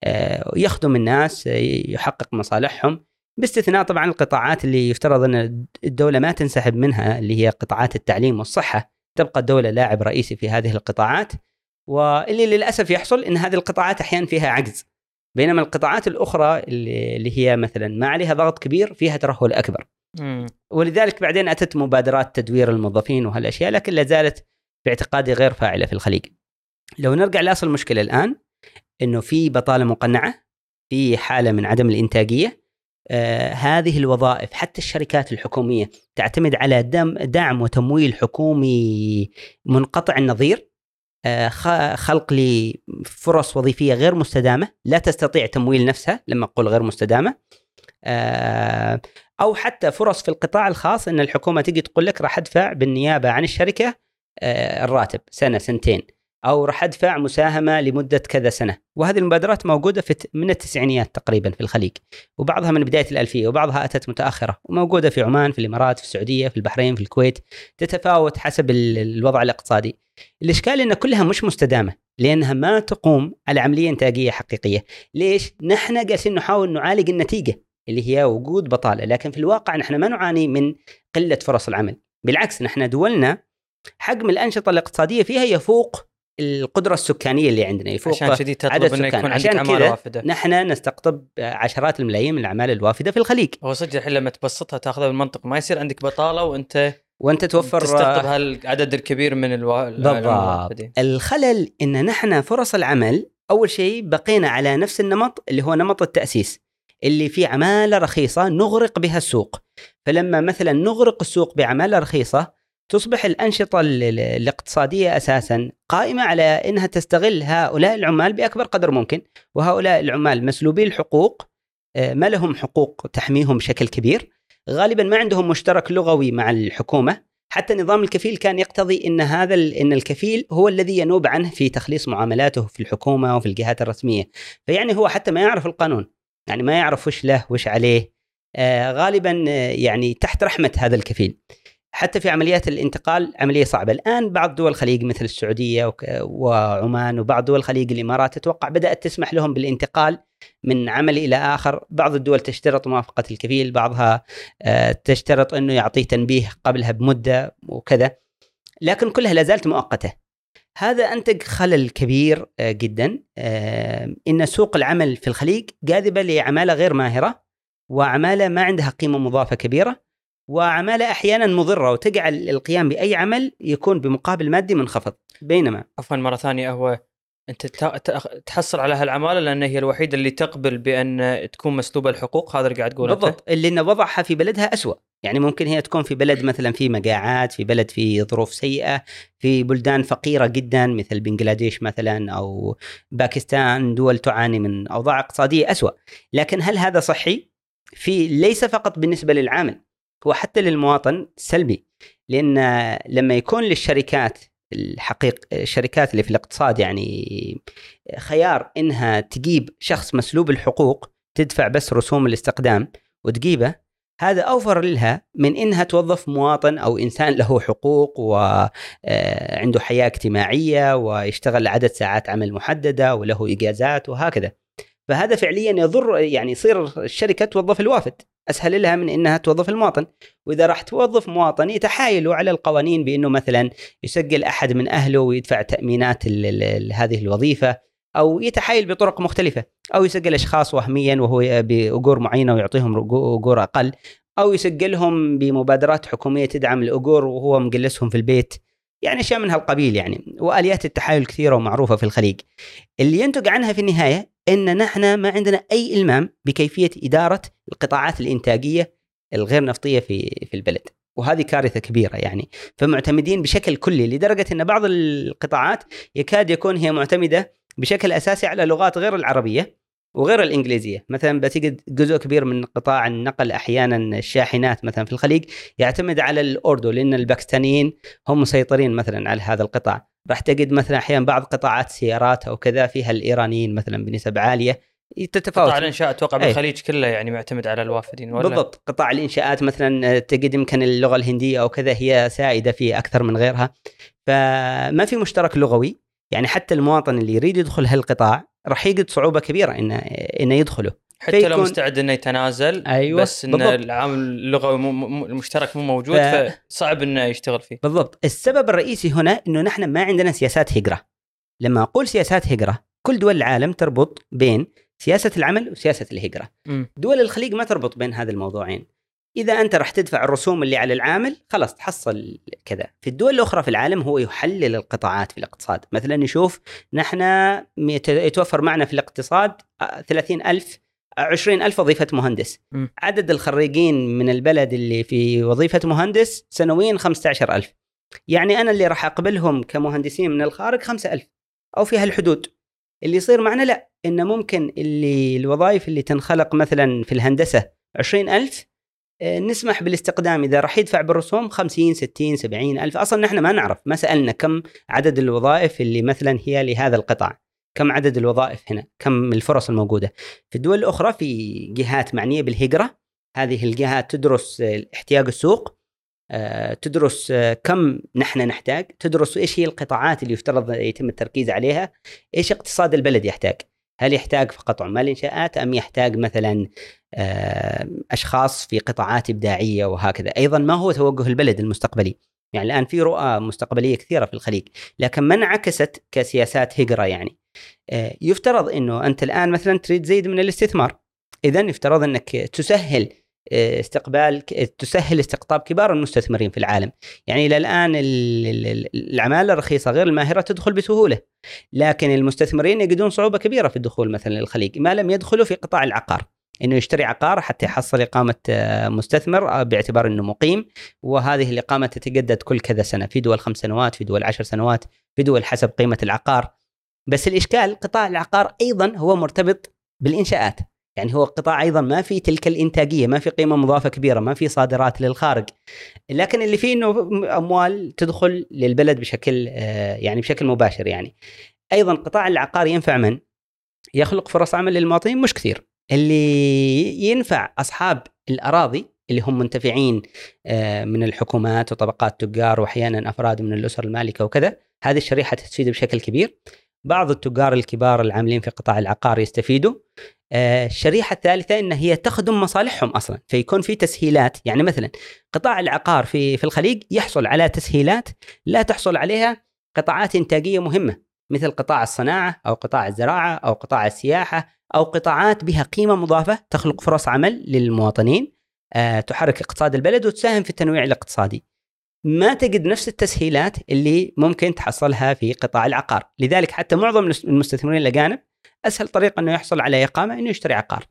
يخدم الناس، يحقق مصالحهم، باستثناء طبعا القطاعات اللي يفترض أن الدولة ما تنسحب منها، اللي هي قطاعات التعليم والصحة. تبقى الدولة لاعب رئيسي في هذه القطاعات، واللي للأسف يحصل أن هذه القطاعات أحيانا فيها عجز، بينما القطاعات الأخرى اللي هي مثلا ما عليها ضغط كبير فيها ترهل أكبر. م. ولذلك بعدين أتت مبادرات تدوير الموظفين وهالأشياء، لكن لا زالت في اعتقادي غير فاعلة في الخليج. لو نرجع لأصل المشكلة الآن، إنه في بطالة مقنعة، في حالة من عدم الإنتاجية. آه هذه الوظائف حتى الشركات الحكومية تعتمد على دم دعم وتمويل حكومي منقطع النظير، آه خلق لي فرص وظيفية غير مستدامة، لا تستطيع تمويل نفسها. لما أقول غير مستدامة، آه أو حتى فرص في القطاع الخاص، إن الحكومة تيجي تقول لك راح أدفع بالنيابة عن الشركة آه الراتب سنة سنتين، أو راح أدفع مساهمة لمدة كذا سنة. وهذه المبادرات موجودة في من التسعينيات تقريبا في الخليج، وبعضها من بداية الألفية، وبعضها أتت متأخرة، وموجودة في عمان، في الإمارات، في السعودية، في البحرين، في الكويت، تتفاوت حسب الوضع الاقتصادي. الإشكال إن كلها مش مستدامة، لأنها ما تقوم على عملية إنتاجية حقيقية. ليش؟ نحن جالسين نحاول نعالج النتيجة اللي هي وجود بطالة، لكن في الواقع نحن ما نعاني من قلة فرص العمل. بالعكس، نحن دولنا حجم الأنشطة الاقتصادية فيها يفوق القدرة السكانية اللي عندنا، يفوق عشان كذي تطلب انه يكون عندك عمالة وافدة. نحن نستقطب عشرات الملايين من العمالة الوافدة في الخليج. هو صدق الحين لما تبسطها تاخذها بالمنطق، ما يصير عندك بطالة وانت وانت توفر تستقطب هالعدد الكبير من الوا... بالضبط. الخلل ان نحن فرص العمل اول شيء بقينا على نفس النمط اللي هو نمط التأسيس، اللي فيه عمالة رخيصة نغرق بها السوق. فلما مثلا نغرق السوق بعمالة رخيصة، تصبح الأنشطة الاقتصادية أساساً قائمة على أنها تستغل هؤلاء العمال بأكبر قدر ممكن، وهؤلاء العمال مسلوبي الحقوق، ما لهم حقوق تحميهم بشكل كبير، غالباً ما عندهم مشترك لغوي مع الحكومة. حتى نظام الكفيل كان يقتضي أن هذا إن الكفيل هو الذي ينوب عنه في تخليص معاملاته في الحكومة وفي الجهات الرسمية. فيعني هو حتى ما يعرف القانون، يعني ما يعرف وش له وش عليه، آه غالباً آه يعني تحت رحمة هذا الكفيل. حتى في عمليات الانتقال عملية صعبة. الآن بعض دول الخليج مثل السعودية وعمان وبعض دول الخليج الإمارات تتوقع بدأت تسمح لهم بالانتقال من عمل إلى آخر. بعض الدول تشترط موافقة الكفيل، بعضها تشترط أنه يعطيه تنبيه قبلها بمدة وكذا، لكن كلها لازالت مؤقتة. هذا أنتج خلل كبير جدا، إن سوق العمل في الخليج جاذبة لعمالة غير ماهرة وعمالة ما عندها قيمة مضافة كبيرة، وعمالة أحيانا مضرة وتجعل القيام بأي عمل يكون بمقابل مادي منخفض. بينما عفوا مرة ثانية، هو أنت تحصل على هالعمالة لأن هي الوحيدة اللي تقبل بأن تكون مسلوبة الحقوق، هذا اللي قاعد تقوله بالضبط، اللي وضعها في بلدها أسوأ. يعني ممكن هي تكون في بلد مثلا في مجاعات، في بلد في ظروف سيئة، في بلدان فقيرة جدا مثل بنغلاديش مثلا أو باكستان، دول تعاني من أوضاع اقتصادية أسوأ. لكن هل هذا صحي؟ في ليس فقط بالنسبة للعامل، هو حتى للمواطن سلبي. لأن لما يكون للشركات الحقيق الشركات اللي في الاقتصاد يعني خيار إنها تجيب شخص مسلوب الحقوق تدفع بس رسوم الاستقدام وتجيبه، هذا أوفر لها من إنها توظف مواطن أو إنسان له حقوق وعنده حياة اجتماعية ويشتغل عدد ساعات عمل محددة وله إجازات وهكذا. فهذا فعليا يضر، يعني يصير الشركة توظف الوافد أسهل لها من إنها توظف المواطن. وإذا راح توظف مواطن يتحايلوا على القوانين بأنه مثلا يسجل أحد من أهله ويدفع تأمينات هذه الوظيفة، أو يتحايل بطرق مختلفة، أو يسجل أشخاص وهميا وهو بأجور معينة ويعطيهم أجور أقل، أو يسجلهم بمبادرات حكومية تدعم الأجور وهو مجلسهم في البيت، يعني أشياء من هالقبيل يعني. وآليات التحايل كثيرة ومعروفة في الخليج، اللي ينتج عنها في النهاية إن نحن ما عندنا أي إلمام بكيفية إدارة القطاعات الإنتاجية الغير نفطية في في البلد، وهذه كارثة كبيرة يعني. فمعتمدين بشكل كلي لدرجة أن بعض القطاعات يكاد يكون هي معتمدة بشكل أساسي على لغات غير العربية وغير الإنجليزية. مثلا بتجد جزء كبير من قطاع النقل أحيانا الشاحنات مثلا في الخليج يعتمد على الأردو، لأن الباكستانيين هم مسيطرين مثلا على هذا القطاع. راح تجد مثلا أحيانا بعض قطاعات سيارات أو كذا فيها الإيرانيين مثلا بنسب عالية، تتفاوت. قطاع الإنشاء أتوقع بالخليج كله يعني معتمد على الوافدين ولا؟ بالضبط، قطاع الإنشاءات مثلا تجد يمكن اللغة الهندية أو كذا هي سائدة في أكثر من غيرها، فما في مشترك لغوي. يعني حتى المواطن اللي يريد يدخل هالقطاع راح يجد صعوبة كبيرة إنه إنه يدخله، حتى لو مستعد إنه يتنازل. أيوة بس إن العامل اللغوي المشترك مو موجود ف... فصعب إنه يشتغل فيه. بالضبط. السبب الرئيسي هنا إنه نحن ما عندنا سياسات هجرة. لما أقول سياسات هجرة، كل دول العالم تربط بين سياسة العمل وسياسة الهجرة. م. دول الخليج ما تربط بين هذا الموضوعين. إذا أنت راح تدفع الرسوم اللي على العامل خلاص تحصل كذا. في الدول الأخرى في العالم هو يحلل القطاعات في الاقتصاد. مثلا نشوف نحن يتوفر معنا في الاقتصاد ثلاثين ألف عشرين ألف وظيفة مهندس. م. عدد الخريجين من البلد اللي في وظيفة مهندس سنويا خمسة عشر ألف. يعني أنا اللي راح أقبلهم كمهندسين من الخارج خمسة ألف أو في هالحدود. اللي يصير معنا لا، إنه ممكن اللي الوظائف اللي تنخلق مثلا في الهندسة عشرين ألف نسمح بالاستقدام إذا راح يدفع بالرسوم خمسين ستين سبعين ألف. أصلا نحن ما نعرف، ما سألنا كم عدد الوظائف اللي مثلا هي لهذا القطاع، كم عدد الوظائف هنا، كم الفرص الموجودة. في الدول الأخرى في جهات معنية بالهجرة، هذه الجهات تدرس احتياج السوق، تدرس كم نحن نحتاج، تدرس إيش هي القطاعات اللي يفترض يتم التركيز عليها، إيش اقتصاد البلد يحتاج. هل يحتاج فقط عمال إنشاءات أم يحتاج مثلا أشخاص في قطاعات إبداعية وهكذا. أيضا ما هو توجه البلد المستقبلي. يعني الآن في رؤى مستقبلية كثيرة في الخليج لكن ما انعكست كسياسات هجرة. يعني يفترض أنه أنت الآن مثلا تريد زيد من الاستثمار، إذن يفترض أنك تسهل استقبال تسهل استقطاب كبار المستثمرين في العالم. يعني إلى الآن العمالة الرخيصة غير الماهرة تدخل بسهولة، لكن المستثمرين يجدون صعوبة كبيرة في الدخول مثلا للخليج ما لم يدخلوا في قطاع العقار، إنه يشتري عقار حتى يحصل إقامة مستثمر باعتبار إنه مقيم، وهذه الإقامة تتجدد كل كذا سنة، في دول خمس سنوات، في دول عشر سنوات، في دول حسب قيمة العقار. بس الإشكال قطاع العقار أيضا هو مرتبط بالإنشاءات، يعني هو قطاع أيضا ما في تلك الإنتاجية، ما في قيمة مضافة كبيرة، ما في صادرات للخارج، لكن اللي فيه إنه أموال تدخل للبلد بشكل يعني بشكل مباشر. يعني أيضا قطاع العقار ينفع من يخلق فرص عمل للمواطنين مش كثير. اللي ينفع أصحاب الأراضي اللي هم منتفعين من الحكومات وطبقات تجار وأحيانا أفراد من الأسر المالكة وكذا، هذه الشريحة تستفيد بشكل كبير. بعض التجار الكبار العاملين في قطاع العقار يستفيدوا. الشريحة الثالثة إن هي تخدم مصالحهم أصلا، فيكون في تسهيلات. يعني مثلا قطاع العقار في في الخليج يحصل على تسهيلات لا تحصل عليها قطاعات إنتاجية مهمة مثل قطاع الصناعة أو قطاع الزراعة أو قطاع السياحة، أو قطاعات بها قيمة مضافة تخلق فرص عمل للمواطنين، أه تحرك اقتصاد البلد وتساهم في التنويع الاقتصادي. ما تجد نفس التسهيلات اللي ممكن تحصلها في قطاع العقار. لذلك حتى معظم المستثمرين الأجانب أسهل طريقة أنه يحصل على إقامة أنه يشتري عقار.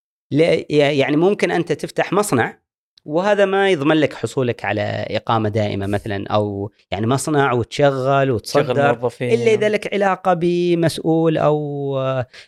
يعني ممكن أنت تفتح مصنع وهذا ما يضمن لك حصولك على إقامة دائمة مثلا، أو يعني مصنع وتشغل وتصدر إلا إذا لك علاقة بمسؤول أو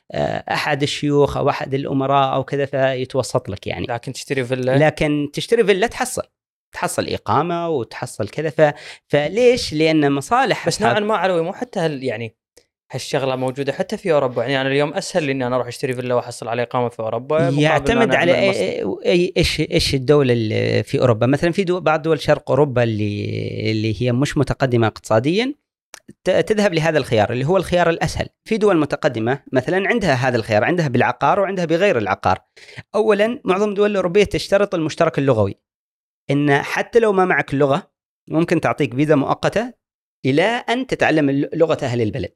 أحد الشيوخ أو أحد الأمراء أو كذا فيتوسط لك يعني. لكن تشتري فيلا لكن تشتري فيلا تحصل تحصل إقامة وتحصل كذا. ف... فليش؟ لأن مصالح بس نوعا ما علوي مو حتى هل يعني هالشغله موجوده حتى في اوروبا. يعني انا اليوم اسهل لي اني انا اروح اشتري فيلا واحصل على اقامه في اوروبا. يعتمد على اي ايش ايش الدوله اللي في اوروبا. مثلا في دول بعض دول شرق اوروبا اللي اللي هي مش متقدمه اقتصاديا تذهب لهذا الخيار اللي هو الخيار الاسهل. في دول متقدمه مثلا عندها هذا الخيار، عندها بالعقار وعندها بغير العقار. اولا معظم الدول الاوروبيه تشترط المشترك اللغوي، ان حتى لو ما معك اللغه ممكن تعطيك فيزا مؤقته الى ان تتعلم لغه اهل البلد.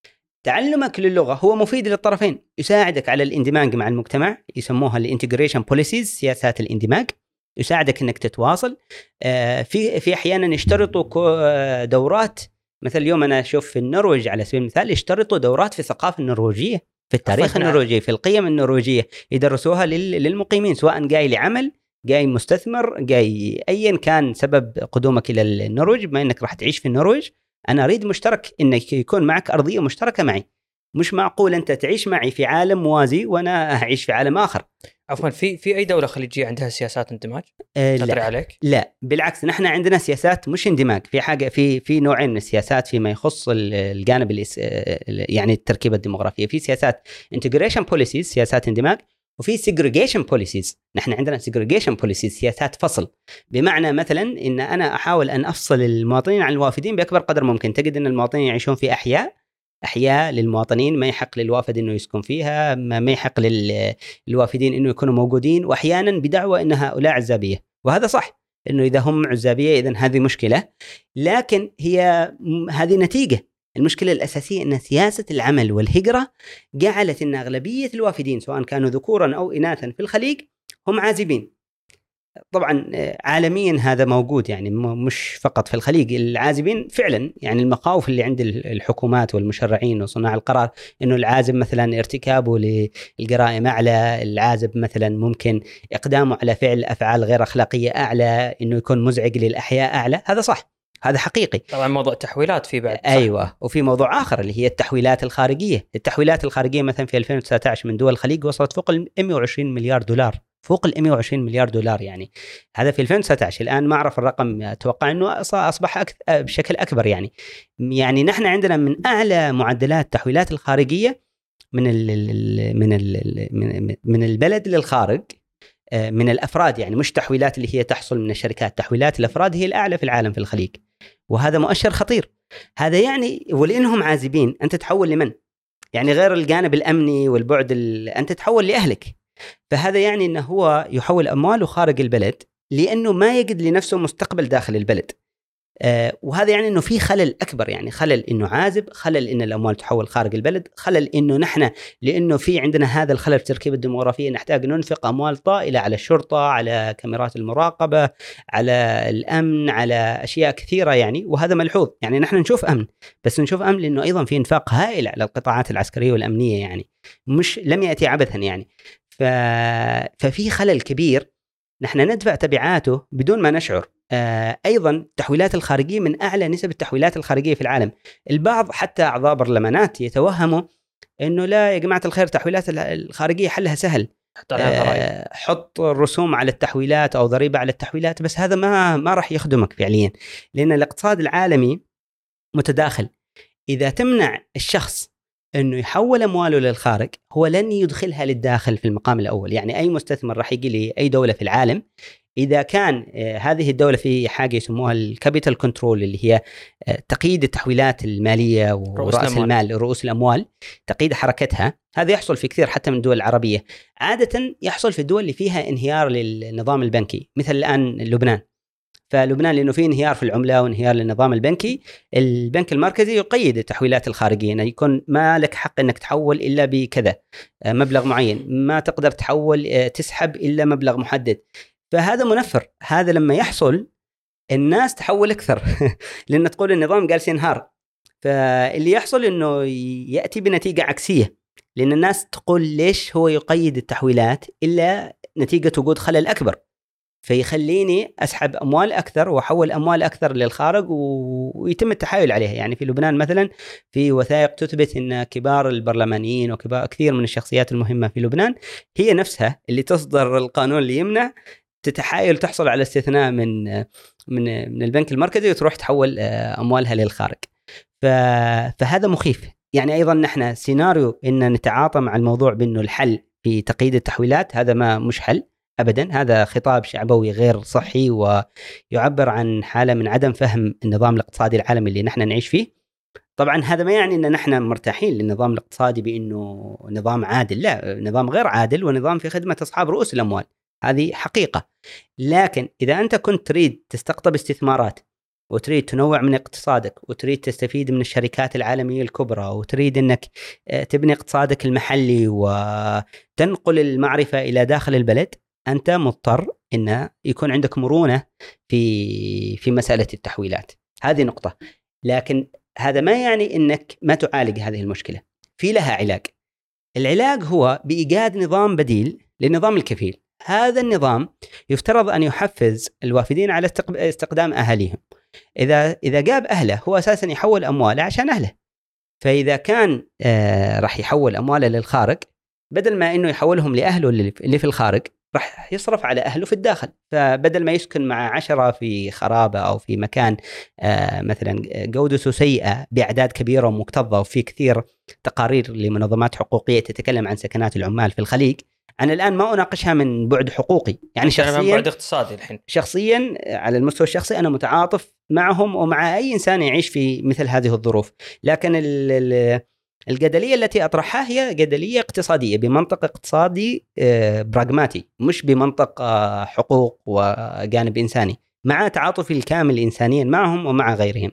تعلمك للغة هو مفيد للطرفين، يساعدك على الاندماج مع المجتمع، يسموها الانتجريشن بوليسيز، سياسات الاندماج، يساعدك انك تتواصل. في في احيانا يشترطوا دورات. مثل اليوم انا اشوف في النرويج على سبيل المثال يشترطوا دورات في الثقافة النرويجية، في التاريخ النرويجي، في القيم النرويجية، يدرسوها للمقيمين سواء جاي لعمل، جاي مستثمر، جاي ايا كان سبب قدومك الى النرويج. بما انك راح تعيش في النرويج أنا أريد مشترك، إنك يكون معك أرضية مشتركة معي. مش معقول أنت تعيش معي في عالم موازي وأنا أعيش في عالم آخر. عفوا في في أي دولة خليجية عندها سياسات اندماج؟ أه لا عليك؟ لا بالعكس، نحن عندنا سياسات مش اندماج. في حاجة في في نوعين من السياسات فيما يخص الجانب يعني التركيبة الديموغرافية. في سياسات integration policies سياسات اندماج، وفي segregation policies. نحن عندنا segregation policies سياسات فصل. بمعنى مثلا إن أنا أحاول أن أفصل المواطنين عن الوافدين بأكبر قدر ممكن. تجد أن المواطنين يعيشون في أحياء أحياء للمواطنين ما يحق للوافد إنه يسكن فيها، ما يحق للوافدين إنه يكونوا موجودين، وأحيانا بدعوى إن هؤلاء عزابية. وهذا صح إنه إذا هم عزابية إذن هذه مشكلة، لكن هي هذه نتيجة. المشكلة الأساسية أن سياسة العمل والهجرة جعلت أن أغلبية الوافدين سواء كانوا ذكورا أو إناثا في الخليج هم عازبين. طبعا عالميا هذا موجود، يعني مش فقط في الخليج. العازبين فعلا يعني المخاوف اللي عند الحكومات والمشرعين وصناع القرار أنه العازب مثلا ارتكابه للجرائم أعلى، العازب مثلا ممكن إقدامه على فعل أفعال غير أخلاقية أعلى، أنه يكون مزعج للأحياء أعلى. هذا صح، هذا حقيقي. طبعا موضوع التحويلات في بعد. أيوة، وفي موضوع آخر اللي هي التحويلات الخارجية. التحويلات الخارجية مثلا في ألفين وتسعة عشر من دول الخليج وصلت فوق ال مئة وعشرين مليار دولار، فوق ال مئة وعشرين مليار دولار. يعني هذا في ألفين وتسعة عشر. الآن ما أعرف الرقم، أتوقع أنه أصبح أكثر بشكل أكبر. يعني يعني نحن عندنا من أعلى معدلات التحويلات الخارجية من ال من ال من من البلد للخارج من الأفراد. يعني مش تحويلات اللي هي تحصل من الشركات، تحويلات الأفراد هي الأعلى في العالم في الخليج، وهذا مؤشر خطير. هذا يعني ولأنهم عازبين أنت تحول لمن؟ يعني غير الجانب الأمني والبعد أنت تحول لأهلك. فهذا يعني أنه هو يحول أمواله خارج البلد لأنه ما يجد لنفسه مستقبل داخل البلد. آه وهذا يعني أنه في خلل أكبر، يعني خلل أنه عازب، خلل أن الأموال تحول خارج البلد، خلل أنه نحن لأنه في عندنا هذا الخلل في التركيبة الديموغرافية نحتاج ننفق أموال طائلة على الشرطة، على كاميرات المراقبة، على الأمن، على أشياء كثيرة يعني. وهذا ملحوظ. يعني نحن نشوف أمن، بس نشوف أمن لأنه أيضا في انفاق هائل على القطاعات العسكرية والأمنية، يعني مش لم يأتي عبثا يعني. ف... ففي خلل كبير نحن ندفع تبعاته بدون ما نشعر. آه أيضا التحويلات الخارجية من أعلى نسب التحويلات الخارجية في العالم. البعض حتى أعضاء برلمانات يتوهموا أنه لا يا جماعة الخير التحويلات الخارجية حلها سهل، آه حط رسوم على التحويلات أو ضريبة على التحويلات. بس هذا ما ما راح يخدمك فعليا، لأن الاقتصاد العالمي متداخل. إذا تمنع الشخص أنه يحول أمواله للخارج هو لن يدخلها للداخل في المقام الأول. يعني أي مستثمر راح يجي لي أي دولة في العالم إذا كان هذه الدولة في حاجة يسموها الكابيتال كنترول، اللي هي تقييد التحويلات المالية ورأس المال، رؤوس الأموال، تقييد حركتها، هذا يحصل في كثير حتى من الدول العربية. عادة يحصل في الدول اللي فيها انهيار للنظام البنكي، مثل الآن لبنان. فلبنان لأنه فيه انهيار في العملة وانهيار للنظام البنكي، البنك المركزي يقيد التحويلات الخارجية، يعني يكون ما لك حق أنك تحول إلا بكذا مبلغ معين، ما تقدر تحول تسحب إلا مبلغ محدد. فهذا منفر. هذا لما يحصل الناس تحول أكثر لأن تقول النظام جالس ينهار. فاللي يحصل أنه يأتي بنتيجة عكسية، لأن الناس تقول ليش هو يقيد التحويلات إلا نتيجة وجود خلل أكبر، فيخليني أسحب أموال أكثر وأحول أموال أكثر للخارج ويتم التحايل عليها. يعني في لبنان مثلا في وثائق تثبت أن كبار البرلمانيين وكبار كثير من الشخصيات المهمة في لبنان هي نفسها اللي تصدر القانون اللي يمنع تتحايل تحصل على استثناء من من من البنك المركزي وتروح تحول أموالها للخارج. فهذا مخيف. يعني أيضا نحن سيناريو إن نتعاطى مع الموضوع بأنه الحل في تقييد التحويلات، هذا ما مش حل أبدا. هذا خطاب شعبوي غير صحي ويعبر عن حالة من عدم فهم النظام الاقتصادي العالمي اللي نحن نعيش فيه. طبعا هذا ما يعني أن نحن مرتاحين للنظام الاقتصادي بأنه نظام عادل، لا، نظام غير عادل ونظام في خدمة أصحاب رؤوس الأموال، هذه حقيقة. لكن إذا أنت كنت تريد تستقطب استثمارات وتريد تنوع من اقتصادك وتريد تستفيد من الشركات العالمية الكبرى وتريد أنك تبني اقتصادك المحلي وتنقل المعرفة إلى داخل البلد، أنت مضطر أن يكون عندك مرونة في في مسألة التحويلات. هذه نقطة. لكن هذا ما يعني أنك ما تعالج هذه المشكلة، في لها علاج. العلاج هو بإيجاد نظام بديل للنظام الكفيل. هذا النظام يفترض أن يحفز الوافدين على استقدام أهاليهم. إذا إذا جاب أهله هو أساسا يحول أمواله عشان أهله، فإذا كان آه راح يحول أمواله للخارج، بدل ما إنه يحولهم لأهله اللي في الخارج، راح يصرف على أهله في الداخل. فبدل ما يسكن مع عشرة في خرابة أو في مكان آه مثلا جودته سيئة بأعداد كبيرة ومكتظة، وفي كثير تقارير لمنظمات حقوقية تتكلم عن سكنات العمال في الخليج. أنا الآن ما أناقشها من بعد حقوقي، يعني شخصيا من بعد اقتصادي. الحين شخصيا على المستوى الشخصي أنا متعاطف معهم ومع أي إنسان يعيش في مثل هذه الظروف. لكن الجدلية التي أطرحها هي جدلية اقتصادية بمنطق اقتصادي براغماتي، مش بمنطق حقوق وجانب إنساني، مع تعاطف الكامل إنسانيا معهم ومع غيرهم.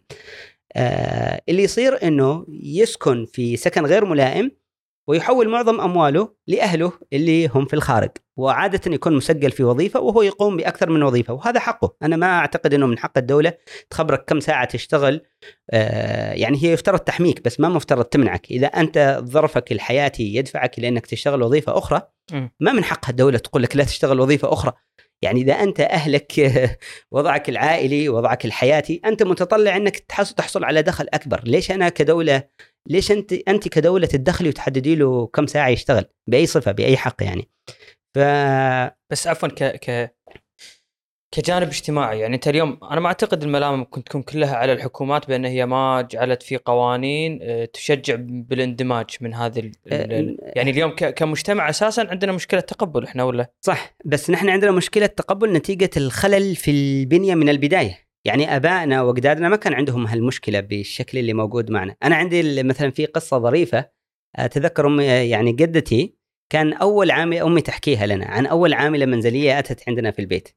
اللي يصير أنه يسكن في سكن غير ملائم ويحول معظم أمواله لأهله اللي هم في الخارج، وعادة يكون مسجل في وظيفة وهو يقوم بأكثر من وظيفة، وهذا حقه. أنا ما أعتقد أنه من حق الدولة تخبرك كم ساعة تشتغل. آه يعني هي يفترض تحميك بس ما مفترض تمنعك. إذا أنت ظرفك الحياتي يدفعك لأنك تشتغل وظيفة أخرى، ما من حقها الدولة تقول لك لا تشتغل وظيفة أخرى. يعني إذا أنت أهلك وضعك العائلي وضعك الحياتي أنت متطلع أنك تحصل على دخل أكبر، ليش أنا كدولة، ليش أنت أنت كدولة تدخلي وتحددي له كم ساعة يشتغل بأي صفة بأي حق يعني؟ ف بس عفوا ك ك كجانب اجتماعي، يعني أنت اليوم أنا ما أعتقد الملامة ممكن تكون كلها على الحكومات بأن هي ما جعلت في قوانين تشجع بالاندماج من هذه ال ال يعني اليوم كمجتمع أساسا عندنا مشكلة تقبل إحنا ولا صح، بس نحن عندنا مشكلة تقبل نتيجة الخلل في البنية من البداية. يعني أبائنا وأجدادنا ما كان عندهم هالمشكلة بالشكل اللي موجود معنا. أنا عندي مثلا في قصة ظريفة أتذكر أمي، يعني جدتي كان أول عامل أمي تحكيها لنا عن أول عاملة منزلية أتت عندنا في البيت.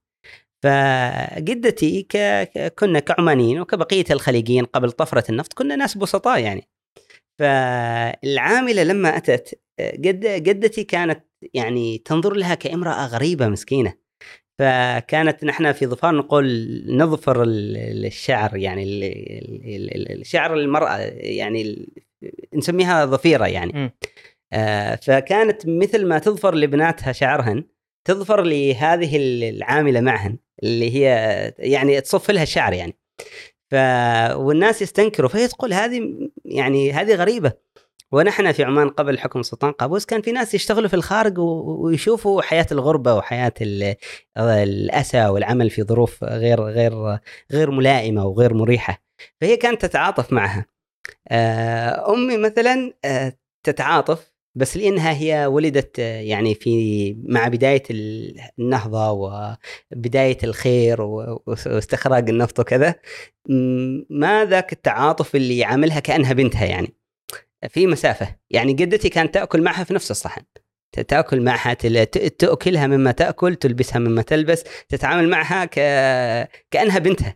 فجدتي ك... كنا كعمانيين وكبقية الخليجيين قبل طفرة النفط كنا ناس بسطاء يعني. فالعاملة لما أتت جد... جدتي كانت يعني تنظر لها كامرأة غريبة مسكينة. فكانت نحن في ظفار نقول نظفر الشعر، يعني الشعر المرأة يعني نسميها ظفيرة يعني. آه فكانت مثل ما تظفر لبناتها شعرهن تظفر لهذه العاملة معهن اللي هي يعني تصف لها الشعر يعني. ف والناس يستنكروا، فهي تقول هذه يعني هذه غريبة. ونحن في عمان قبل حكم سلطان قابوس كان في ناس يشتغلوا في الخارج ويشوفوا حياة الغربة وحياة الأسى والعمل في ظروف غير غير غير ملائمة وغير مريحة، فهي كانت تتعاطف معها. أمي مثلا تتعاطف، بس لأنها هي ولدت يعني في مع بداية النهضة وبداية الخير واستخراج النفط وكذا، ما ذاك التعاطف اللي يعاملها كأنها بنتها، يعني في مسافة. يعني جدتي كانت تأكل معها في نفس الصحن، تأكل معها، تأكلها مما تأكل، تلبسها مما تلبس، تتعامل معها ك... كأنها بنتها.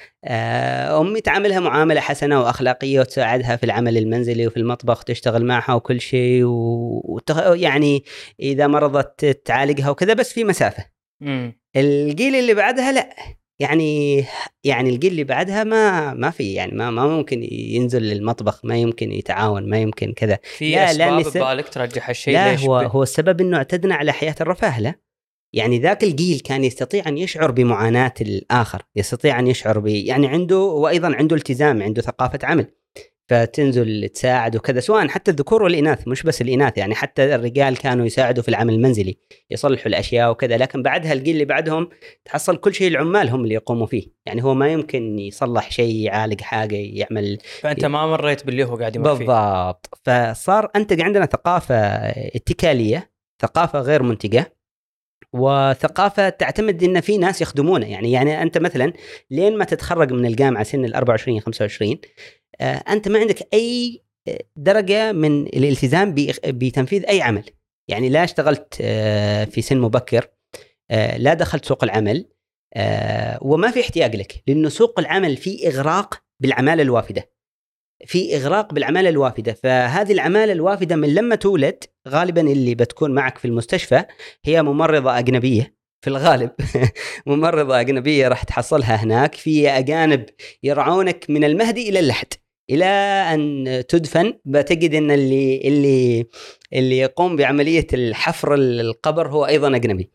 أمي تعاملها معاملة حسنة وأخلاقية، وتساعدها في العمل المنزلي وفي المطبخ، تشتغل معها وكل شيء، وتغ... يعني إذا مرضت تعالجها وكذا، بس في مسافة. م. الجيل اللي بعدها لا، يعني يعني الجيل اللي بعدها ما ما في، يعني ما ما ممكن ينزل للمطبخ، ما يمكن يتعاون، ما يمكن كذا. في لا أسباب ببالك ترجح الشيء؟ لا، ليش هو ب... هو السبب إنه اعتدنا على حياة الرفاه. لا يعني ذاك الجيل كان يستطيع أن يشعر بمعاناة الآخر، يستطيع أن يشعر ب يعني عنده، وأيضا عنده التزام، عنده ثقافة عمل، فتنزل تساعد وكذا، سواء حتى الذكور والإناث، مش بس الإناث. يعني حتى الرجال كانوا يساعدوا في العمل المنزلي، يصلحوا الأشياء وكذا. لكن بعدها الجيل اللي بعدهم تحصل كل شيء العمال هم اللي يقوموا فيه، يعني هو ما يمكن يصلح شيء، يعالج حاجة، يعمل. فأنت ما مريت باللي هو قاعد يمر فيه. بالضبط. فصار أنتج عندنا ثقافة اتكالية، ثقافة غير منتجة، وثقافة تعتمد إن في ناس يخدمونه. يعني يعني أنت مثلا لين ما تتخرج من الجامعة سن الأربعة وعشرين خمسة وعشرين، آه أنت ما عندك أي درجة من الالتزام بتنفيذ أي عمل. يعني لا اشتغلت آه في سن مبكر، آه لا دخلت سوق العمل، آه وما في احتياج لك، لأنه سوق العمل فيه إغراق بالعمالة الوافدة، في إغراق بالعمالة الوافدة. فهذه العمالة الوافدة من لما تولد غالبا اللي بتكون معك في المستشفى هي ممرضة أجنبية في الغالب. ممرضة أجنبية راح تحصلها هناك، في أجانب يرعونك من المهدي إلى اللحد إلى أن تدفن. بتجد أن اللي اللي اللي يقوم بعملية الحفر القبر هو أيضا أجنبي.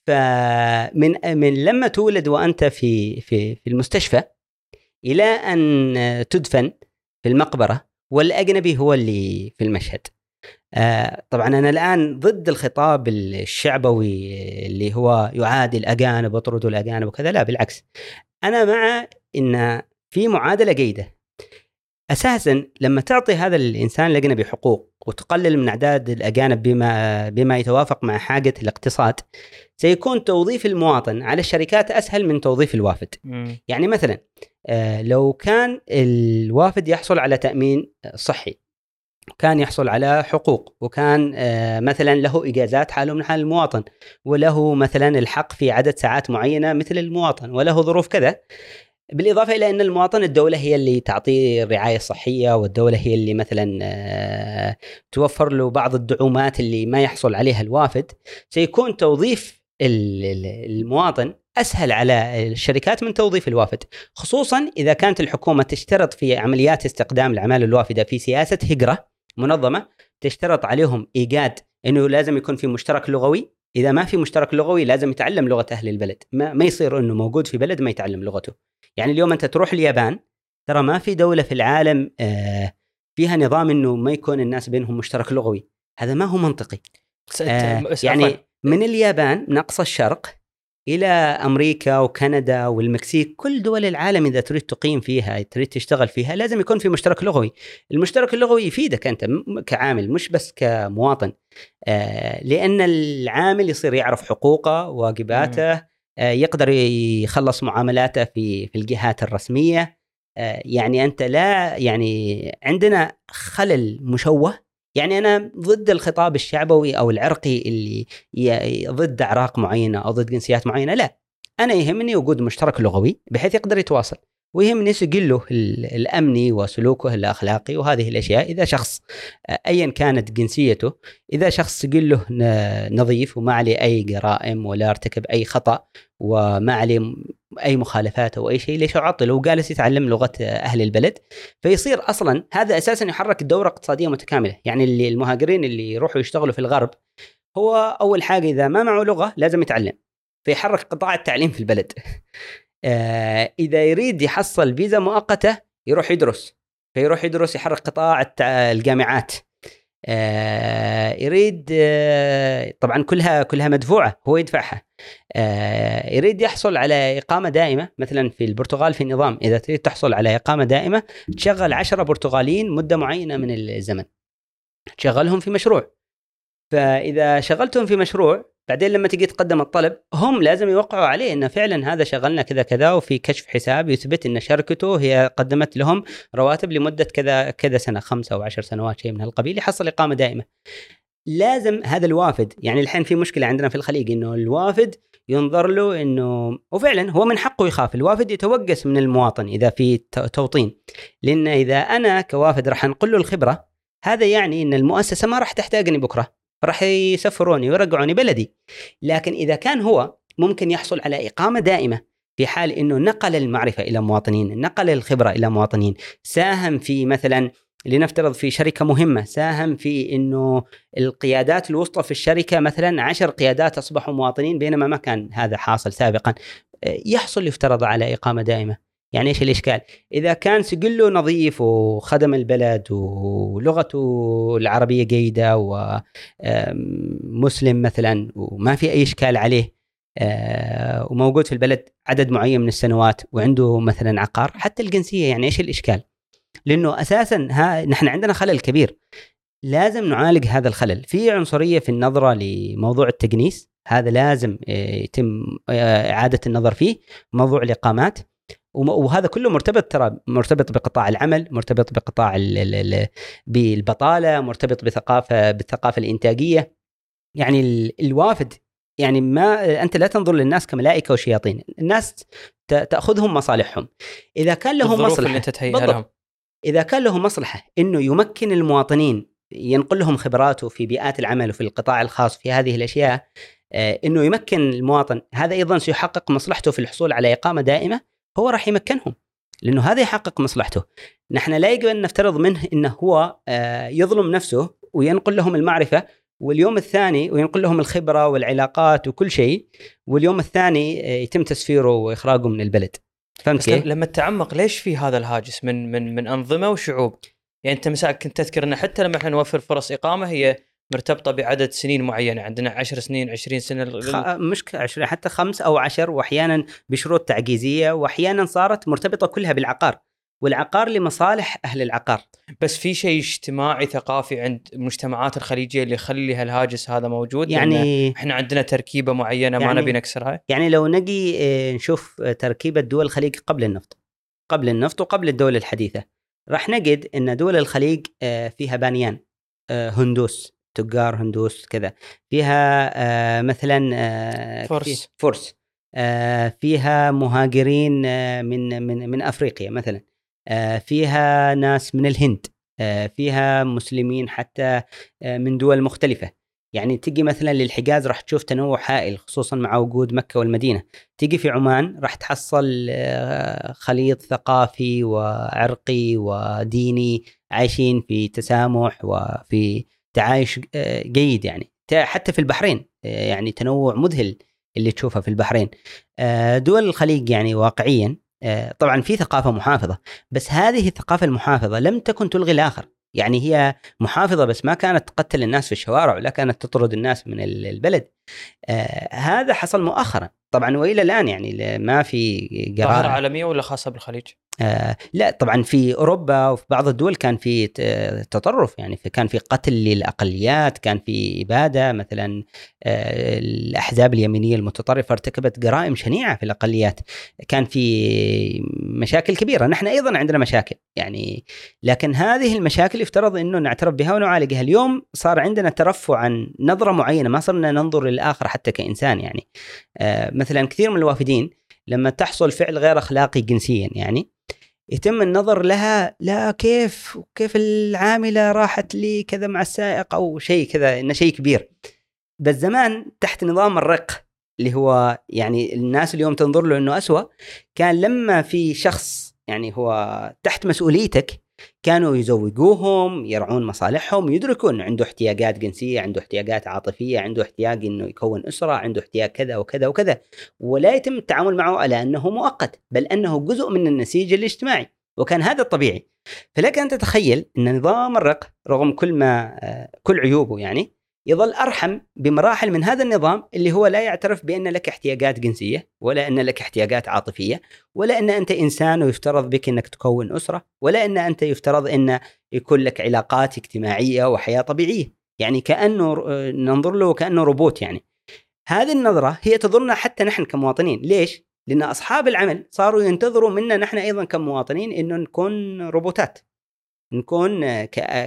فمن من لما تولد وأنت في في في المستشفى إلى أن تدفن في المقبرة، والأجنبي هو اللي في المشهد. آه طبعا أنا الآن ضد الخطاب الشعبوي اللي هو يعادي الأجانب وطردوا الأجانب وكذا، لا بالعكس، أنا مع إن في معادلة جيدة. أساسا لما تعطي هذا الإنسان الأجنبي حقوق وتقلل من أعداد الأجانب بما بما يتوافق مع حاجة الاقتصاد، سيكون توظيف المواطن على الشركات أسهل من توظيف الوافد. م. يعني مثلا آه لو كان الوافد يحصل على تأمين صحي، كان يحصل على حقوق، وكان آه مثلا له إجازات حاله من حال المواطن، وله مثلا الحق في عدد ساعات معينة مثل المواطن، وله ظروف كذا، بالإضافة إلى أن المواطن الدولة هي اللي تعطيه الرعاية الصحية، والدولة هي اللي مثلا آه توفر له بعض الدعومات اللي ما يحصل عليها الوافد، سيكون توظيف المواطن أسهل على الشركات من توظيف الوافد، خصوصا إذا كانت الحكومة تشترط في عمليات استخدام العمالة الوافدة في سياسة هجرة منظمة، تشترط عليهم إيجاد أنه لازم يكون في مشترك لغوي. إذا ما في مشترك لغوي لازم يتعلم لغة أهل البلد، ما, ما يصير أنه موجود في بلد ما يتعلم لغته. يعني اليوم أنت تروح اليابان، ترى ما في دولة في العالم آه فيها نظام أنه ما يكون الناس بينهم مشترك لغوي، هذا ما هو منطقي. آه يعني من اليابان من أقصى الشرق إلى أمريكا وكندا والمكسيك، كل دول العالم إذا تريد تقيم فيها، تريد تشتغل فيها، لازم يكون في مشترك لغوي. المشترك اللغوي يفيدك أنت كعامل مش بس كمواطن، آه لأن العامل يصير يعرف حقوقه واجباته، آه يقدر يخلص معاملاته في في الجهات الرسمية. آه يعني أنت لا يعني عندنا خلل مشوه. يعني أنا ضد الخطاب الشعبوي أو العرقي اللي ضد أعراق معينة أو ضد جنسيات معينة، لا، أنا يهمني وجود مشترك لغوي بحيث يقدر يتواصل، ويهمني سجله الأمني وسلوكه الأخلاقي وهذه الأشياء. إذا شخص أيا كانت جنسيته، إذا شخص سجله نظيف وما عليه أي جرائم ولا ارتكب أي خطأ وما عليه أي مخالفات أو أي شيء، ليش أعطله وجالس يتعلم لغة أهل البلد؟ فيصير أصلا هذا أساسا يحرك الدورة اقتصادية متكاملة. يعني اللي المهاجرين اللي يروحوا يشتغلوا في الغرب، هو أول حاجة إذا ما معه لغة لازم يتعلم، فيحرك قطاع التعليم في البلد. آه إذا يريد يحصل فيزا مؤقتة يروح يدرس، فيروح يدرس يحرك قطاع الجامعات. آه يريد آه طبعا كلها كلها مدفوعة، هو يدفعها. آه يريد يحصل على إقامة دائمة، مثلا في البرتغال في النظام إذا تريد تحصل على إقامة دائمة تشغل عشرة برتغاليين مدة معينة من الزمن، تشغلهم في مشروع فإذا شغلتهم في مشروع بعدين لما تجي تقدم الطلب هم لازم يوقعوا عليه إنه فعلا هذا شغلنا كذا كذا، وفي كشف حساب يثبت إن شركته هي قدمت لهم رواتب لمدة كذا كذا سنة، خمسة أو عشر سنوات شيء من هالقبيل، يحصل إقامة دائمة. لازم هذا الوافد، يعني الحين في مشكلة عندنا في الخليج إنه الوافد ينظر له إنه، وفعلا هو من حقه يخاف الوافد يتوقس من المواطن إذا في توطين، لأن إذا أنا كوافد راح أنقل له الخبرة هذا يعني إن المؤسسة ما راح تحتاجني بكرة، راح يسفروني ويرجعوني بلدي. لكن إذا كان هو ممكن يحصل على إقامة دائمة في حال إنه نقل المعرفة إلى مواطنين، نقل الخبرة إلى مواطنين، ساهم في مثلا لنفترض في شركة مهمة، ساهم في إنه القيادات الوسطى في الشركة مثلا عشر قيادات أصبحوا مواطنين بينما ما كان هذا حاصل سابقا، يحصل يفترض على إقامة دائمة. يعني إيش الإشكال؟ إذا كان سجله نظيف وخدم البلد ولغته العربية جيدة ومسلم مثلا وما في أي إشكال عليه وموجود في البلد عدد معين من السنوات وعنده مثلا عقار، حتى الجنسية يعني إيش الإشكال؟ لأنه أساسا ها نحن عندنا خلل كبير، لازم نعالج هذا الخلل. في عنصرية في النظرة لموضوع التجنيس، هذا لازم يتم إعادة النظر فيه. موضوع الإقامات وهذا كله مرتبط، ترى مرتبط بقطاع العمل، مرتبط بقطاع بالبطالة، مرتبط بثقافة بالثقافة الإنتاجية. يعني الوافد يعني ما أنت لا تنظر للناس كملائكة وشياطين، الناس تأخذهم مصالحهم. إذا كان لهم مصلحة إذا كان لهم مصلحة إنه يمكن المواطنين، ينقل لهم خبراته في بيئات العمل وفي القطاع الخاص في هذه الأشياء، إنه يمكن المواطن، هذا أيضا سيحقق مصلحته في الحصول على إقامة دائمة، هو راح يمكنهم لأنه هذا يحقق مصلحته. نحن لا يجب أن نفترض منه إنه هو يظلم نفسه وينقل لهم المعرفة واليوم الثاني وينقل لهم الخبرة والعلاقات وكل شيء، واليوم الثاني يتم تسفيره وإخراجه من البلد. فهمت كيف؟ لما تتعمق ليش في هذا الهاجس من من من أنظمة وشعوب؟ يعني أنت مساء كنت تذكر أن حتى لما احنا نوفر فرص إقامة هي مرتبطة بعدد سنين معينة، عندنا عشر سنين عشرين سنة، خ... مش عشرين، حتى خمس أو عشر، وأحيانا بشروط تعجيزية، وأحيانا صارت مرتبطة كلها بالعقار، والعقار لمصالح أهل العقار. بس في شيء اجتماعي ثقافي عند المجتمعات الخليجية اللي يخلي هالهاجس هذا موجود، يعني احنا عندنا تركيبة معينة يعني ما نبي نكسرها. يعني لو نجي نشوف تركيبة دول الخليج قبل النفط قبل النفط وقبل الدولة الحديثة، راح نجد أن دول الخليج فيها بانيان هندوس، تجار هندوس كذا، فيها مثلا فرس فرس فيها مهاجرين من من من أفريقيا مثلا، فيها ناس من الهند، فيها مسلمين حتى من دول مختلفة. يعني تيجي مثلا للحجاز راح تشوف تنوع هائل خصوصا مع وجود مكة والمدينة. تيجي في عمان راح تحصل خليط ثقافي وعرقي وديني، عايشين في تسامح وفي تعايش جيد. يعني حتى في البحرين يعني تنوع مذهل اللي تشوفه في البحرين. دول الخليج يعني واقعيا طبعا في ثقافة محافظة، بس هذه الثقافة المحافظة لم تكن تلغي الآخر. يعني هي محافظة بس ما كانت تقتل الناس في الشوارع ولا كانت تطرد الناس من البلد. آه هذا حصل مؤخرا طبعا، وإلى الآن يعني ما في قرار. ظاهرة عالمية ولا خاصة بالخليج؟ آه لا طبعا في أوروبا وفي بعض الدول كان في تطرف، يعني كان في قتل للأقليات، كان في إبادة مثلا. آه الأحزاب اليمينية المتطرفة ارتكبت جرائم شنيعة في الأقليات، كان في مشاكل كبيرة. نحن أيضا عندنا مشاكل يعني، لكن هذه المشاكل يفترض أنه نعترف بها ونعالجها. اليوم صار عندنا ترفع عن نظرة معينة، ما صرنا ننظر للآخر حتى كإنسان. يعني آه مثلا كثير من الوافدين لما تحصل فعل غير أخلاقي جنسيا يعني يتم النظر لها، لا كيف كيف العاملة راحت لي كذا مع السائق أو شيء كذا، إنه شيء كبير. بس زمان تحت نظام الرق اللي هو يعني الناس اليوم تنظر له إنه أسوأ، كان لما في شخص يعني هو تحت مسؤوليتك كانوا يزوجوهم، يرعون مصالحهم، يدركون إنه عنده احتياجات جنسية، عنده احتياجات عاطفية، عنده احتياج إنه يكون أسرة، عنده احتياج كذا وكذا وكذا، ولا يتم التعامل معه على أنه مؤقت بل أنه جزء من النسيج الاجتماعي، وكان هذا الطبيعي. فلك أن تتخيل أن نظام الرق رغم كل ما كل عيوبه يعني يظل أرحم بمراحل من هذا النظام اللي هو لا يعترف بأن لك احتياجات جنسية ولا أن لك احتياجات عاطفية ولا أن أنت إنسان ويفترض بك أنك تكون أسرة ولا أن أنت يفترض أن يكون لك علاقات اجتماعية وحياة طبيعية. يعني كأنه ننظر له كأنه روبوت. يعني هذه النظرة هي تضرنا حتى نحن كمواطنين. ليش؟ لأن أصحاب العمل صاروا ينتظروا منا نحن أيضا كمواطنين إنه نكون روبوتات، نكون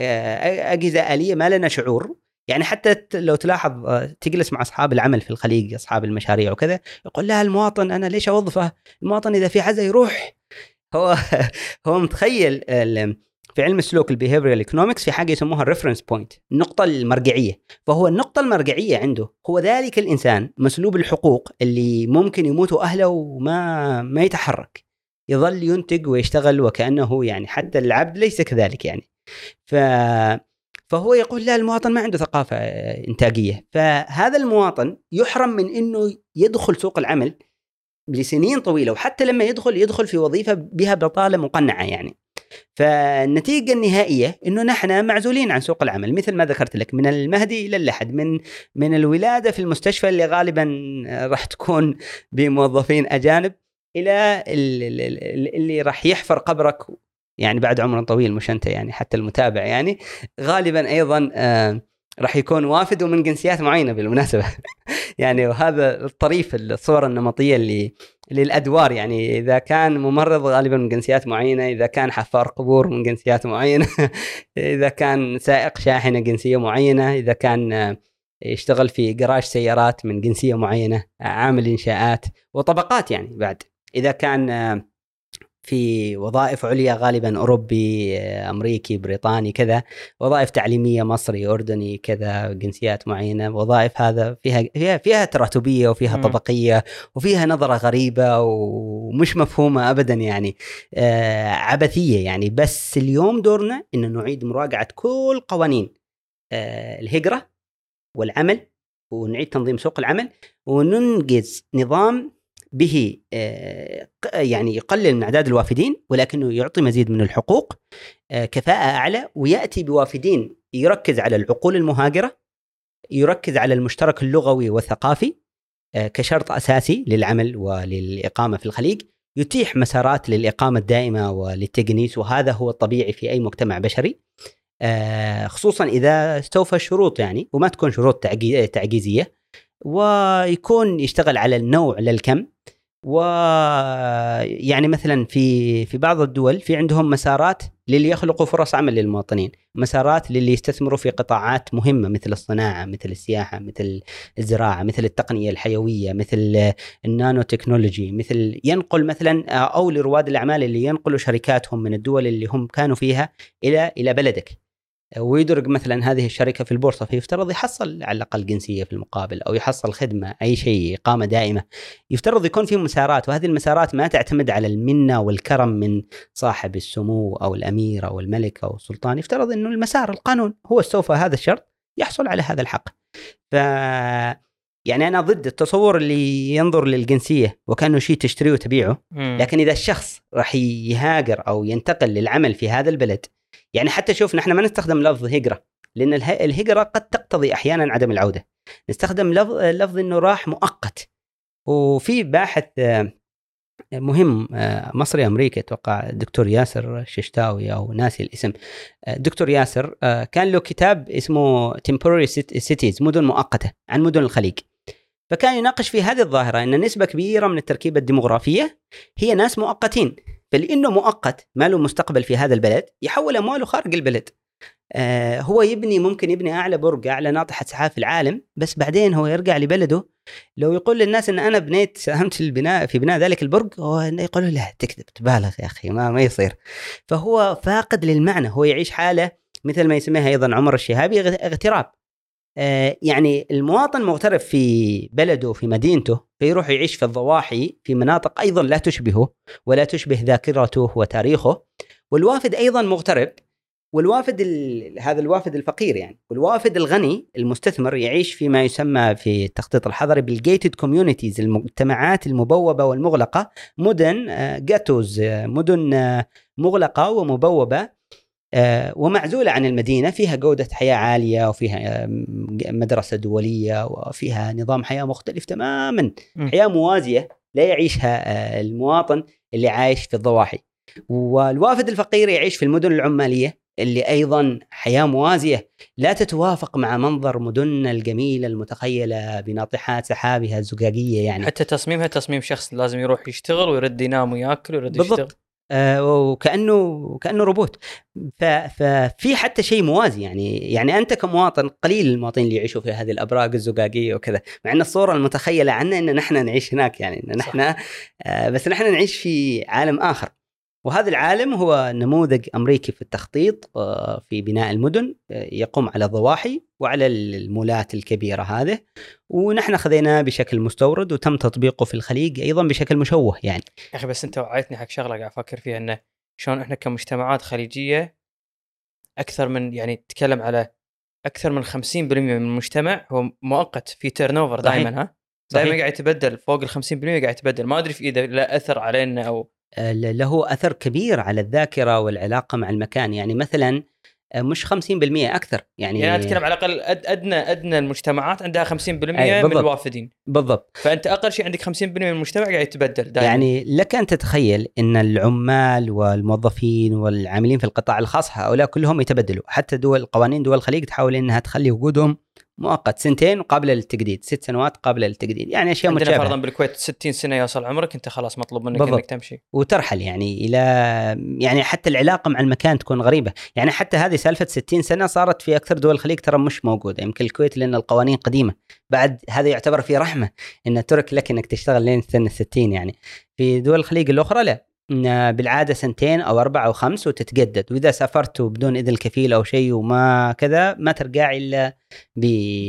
كأجهزة آلية ما لنا شعور. يعني حتى لو تلاحظ تجلس مع أصحاب العمل في الخليج، أصحاب المشاريع وكذا، يقول لا المواطن أنا ليش أوظفه؟ المواطن إذا في عزة يروح. هو هو متخيل في علم السلوك البيهيفيرال ايكونومكس في حاجة يسموها الريفرنس بوينت، النقطة المرجعية. فهو النقطة المرجعية عنده هو ذلك الإنسان مسلوب الحقوق اللي ممكن يموتوا أهله وما ما يتحرك، يظل ينتج ويشتغل وكأنه يعني حتى العبد ليس كذلك. يعني ف فهو يقول لا المواطن ما عنده ثقافة إنتاجية، فهذا المواطن يحرم من إنه يدخل سوق العمل لسنين طويلة، وحتى لما يدخل يدخل في وظيفة بها بطالة مقنعة. يعني فالنتيجة النهائية إنه نحن معزولين عن سوق العمل مثل ما ذكرت لك، من المهدي إلى اللحد، من من الولادة في المستشفى اللي غالبا راح تكون بموظفين أجانب، إلى اللي راح يحفر قبرك يعني بعد عمر طويل، مش أنت يعني حتى المتابع يعني غالبا أيضا آه راح يكون وافد ومن جنسيات معينة بالمناسبة. يعني وهذا الطريف الصورة النمطية اللي للأدوار. يعني إذا كان ممرض غالبا من جنسيات معينة، إذا كان حفار قبور من جنسيات معينة، إذا كان سائق شاحنة جنسية معينة، إذا كان يشتغل في جراج سيارات من جنسية معينة، عامل إنشاءات وطبقات. يعني بعد إذا كان في وظائف عليا غالبا أوروبي أمريكي بريطاني كذا، وظائف تعليمية مصري أردني كذا، جنسيات معينة. وظائف هذا فيها فيها فيها تراتبية وفيها م. طبقية وفيها نظرة غريبة ومش مفهومة أبدا، يعني آه عبثية. يعني بس اليوم دورنا إن نعيد مراجعة كل قوانين آه الهجرة والعمل، ونعيد تنظيم سوق العمل، وننجز نظام به يعني يقلل من أعداد الوافدين ولكنه يعطي مزيد من الحقوق، كفاءة أعلى، ويأتي بوافدين يركز على العقول المهاجرة، يركز على المشترك اللغوي والثقافي كشرط أساسي للعمل وللإقامة في الخليج، يتيح مسارات للإقامة الدائمة وللتجنيس، وهذا هو الطبيعي في أي مجتمع بشري، خصوصا إذا استوفى الشروط يعني، وما تكون شروط تعجيزية، ويكون يشتغل على النوع للكم. ويعني مثلا في في بعض الدول في عندهم مسارات للي يخلقوا فرص عمل للمواطنين، مسارات للي يستثمروا في قطاعات مهمة مثل الصناعة، مثل السياحة، مثل الزراعة، مثل التقنية الحيوية، مثل النانو تكنولوجي، مثل ينقل مثلا أو لرواد الأعمال اللي ينقلوا شركاتهم من الدول اللي هم كانوا فيها إلى إلى بلدك، ويدرج مثلا هذه الشركة في البورصة، فيفترض يحصل على الأقل جنسية في المقابل، أو يحصل خدمة، أي شيء، إقامة دائمة. يفترض يكون في مسارات، وهذه المسارات ما تعتمد على المنة والكرم من صاحب السمو أو الأمير أو الملك أو السلطان. يفترض أنه المسار القانون هو استوفى هذا الشرط يحصل على هذا الحق. ف يعني أنا ضد التصور اللي ينظر للجنسية وكأنه شيء تشتريه وتبيعه، لكن إذا الشخص راح يهاجر أو ينتقل للعمل في هذا البلد، يعني حتى شوف نحن ما نستخدم لفظ هجرة، لأن الهجرة قد تقتضي أحيانا عدم العودة، نستخدم لفظ, لفظ أنه راح مؤقت. وفي باحث مهم مصري أمريكي أتوقع الدكتور ياسر ششتاوي أو ناسي الاسم، دكتور ياسر كان له كتاب اسمه Temporary Cities، مدن مؤقتة، عن مدن الخليج. فكان يناقش في هذه الظاهرة أن نسبة كبيرة من التركيبة الديمغرافية هي ناس مؤقتين، فلأنه مؤقت ما له مستقبل في هذا البلد يحول أمواله خارج البلد. آه هو يبني ممكن يبني أعلى برج، أعلى ناطحة سحاب في العالم، بس بعدين هو يرجع لبلده لو يقول للناس أن أنا بنيت ساهمت البناء في بناء ذلك البرج، هو يقولوا لا تكذب تبالغ يا أخي، ما ما يصير. فهو فاقد للمعنى، هو يعيش حالة مثل ما يسميها أيضا عمر الشهابي اغتراب. آه يعني المواطن مغترب في بلده في مدينته، فيروح يعيش في الضواحي في مناطق أيضا لا تشبهه ولا تشبه ذاكرته وتاريخه. والوافد أيضا مغترب، والوافد هذا الوافد الفقير يعني، والوافد الغني المستثمر يعيش في ما يسمى في التخطيط الحضري بالجيتد كوميونيتيز، المجتمعات المبوبة والمغلقة، مدن جاتوز، مدن مغلقة ومبوبة ومعزولة عن المدينة، فيها جودة حياة عالية، وفيها مدرسة دولية، وفيها نظام حياة مختلف تماما، حياة موازية لا يعيشها المواطن اللي عايش في الضواحي. والوافد الفقير يعيش في المدن العمالية اللي أيضا حياة موازية لا تتوافق مع منظر مدننا الجميلة المتخيلة بناطحات سحابها الزجاجية. يعني حتى تصميمها تصميم شخص لازم يروح يشتغل ويرد ينام ويأكل ويرد بالضبط. يشتغل آه وكأنه كأنه روبوت. ففي حتى شيء موازي، يعني يعني أنت كمواطن، قليل المواطنين اللي يعيشوا في هذه الأبراج الزجاجية وكذا، مع أن الصورة المتخيلة عنا أن نحن نعيش هناك، يعني أن نحن آه بس نحن نعيش في عالم آخر. وهذا العالم هو نموذج أمريكي في التخطيط في بناء المدن، يقوم على ضواحي وعلى المولات الكبيرة هذه، ونحن خذيناه بشكل مستورد وتم تطبيقه في الخليج أيضا بشكل مشوه. يعني يا أخي بس أنت وعيتني حق شغلة قاعد أفكر فيها، إنه شلون إحنا كمجتمعات خليجية أكثر من يعني تتكلم على أكثر من خمسين بالمئة من المجتمع هو مؤقت في تيرنوفر دائما، ها دائما قاعد يتبدل، فوق ال خمسين بالمئة قاعد يتبدل. ما أدري في إذا لا أثر علينا أو له أثر كبير على الذاكرة والعلاقة مع المكان. يعني مثلا مش خمسين بالمئة أكثر، يعني يعني أتكلم على الأقل أدنى أدنى المجتمعات عندها خمسين بالمئة من الوافدين بالضبط. فأنت أقل شيء عندك خمسين بالمئة من المجتمع قاعد يتبدل دائما. يعني لك أن تتخيل أن العمال والموظفين والعاملين في القطاع الخاص هؤلاء كلهم يتبدلوا. حتى دول قوانين دول الخليج تحاول أنها تخلي وجودهم مؤقت، سنتين وقابلة للتجديد، ست سنوات قابلة للتجديد، يعني أشياء متشابهة. عندنا فرضاً بالكويت ستين سنة يوصل عمرك أنت خلاص مطلوب منك بالضبط. أنك تمشي وترحل يعني إلى يعني حتى العلاقة مع المكان تكون غريبة. يعني حتى هذه سالفة ستين سنة صارت في أكثر دول الخليج ترى مش موجودة، يمكن الكويت لأن القوانين قديمة. بعد هذا يعتبر في رحمة إن ترك لك إنك تشتغل لين سنة ستين. يعني في دول الخليج الأخرى لا، بالعادة سنتين أو أربعة أو خمس وتتجدد، وإذا سافرت بدون إذن الكفيل أو شيء وما كذا ما ترجع إلا ب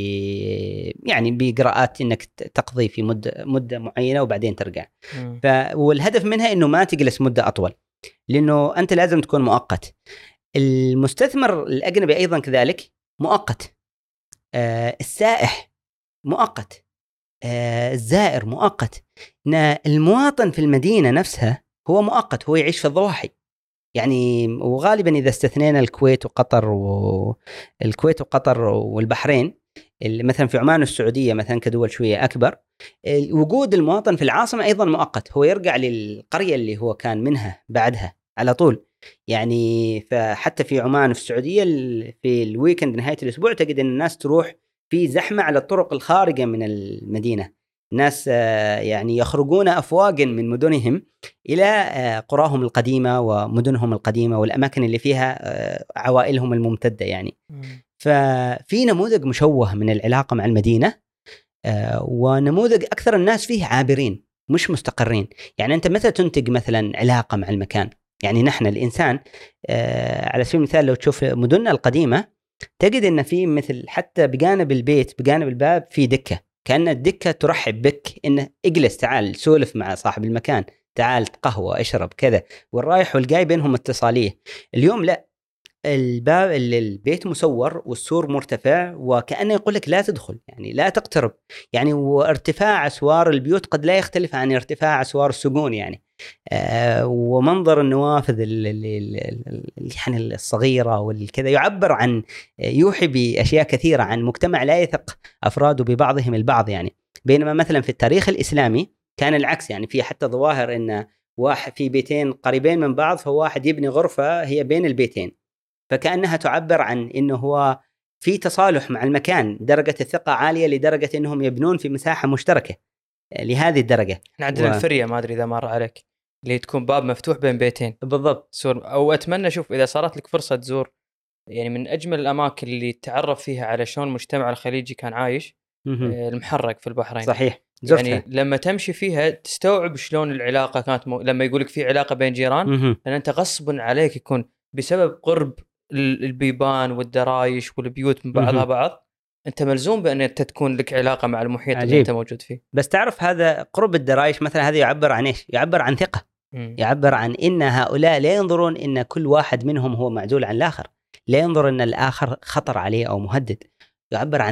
يعني بإجراءات إنك تقضي في مدة مدة معينة وبعدين ترجع. ف والهدف منها إنه ما تجلس مدة أطول، لأنه أنت لازم تكون مؤقت. المستثمر الأجنبي أيضا كذلك مؤقت، آه السائح مؤقت، آه الزائر مؤقت. المواطن في المدينة نفسها هو مؤقت، هو يعيش في الضواحي. يعني وغالبا إذا استثنينا الكويت وقطر والكويت وقطر والبحرين، مثلا في عمان والسعودية مثلا كدول شوية أكبر، وجود المواطن في العاصمة أيضا مؤقت، هو يرجع للقرية اللي هو كان منها بعدها على طول. يعني فحتى في عمان وفي السعودية في الويكند نهاية الأسبوع تجد أن الناس تروح في زحمة على الطرق الخارجة من المدينة، ناس يعني يخرجون أفواجا من مدنهم إلى قراهم القديمة ومدنهم القديمة والأماكن اللي فيها عوائلهم الممتدة. يعني ففي نموذج مشوه من العلاقة مع المدينة، ونموذج أكثر الناس فيه عابرين مش مستقرين. يعني أنت متى تنتج مثلا علاقة مع المكان؟ يعني نحن الإنسان على سبيل المثال لو تشوف مدننا القديمة تجد أن في مثل حتى بجانب البيت بجانب الباب في دكة، كأن الدكة ترحب بك إنه اجلس تعال سولف مع صاحب المكان، تعال قهوة اشرب كذا، والرايح والجاي بينهم اتصالية. اليوم لا، الباب البيت مسور والسور مرتفع وكأنه يقول لك لا تدخل، يعني لا تقترب. يعني وارتفاع أسوار البيوت قد لا يختلف عن ارتفاع أسوار السجون. يعني آه ومنظر النوافذ يعني الصغيرة والكذا يعبر عن يوحي بأشياء كثيرة عن مجتمع لا يثق أفراده ببعضهم البعض. يعني بينما مثلا في التاريخ الإسلامي كان العكس، يعني في حتى ظواهر إن واحد في بيتين قريبين من بعض فواحد يبني غرفة هي بين البيتين، فكأنها تعبر عن إنه هو في تصالح مع المكان، درجة الثقة عالية لدرجة إنهم يبنون في مساحة مشتركة لهذه الدرجة. احنا عندنا و... الفرية ما أدري إذا مر عليك، اللي تكون باب مفتوح بين بيتين. بالضبط. سور أو أتمنى شوف إذا صارت لك فرصة تزور، يعني من أجمل الأماكن اللي تعرف فيها على شلون المجتمع الخليجي كان عايش، المحرق في البحرين. صحيح. زرتها. يعني لما تمشي فيها تستوعب شلون العلاقة كانت م... لما يقولك في علاقة بين جيران، لأن أنت غصب عليك يكون بسبب قرب البيبان والدرايش والبيوت من بعضها بعض، أنت ملزوم بأن أنت تكون لك علاقة مع المحيط عجيب. اللي أنت موجود فيه. بس تعرف هذا قرب الدرايش مثلا هذا يعبر عن إيش؟ يعبر عن ثقة. م. يعبر عن إن هؤلاء لا ينظرون إن كل واحد منهم هو معزول عن الآخر، لا ينظر إن الآخر خطر عليه أو مهدد، يعبر عن ثقة.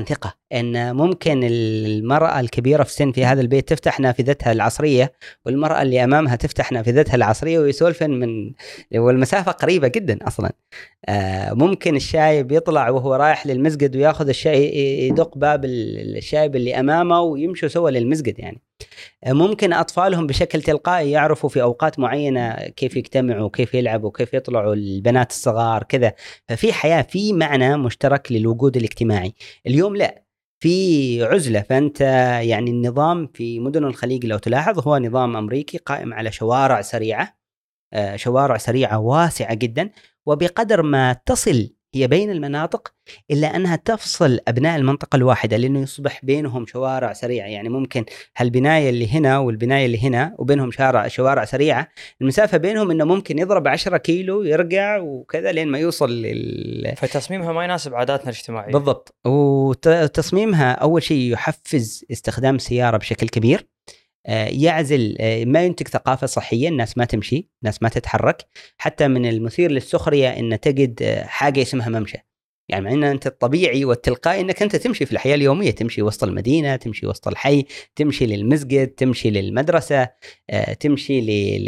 ان ممكن المراه الكبيره في السن في هذا البيت تفتح نافذتها العصريه والمراه اللي امامها تفتح نافذتها العصريه ويسولفن من والمسافه قريبه جدا اصلا. آه ممكن الشايب يطلع وهو رايح للمسجد وياخذ الشاي يدق باب الشايب اللي امامه ويمشوا سوا للمسجد يعني. ممكن أطفالهم بشكل تلقائي يعرفوا في أوقات معينة كيف يجتمعوا كيف يلعبوا كيف يطلعوا البنات الصغار كذا. ففي حياة في معنى مشترك للوجود الاجتماعي. اليوم لا، في عزلة. فأنت يعني النظام في مدن الخليج لو تلاحظ هو نظام أمريكي قائم على شوارع سريعة، شوارع سريعة واسعة جدا، وبقدر ما تصل هي بين المناطق إلا أنها تفصل أبناء المنطقة الواحدة، لأنه يصبح بينهم شوارع سريعة. يعني ممكن هالبناية اللي هنا والبناية اللي هنا وبينهم شوارع شوارع سريعة، المسافة بينهم إنه ممكن يضرب عشرة كيلو يرجع وكذا لين ما يوصل لل... فتصميمها ما يناسب عاداتنا الاجتماعية. بالضبط. وتصميمها أول شيء يحفز استخدام السيارة بشكل كبير، يعزل، ما ينتج ثقافة صحية، الناس ما تمشي، الناس ما تتحرك. حتى من المثير للسخرية إن تجد حاجة اسمها ممشى، يعني مع إن أنت الطبيعي والتلقائي إنك أنت تمشي في الحياة اليومية، تمشي وسط المدينة، تمشي وسط الحي، تمشي للمسجد، تمشي للمدرسة، تمشي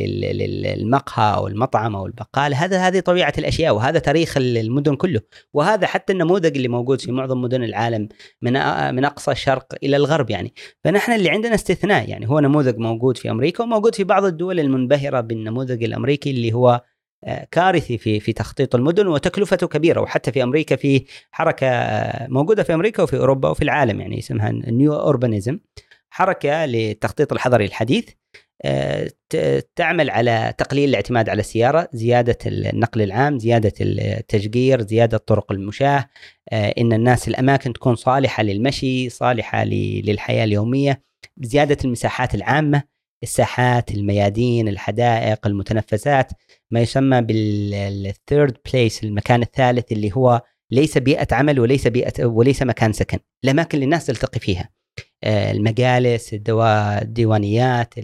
للمقهى أو المطعم أو البقال. هذا هذه طبيعة الأشياء، وهذا تاريخ المدن كله. وهذا حتى النموذج اللي موجود في معظم مدن العالم من من أقصى الشرق إلى الغرب يعني. فنحن اللي عندنا استثناء، يعني هو نموذج موجود في أمريكا وموجود في بعض الدول المنبهرة بالنموذج الأمريكي اللي هو كارثي في في تخطيط المدن وتكلفته كبيرة. وحتى في أمريكا في حركة موجودة في أمريكا وفي أوروبا وفي العالم يعني اسمها نيو أوربانيزم، حركة للتخطيط الحضري الحديث تعمل على تقليل الاعتماد على السيارة، زيادة النقل العام، زيادة التشجير، زيادة طرق المشاة، إن الناس الأماكن تكون صالحة للمشي، صالحة للحياة اليومية، زيادة المساحات العامة، الساحات، الميادين، الحدائق، المتنفسات، ما يسمى بالثيرد بليس، المكان الثالث اللي هو ليس بيئة عمل وليس بيئة وليس مكان سكن، الأماكن اللي الناس تلتقي فيها، المجالس، الديوانيات،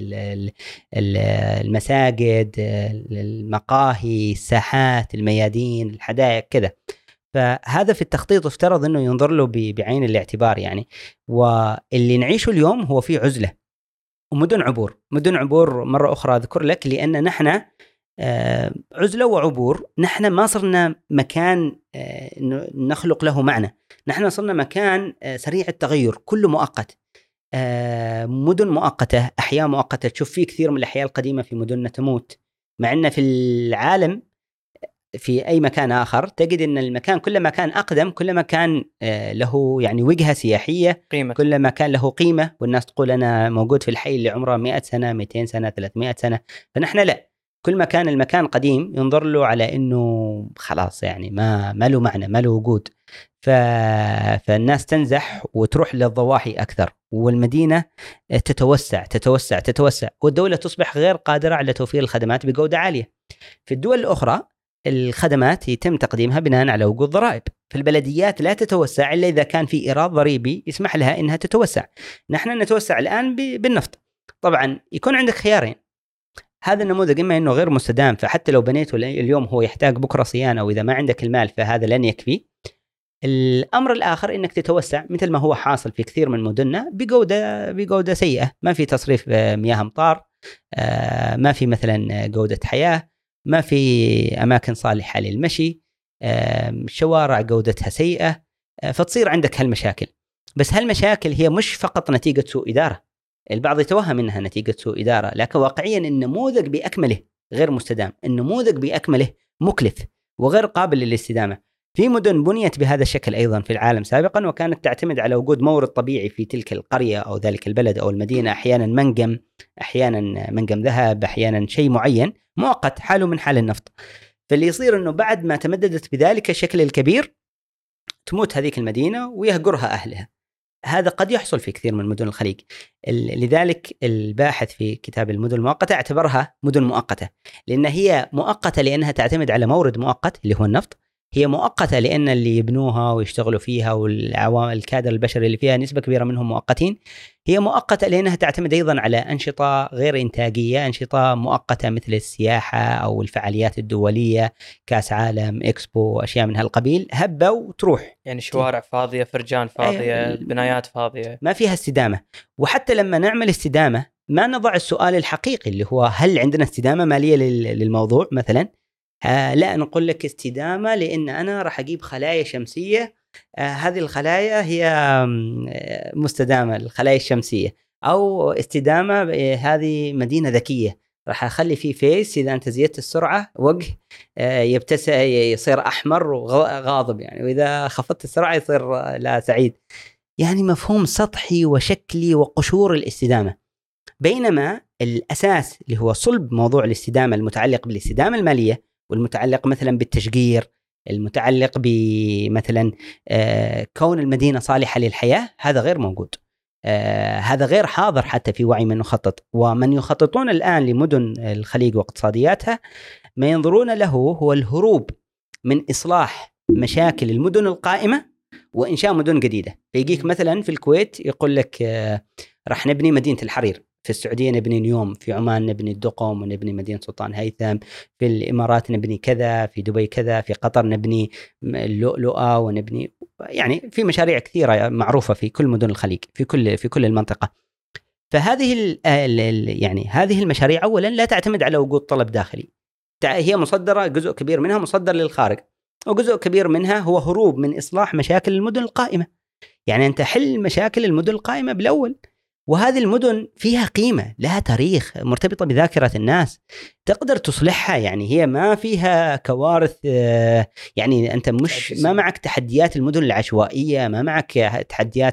المساجد، المقاهي، الساحات، الميادين، الحدائق كذا. فهذا في التخطيط افترض انه ينظر له بعين الاعتبار يعني. واللي نعيشه اليوم هو في عزلة ومدن عبور. مدن عبور مرة أخرى أذكر لك، لأن نحن عزلة وعبور، نحن ما صرنا مكان نخلق له معنى، نحن صرنا مكان سريع التغير، كله مؤقت، مدن مؤقتة، أحياء مؤقتة. تشوف فيه كثير من الأحياء القديمة في مدننا تموت، مع أن في العالم في أي مكان آخر تجد أن المكان كلما كان أقدم كلما كان له يعني وجهة سياحية، قيمة. كلما كان له قيمة، والناس تقول أنا موجود في الحي اللي عمره مئة سنة، مئتين سنة، ثلاثمئة سنة. فنحن لا، كل ما كان المكان قديم ينظر له على أنه خلاص يعني ما ما له معنى، ما له وجود. ف... فالناس تنزح وتروح للضواحي أكثر، والمدينة تتوسع تتوسع تتوسع، والدولة تصبح غير قادرة على توفير الخدمات بجودة عالية. في الدول الأخرى الخدمات يتم تقديمها بناء على وجود ضرائب، فالبلديات لا تتوسع إلا إذا كان في إيراد ضريبي يسمح لها إنها تتوسع. نحن نتوسع الآن بالنفط. طبعا يكون عندك خيارين، هذا النموذج إما إنه غير مستدام، فحتى لو بنيته اليوم هو يحتاج بكرة صيانة، وإذا ما عندك المال فهذا لن يكفي. الأمر الآخر إنك تتوسع مثل ما هو حاصل في كثير من مدننا بجودة بجودة سيئة، ما في تصريف مياه أمطار، ما في مثلا جودة حياة، ما في أماكن صالحة للمشي، شوارع جودتها سيئة، فتصير عندك هالمشاكل. بس هالمشاكل هي مش فقط نتيجة سوء إدارة، البعض يتوهم أنها نتيجة سوء إدارة، لكن واقعيا النموذج بأكمله غير مستدام، النموذج بأكمله مكلف وغير قابل للاستدامة. في مدن بنيت بهذا الشكل أيضا في العالم سابقا، وكانت تعتمد على وجود مورد طبيعي في تلك القرية أو ذلك البلد أو المدينة، أحيانا منجم، أحيانا منجم ذهب، أحيانا شيء معين مؤقت حاله من حال النفط. فاللي يصير أنه بعد ما تمددت بذلك الشكل الكبير تموت هذيك المدينة ويهجرها أهلها. هذا قد يحصل في كثير من مدن الخليج، لذلك الباحث في كتاب المدن المؤقتة اعتبرها مدن مؤقتة، لأن هي مؤقتة لأنها تعتمد على مورد مؤقت اللي هو النفط، هي مؤقتة لأن اللي يبنوها ويشتغلوا فيها والعوامل الكادر البشري اللي فيها نسبة كبيرة منهم مؤقتين. هي مؤقتة لأنها تعتمد أيضا على أنشطة غير إنتاجية، أنشطة مؤقتة مثل السياحة أو الفعاليات الدولية، كاس عالم، إكسبو، أشياء من هالقبيل، هبة وتروح. يعني شوارع فاضية، فرجان فاضية، أيوة. بنايات فاضية، ما فيها استدامة. وحتى لما نعمل استدامة ما نضع السؤال الحقيقي اللي هو هل عندنا استدامة مالية للموضوع مثلا؟ آه لا، نقول لك استدامة لأن أنا راح أجيب خلايا شمسية، آه هذه الخلايا هي مستدامة، الخلايا الشمسية. أو استدامة هذه مدينة ذكية، راح أخلي فيه فيس إذا أنت زيدت السرعة وجه آه يبتسم يصير أحمر وغاضب يعني، وإذا خفضت السرعة يصير لا سعيد. يعني مفهوم سطحي وشكلي وقشور الاستدامة. بينما الأساس اللي هو صلب موضوع الاستدامة المتعلق بالاستدامة المالية والمتعلق مثلا بالتشجير، المتعلق بمثلا آه كون المدينة صالحة للحياة، هذا غير موجود. آه هذا غير حاضر حتى في وعي من يخطط. ومن يخططون الآن لمدن الخليج واقتصادياتها ما ينظرون له هو الهروب من إصلاح مشاكل المدن القائمة وإنشاء مدن جديدة. فيجيك مثلا في الكويت يقول لك آه راح نبني مدينة الحرير، في السعودية نبني نيوم، في عمان نبني الدقم ونبني مدينة سلطان هيثم، في الإمارات نبني كذا، في دبي كذا، في قطر نبني اللؤلؤة ونبني، يعني في مشاريع كثيرة معروفة في كل مدن الخليج، في كل في كل المنطقة. فهذه ال ال يعني هذه المشاريع أولا لا تعتمد على وجود طلب داخلي، هي مصدرة، جزء كبير منها مصدر للخارج، وجزء كبير منها هو هروب من إصلاح مشاكل المدن القائمة. يعني أنت حل مشاكل المدن القائمة بالأول، وهذه المدن فيها قيمة، لها تاريخ، مرتبطة بذاكرة الناس، تقدر تصلحها. يعني هي ما فيها كوارث، يعني أنت مش ما معك تحديات المدن العشوائية، ما معك تحديات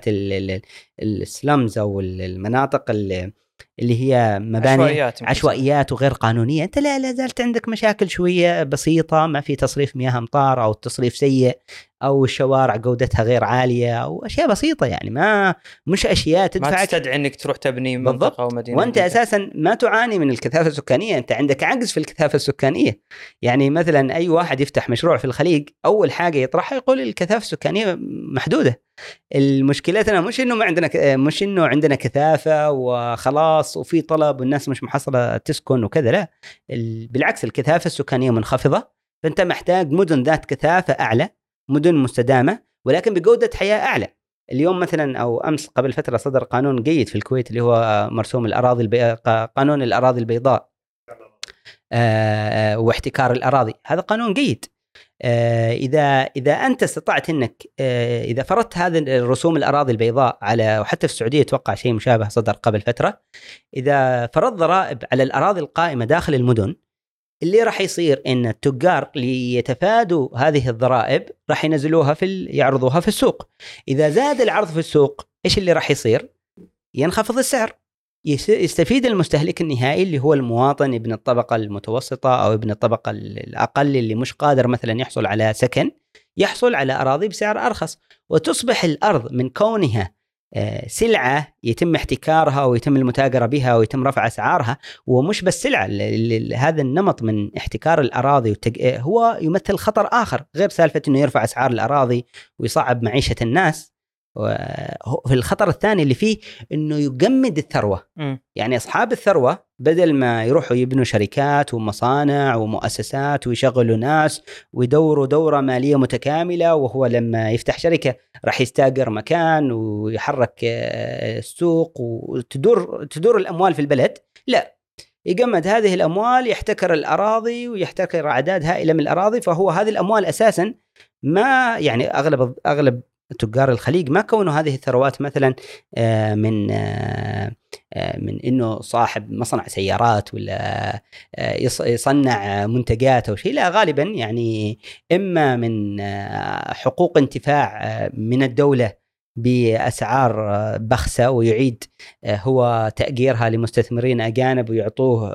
السلمز أو المناطق اللي هي مباني عشوائيات, عشوائيات وغير قانونية. أنت لا لا زالت عندك مشاكل شوية بسيطة، ما في تصريف مياه أمطار أو تصريف سيء، أو الشوارع جودتها غير عالية، أو أشياء بسيطة يعني، ما مش أشياء تدفعك ما تستدعي إنك تروح تبني منطقة أو مدينة. وأنت جديدة. أساسا ما تعاني من الكثافة السكانية، أنت عندك عجز في الكثافة السكانية. يعني مثلا أي واحد يفتح مشروع في الخليج أول حاجة يطرحها يقول الكثافة السكانية محدودة. المشكلتنا مش إنه ما عندنا مش إنه عندنا كثافة وخلاص وفي طلب والناس مش محصلة تسكن وكذا، لا بالعكس، الكثافة السكانية منخفضة، فأنت محتاج مدن ذات كثافة أعلى، مدن مستدامة ولكن بجودة حياة أعلى. اليوم مثلا أو أمس قبل فترة صدر قانون جيد في الكويت اللي هو مرسوم الأراضي البي... قانون الأراضي البيضاء آه واحتكار الأراضي. هذا قانون جيد. آه إذا إذا أنت استطعت أنك آه إذا فرضت هذا الرسوم الأراضي البيضاء على، وحتى في السعودية توقع شيء مشابه صدر قبل فترة، إذا فرض ضرائب على الأراضي القائمة داخل المدن، اللي راح يصير إن التجار ليتفادوا هذه الضرائب راح ينزلوها في يعرضوها في السوق. إذا زاد العرض في السوق إيش اللي راح يصير؟ ينخفض السعر، يستفيد المستهلك النهائي اللي هو المواطن ابن الطبقة المتوسطة أو ابن الطبقة الأقل اللي مش قادر مثلا يحصل على سكن، يحصل على أراضي بسعر أرخص، وتصبح الأرض من كونها سلعة يتم احتكارها ويتم المتاجرة بها ويتم رفع أسعارها. ومش بس سلعة، هذا النمط من احتكار الأراضي هو يمثل خطر آخر غير سالفة أنه يرفع أسعار الأراضي ويصعب معيشة الناس. في الخطر الثاني اللي فيه أنه يجمد الثروة. م. يعني أصحاب الثروة بدل ما يروحوا يبنوا شركات ومصانع ومؤسسات ويشغلوا ناس ويدوروا دورة مالية متكاملة، وهو لما يفتح شركة راح يستاجر مكان ويحرك السوق وتدور تدور الأموال في البلد، لا، يجمد هذه الأموال، يحتكر الأراضي ويحتكر أعداد هائلة من الأراضي. فهو هذه الأموال أساسا ما يعني أغلب أغلب تجار الخليج ما كونوا هذه الثروات مثلا من من إنه صاحب مصنع سيارات ولا يصنع منتجات أو شيء، لا، غالبا يعني إما من حقوق انتفاع من الدولة بأسعار بخسة ويعيد هو تأجيرها لمستثمرين أجانب ويعطوه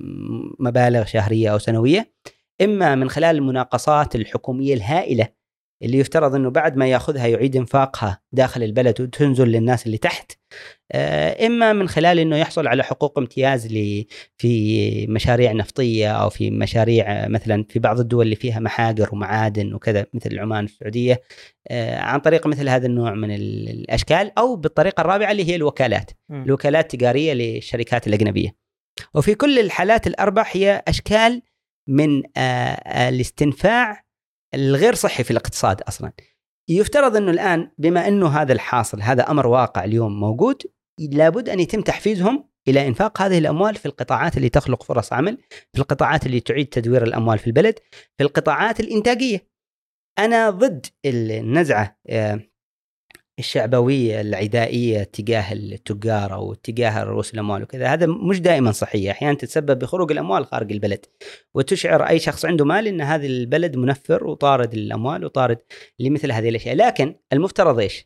مبالغ شهرية أو سنوية، إما من خلال المناقصات الحكومية الهائلة اللي يفترض أنه بعد ما يأخذها يعيد إنفاقها داخل البلد وتنزل للناس اللي تحت، إما من خلال أنه يحصل على حقوق امتياز في مشاريع نفطية أو في مشاريع مثلا في بعض الدول اللي فيها محاجر ومعادن وكذا مثل عمان والسعودية، عن طريق مثل هذا النوع من الأشكال، أو بالطريقة الرابعة اللي هي الوكالات م. الوكالات التجارية للشركات الأجنبية. وفي كل الحالات الأربع هي أشكال من الاستنفاع الغير صحي في الاقتصاد أصلا. يفترض أنه الآن بما أنه هذا الحاصل، هذا أمر واقع اليوم موجود، لابد أن يتم تحفيزهم إلى إنفاق هذه الأموال في القطاعات اللي تخلق فرص عمل، في القطاعات اللي تعيد تدوير الأموال في البلد، في القطاعات الإنتاجية. أنا ضد النزعة الشعبوية العدائية تجاه التجار أو تجاه رؤوس الأموال وكذا، هذا مش دائما صحيح. أحيانا تتسبب بخروج الأموال خارج البلد، وتشعر أي شخص عنده مال إن هذا البلد منفر وطارد الأموال وطارد لمثل هذه الأشياء. لكن المفترض إيش؟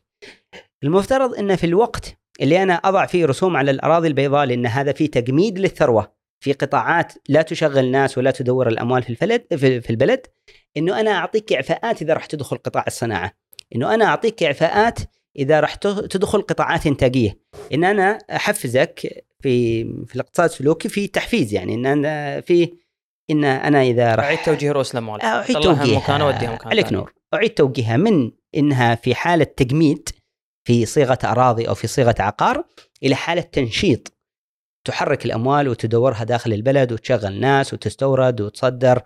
المفترض إن في الوقت اللي أنا أضع فيه رسوم على الأراضي البيضاء، لأن هذا فيه تجميد للثروة في قطاعات لا تشغل ناس ولا تدور الأموال في البلد في البلد إنه أنا أعطيك إعفاءات إذا رح تدخل قطاع الصناعة، إنه أنا أعطيك إعفاءات إذا رح تدخل قطاعات إنتاجية، إن أنا أحفزك في في الاقتصاد السلوكي في تحفيز، يعني إن أنا في إن أنا إذا رح أعيد توجيه رؤوس الأموال، أعيد توجيهها عليك نور، أعيد توجيهها من إنها في حالة تجميد في صيغة أراضي أو في صيغة عقار إلى حالة تنشيط، تحرك الأموال وتدورها داخل البلد وتشغل ناس وتستورد وتصدر،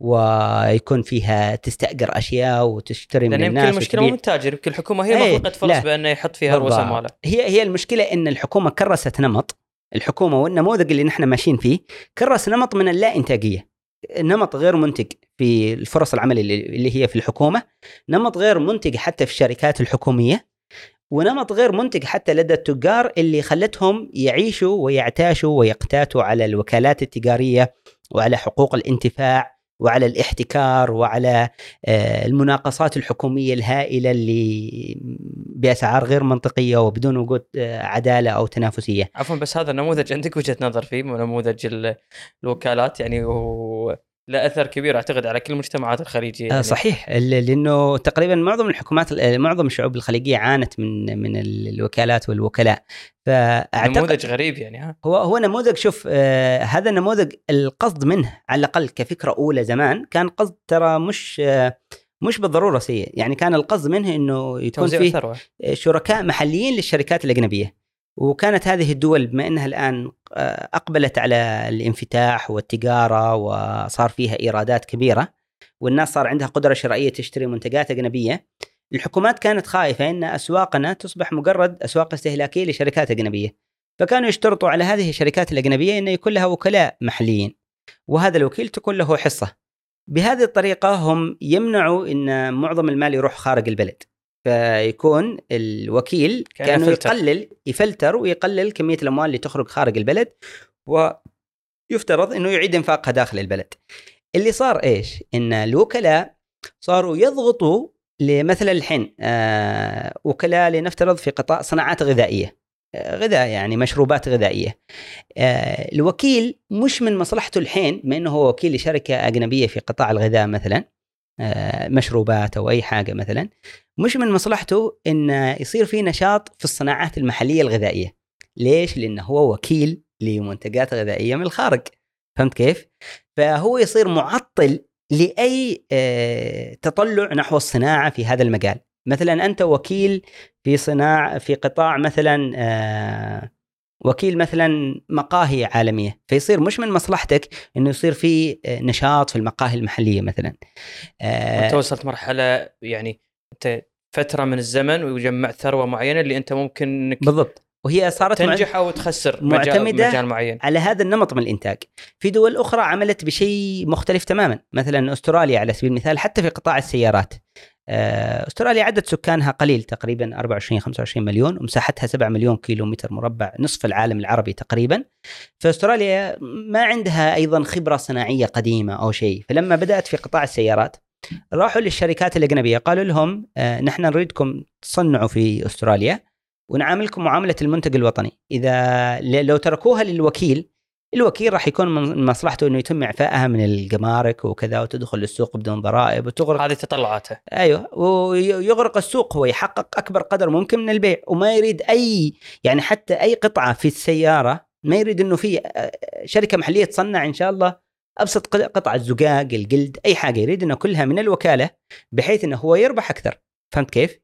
ويكون فيها تستأجر أشياء وتشتري من الناس. يمكن المشكلة مو التاجر، يمكن الحكومة هي المفروض تفرص بأنه يحط فيها رؤوس أمواله. هي هي المشكلة إن الحكومة كرست نمط، الحكومة والنموذج اللي نحن ماشيين فيه كرس نمط من اللا إنتاجية، نمط غير منتج في الفرص العمل اللي هي في الحكومة، نمط غير منتج حتى في الشركات الحكومية، ونمط غير منتج حتى لدى التجار اللي خلتهم يعيشوا ويعتاشوا ويقتاتوا على الوكالات التجارية وعلى حقوق الانتفاع وعلى الاحتكار وعلى المناقصات الحكومية الهائلة اللي بأسعار غير منطقية وبدون وجود عدالة أو تنافسية. عفوا بس هذا النموذج عندك وجهة نظر فيه، نموذج الوكالات يعني هو لا أثر كبير أعتقد على كل المجتمعات الخليجية يعني. صحيح، لأنه تقريبا معظم الحكومات معظم الشعوب الخليجية عانت من من الوكالات والوكلاء، فأعتقد نموذج غريب يعني. ها هو هو نموذج، شوف آه هذا النموذج القصد منه على الأقل كفكرة أولى زمان كان قصد ترى مش آه مش بالضرورة سيء، يعني كان القصد منه إنه يكون فيه شركاء محليين للشركات الأجنبية، وكانت هذه الدول بما أنها الآن أقبلت على الانفتاح والتجارة وصار فيها إيرادات كبيرة والناس صار عندها قدرة شرائية تشتري منتجات أجنبية، الحكومات كانت خائفة أن أسواقنا تصبح مجرد أسواق استهلاكية لشركات أجنبية، فكانوا يشترطوا على هذه الشركات الأجنبية أن يكون لها وكلاء محليين، وهذا الوكيل تكون له حصة. بهذه الطريقة هم يمنعوا أن معظم المال يروح خارج البلد، فيكون الوكيل كانوا يقلل يفلتر ويقلل كمية الأموال اللي تخرج خارج البلد، ويفترض أنه يعيد إنفاقها داخل البلد. اللي صار إيش؟ إن الوكلاء صاروا يضغطوا لمثل الحين آه وكلاء لنفترض في قطاع صناعات غذائية، آه غذاء يعني مشروبات غذائية، آه الوكيل مش من مصلحته الحين ما إنه هو وكيل لشركة أجنبية في قطاع الغذاء مثلا آه مشروبات أو أي حاجة مثلا، مش من مصلحته إن يصير في نشاط في الصناعات المحلية الغذائية. ليش؟ لأنه هو وكيل لمنتجات غذائية من الخارج، فهمت كيف؟ فهو يصير معطل لأي اه تطلع نحو الصناعة في هذا المجال. مثلا أنت وكيل في صناعة في قطاع مثلا اه وكيل مثلا مقاهي عالمية، فيصير مش من مصلحتك إنه يصير في نشاط في المقاهي المحلية مثلا. اه أنت وصلت مرحلة يعني أنت فترة من الزمن ويجمع ثروة معينة اللي أنت ممكن بالضبط، وهي صارت تنجح أو تخسر معتمدة مجال معين على هذا النمط من الإنتاج. في دول أخرى عملت بشيء مختلف تماما، مثلا أستراليا على سبيل المثال، حتى في قطاع السيارات. أستراليا عدد سكانها قليل تقريبا أربعة وعشرين خمسة وعشرين مليون، ومساحتها سبعة مليون كيلو متر مربع، نصف العالم العربي تقريبا. فأستراليا ما عندها أيضا خبرة صناعية قديمة أو شيء، فلما بدأت في قطاع السيارات راحوا للشركات الأجنبية قالوا لهم آه نحن نريدكم تصنعوا في أستراليا ونعاملكم معاملة المنتج الوطني. إذا لو تركوها للوكيل الوكيل راح يكون من مصلحته انه يتم اعفائها من الجمارك وكذا وتدخل السوق بدون ضرائب وتغرق. هذه تطلعاته. ايوه، ويغرق السوق، هو يحقق اكبر قدر ممكن من البيع وما يريد اي يعني حتى اي قطعه في السياره ما يريد انه في شركه محليه تصنع ان شاء الله ابسط قطعه زجاج الجلد اي حاجه، يريد انه كلها من الوكاله بحيث انه هو يربح اكثر. فهمت كيف؟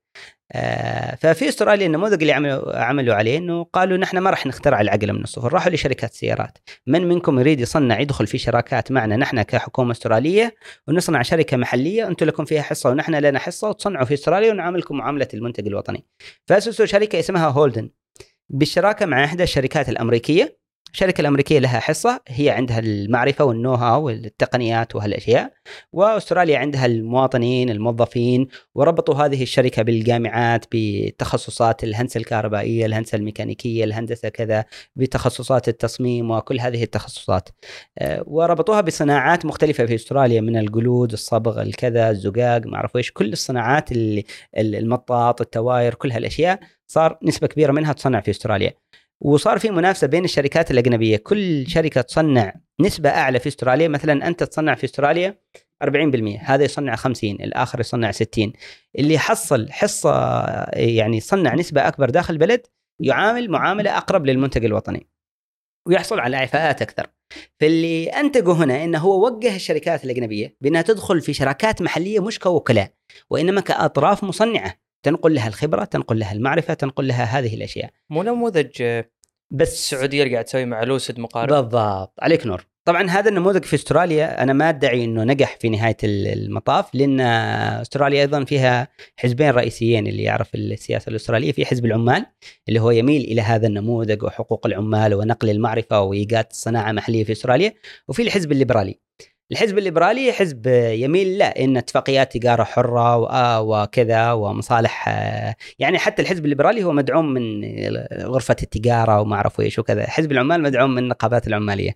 آه ففي استراليا النموذج اللي عملوا عملوا عليه انه قالوا نحن ما راح نخترع العجله من الصفر، راحوا لشركات السيارات، من منكم يريد يصنع يدخل في شراكات معنا نحن كحكومه استراليه ونصنع شركه محليه انتم لكم فيها حصه ونحن لنا حصه وتصنعوا في استراليا ونعاملكم معامله المنتج الوطني. فاسسوا شركه اسمها هولدن بالشراكه مع احدى الشركات الامريكيه. الشركة الأمريكية لها حصة، هي عندها المعرفة والنوها والتقنيات وهالأشياء، وأستراليا عندها المواطنين الموظفين، وربطوا هذه الشركة بالجامعات بتخصصات الهندسة الكهربائية، الهندسة الميكانيكية، الهندسة كذا، بتخصصات التصميم وكل هذه التخصصات، وربطوها بصناعات مختلفة في أستراليا من الجلود، الصبغ، الكذا، الزجاج، ما أعرف إيش، كل الصناعات اللي المطاط، التواير، كل هالأشياء صار نسبة كبيرة منها تصنع في أستراليا. وصار في منافسة بين الشركات الأجنبية، كل شركة تصنع نسبة أعلى في أستراليا. مثلا أنت تصنع في أستراليا أربعين بالمئة، هذا يصنع خمسين، الآخر يصنع ستين. اللي حصل حصة يعني صنع نسبة أكبر داخل البلد يعامل معاملة أقرب للمنتج الوطني ويحصل على إعفاءات أكثر. فاللي أنتجه هنا إنه هو وجه الشركات الأجنبية بأنها تدخل في شراكات محلية مش كوكلاء وإنما كأطراف مصنعة، تنقل لها الخبرة، تنقل لها المعرفة، تنقل لها هذه الأشياء. مو نموذج بس السعودية اللي قاعد تسوي مع لوسيد مقارب. بالضبط، عليك نور. طبعا هذا النموذج في استراليا أنا ما أدعي أنه نجح في نهاية المطاف، لأن استراليا أيضا فيها حزبين رئيسيين. اللي يعرف السياسة الأسترالية، في حزب العمال اللي هو يميل إلى هذا النموذج وحقوق العمال ونقل المعرفة وإيجاد الصناعة محلية في استراليا، وفي الحزب الليبرالي. الحزب الليبرالي حزب يميل لا إن اتفاقيات تجارة حرة وكذا ومصالح، يعني حتى الحزب الليبرالي هو مدعوم من غرفة التجارة وما أعرف إيش وكذا. حزب العمال مدعوم من النقابات العمالية.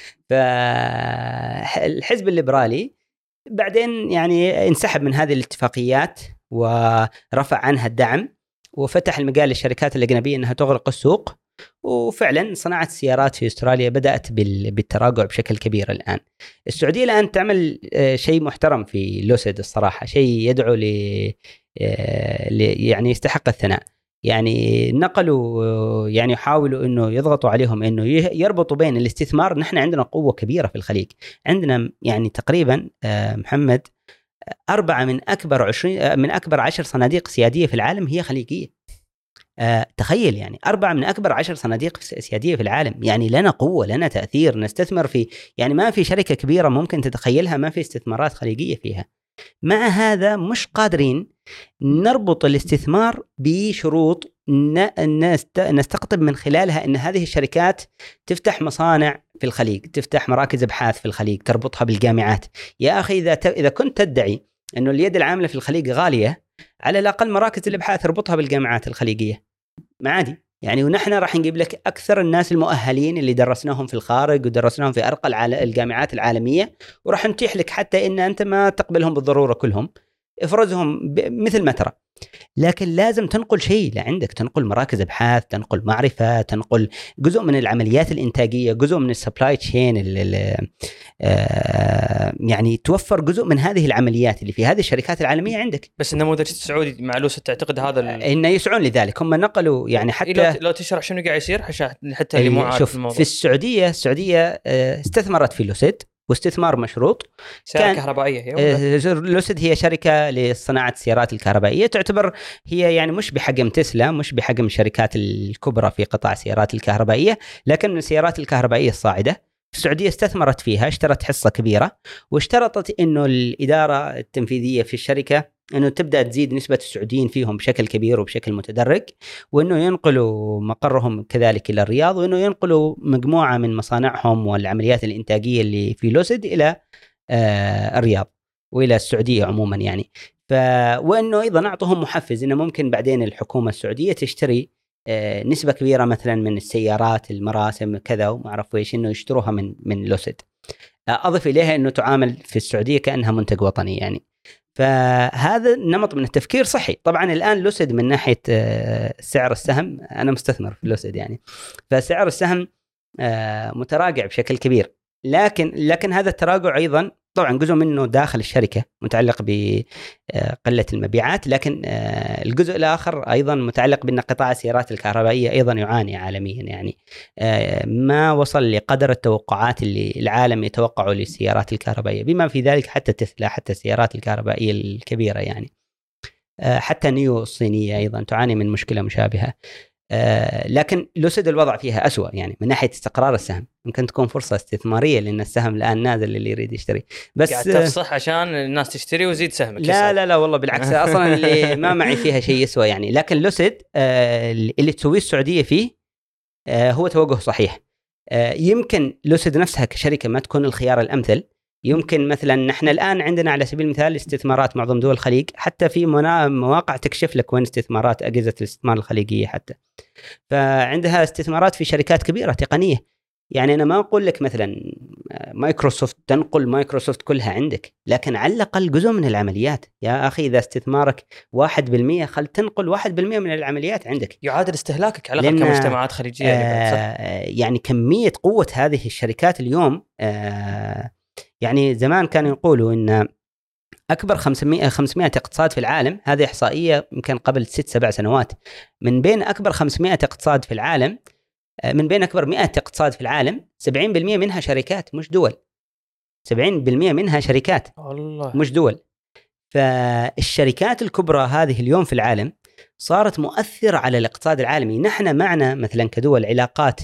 فالحزب الليبرالي بعدين يعني انسحب من هذه الاتفاقيات ورفع عنها الدعم وفتح المجال للشركات الأجنبية أنها تغرق السوق. وفعلا صناعة السيارات في أستراليا بدأت بالتراجع بشكل كبير الآن. السعودية الآن تعمل شيء محترم في لوسيد الصراحة، شيء يدعو ل يعني يستحق الثناء. يعني نقلوا يعني يحاولوا إنه يضغطوا عليهم إنه يربطوا بين الاستثمار. نحن عندنا قوة كبيرة في الخليج، عندنا يعني تقريبا محمد أربعة من أكبر عشرين من أكبر عشر صناديق سيادية في العالم هي خليجية. أه تخيل يعني أربعة من أكبر عشر صناديق سيادية في العالم، يعني لنا قوة، لنا تأثير، نستثمر في، يعني ما في شركة كبيرة ممكن تتخيلها ما في استثمارات خليجية فيها. مع هذا مش قادرين نربط الاستثمار بشروط نستقطب من خلالها أن هذه الشركات تفتح مصانع في الخليج، تفتح مراكز ابحاث في الخليج، تربطها بالجامعات. يا أخي إذا إذا كنت تدعي أنه اليد العاملة في الخليج غالية، على الأقل مراكز الابحاث اربطها بالجامعات الخليجية، ما عادي يعني. ونحن راح نجيب لك أكثر الناس المؤهلين اللي درسناهم في الخارج ودرسناهم في أرقى الجامعات العالمية، وراح نتيح لك حتى إن أنت ما تقبلهم بالضرورة كلهم، افرزهم مثل ما ترى. لكن لازم تنقل شيء لعندك، تنقل مراكز ابحاث، تنقل معرفه، تنقل جزء من العمليات الانتاجيه، جزء من السبلاي تشين، يعني توفر جزء من هذه العمليات اللي في هذه الشركات العالميه عندك. بس النموذج السعودي مع لوسيد تعتقد هذا ال... انه يسعون لذلك، هم نقلوا يعني حتى لو تشرح شنو قاعد يصير حتى اللي مو عارف الموضوع. في السعوديه السعوديه استثمرت في لوسيد واستثمار مشروط. سيارة كهربائية هي لوسيد هي شركة لصناعة السيارات الكهربائية، تعتبر هي يعني مش بحجم تسلا، مش بحجم الشركات الكبرى في قطاع السيارات الكهربائية، لكن من السيارات الكهربائية الصاعدة. السعودية استثمرت فيها، اشترت حصة كبيرة، واشترطت إنه الإدارة التنفيذية في الشركة أنه تبدأ تزيد نسبة السعوديين فيهم بشكل كبير وبشكل متدرج، وأنه ينقلوا مقرهم كذلك إلى الرياض، وأنه ينقلوا مجموعة من مصانعهم والعمليات الإنتاجية اللي في لوسيد إلى آه الرياض وإلى السعودية عموما يعني. ف... وأنه أيضا أعطوهم محفز إنه ممكن بعدين الحكومة السعودية تشتري آه نسبة كبيرة مثلا من السيارات، المراسم كذا وما أعرف إيش، إنه يشتروها من من لوسيد. أضف إليها إنه تعامل في السعودية كأنها منتج وطني يعني. فهذا نمط من التفكير صحي. طبعا الآن لوسيد من ناحية سعر السهم، أنا مستثمر في لوسيد يعني، فسعر السهم متراجع بشكل كبير. لكن لكن هذا التراجع ايضا طبعا جزء منه داخل الشركه متعلق بقله المبيعات، لكن الجزء الاخر ايضا متعلق بان قطاع السيارات الكهربائيه ايضا يعاني عالميا، يعني ما وصل لقدر التوقعات اللي العالم يتوقعه للسيارات الكهربائيه، بما في ذلك حتى تسلا، حتى السيارات الكهربائيه الكبيره يعني، حتى نيو الصينيه ايضا تعاني من مشكله مشابهه. آه لكن لوسيد الوضع فيها أسوأ، يعني من ناحية استقرار السهم يمكن تكون فرصة استثمارية لأن السهم الآن نازل اللي يريد يشتري، بس قاعد تفصح عشان الناس تشتري وزيد سهمك. لا لا لا والله بالعكس أصلا اللي ما معي فيها شيء يسوى يعني. لكن لوسيد آه اللي تسويه السعودية فيه آه هو توجه صحيح. آه يمكن لوسيد نفسها كشركة ما تكون الخيار الأمثل. يمكن مثلا نحن الآن عندنا على سبيل المثال استثمارات معظم دول الخليج، حتى في مواقع تكشف لك وين استثمارات أجهزة الاستثمار الخليجية حتى، فعندها استثمارات في شركات كبيرة تقنية. يعني أنا ما أقول لك مثلا مايكروسوفت تنقل مايكروسوفت كلها عندك، لكن على الأقل جزء من العمليات يا أخي. إذا استثمارك واحد بالمية خل تنقل واحد بالمية من العمليات عندك، يعادل استهلاكك على الأقل كمجتمعات خليجية. آه يعني كمية قوة هذه الشركات اليوم آه يعني زمان كانوا يقولوا إن أكبر خمسمائة خمسمائة اقتصاد في العالم، هذه إحصائية يمكن قبل ست سبع سنوات، من بين أكبر خمسمائة اقتصاد في العالم، من بين أكبر مئة اقتصاد في العالم سبعين بالمئة منها شركات مش دول. سبعين بالمئة منها شركات الله. مش دول. فالشركات الكبرى هذه اليوم في العالم صارت مؤثرة على الاقتصاد العالمي. نحن معنا مثلا كدول علاقات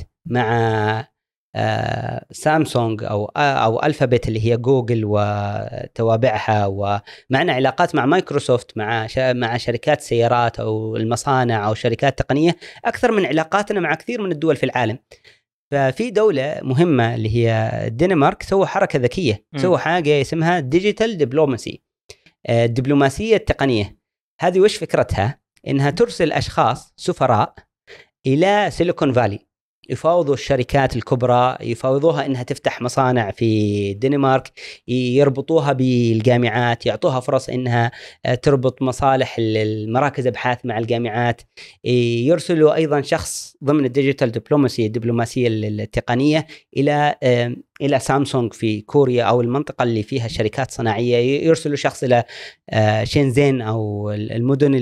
مع آه سامسونج أو أو ألفابت اللي هي جوجل وتوابعها، ومعنا علاقات مع مايكروسوفت، مع مع شركات سيارات أو المصانع أو شركات تقنية أكثر من علاقاتنا مع كثير من الدول في العالم. ففي دولة مهمة اللي هي الدنمارك سووا حركة ذكية، سووا حاجة اسمها ديجيتال دبلوماسي، الدبلوماسية التقنية. هذه وش فكرتها؟ إنها ترسل أشخاص سفراء إلى سيليكون فالي يفاوضوا الشركات الكبرى، يفاوضوها إنها تفتح مصانع في الدنمارك، يربطوها بالجامعات، يعطوها فرص إنها تربط مصالح المراكز أبحاث مع الجامعات، يرسلوا أيضا شخص ضمن الديجيتال دبلوماسي الدبلوماسية التقنية إلى إلى سامسونج في كوريا أو المنطقة اللي فيها شركات صناعية، يرسلوا شخص إلى شينزين أو المدن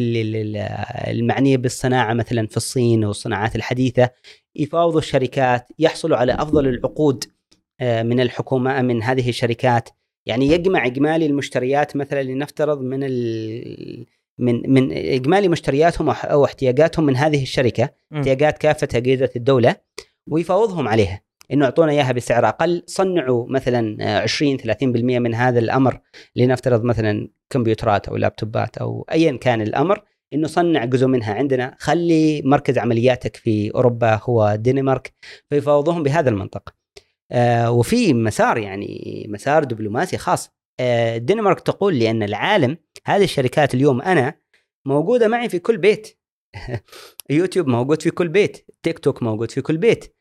المعنية بالصناعة مثلا في الصين والصناعات الحديثة، يفاوضوا الشركات، يحصلوا على أفضل العقود من الحكومة من هذه الشركات. يعني يجمع إجمالي المشتريات مثلا لنفترض من ال من من إجمالي مشترياتهم أو احتياجاتهم من هذه الشركة، احتياجات كافة أجهزة الدولة، ويفاوضهم عليها إنه أعطونا إياها بسعر أقل، صنعوا مثلا عشرين ثلاثين بالمئة من هذا الأمر، لنفترض مثلا كمبيوترات أو لابتوبات أو أيا كان الأمر، إنه صنع جزء منها عندنا، خلي مركز عملياتك في أوروبا هو الدنمارك، فيفاوضوهم بهذا المنطق. آه وفي مسار يعني مسار دبلوماسي خاص. آه الدنمارك تقول لأن العالم هذه الشركات اليوم أنا موجودة معي في كل بيت يوتيوب موجود في كل بيت، تيك توك موجود في كل بيت،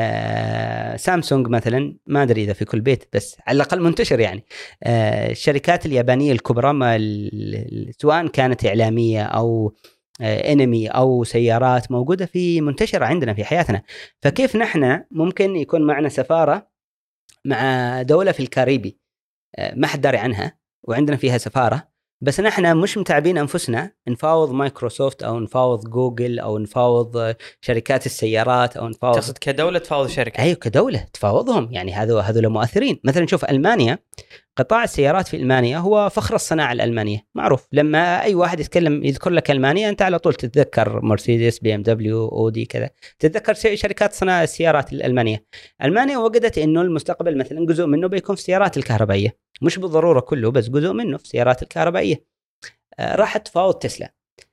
آه سامسونج مثلا ما أدري إذا في كل بيت بس على الأقل منتشر يعني. آه الشركات اليابانية الكبرى ما سواء كانت إعلامية أو آه انمي أو سيارات موجودة في منتشرة عندنا في حياتنا. فكيف نحن ممكن يكون معنا سفارة مع دولة في الكاريبي آه ما حد داري عنها وعندنا فيها سفارة، بس نحن مش متعبين أنفسنا نفاوض مايكروسوفت أو نفاوض جوجل أو نفاوض شركات السيارات أو نفاوض. تقصد كدولة تفاوض شركة؟ أيوة كدولة تفاوضهم، يعني هذول هذول مؤثرين. مثلا شوف ألمانيا، قطاع السيارات في ألمانيا هو فخر الصناعة الألمانية معروف. لما أي واحد يتكلم يذكر لك ألمانيا أنت على طول تتذكر مرسيدس، بي ام دبليو، أودي كذا، تتذكر شركات صناعة السيارات الألمانية. ألمانيا وجدت إنه المستقبل مثلا جزء منه بيكون في السيارات الكهربائية، مش بالضرورة كله بس جزء منه في السيارات الكهربائية. آه راحت تفاوض تسلا،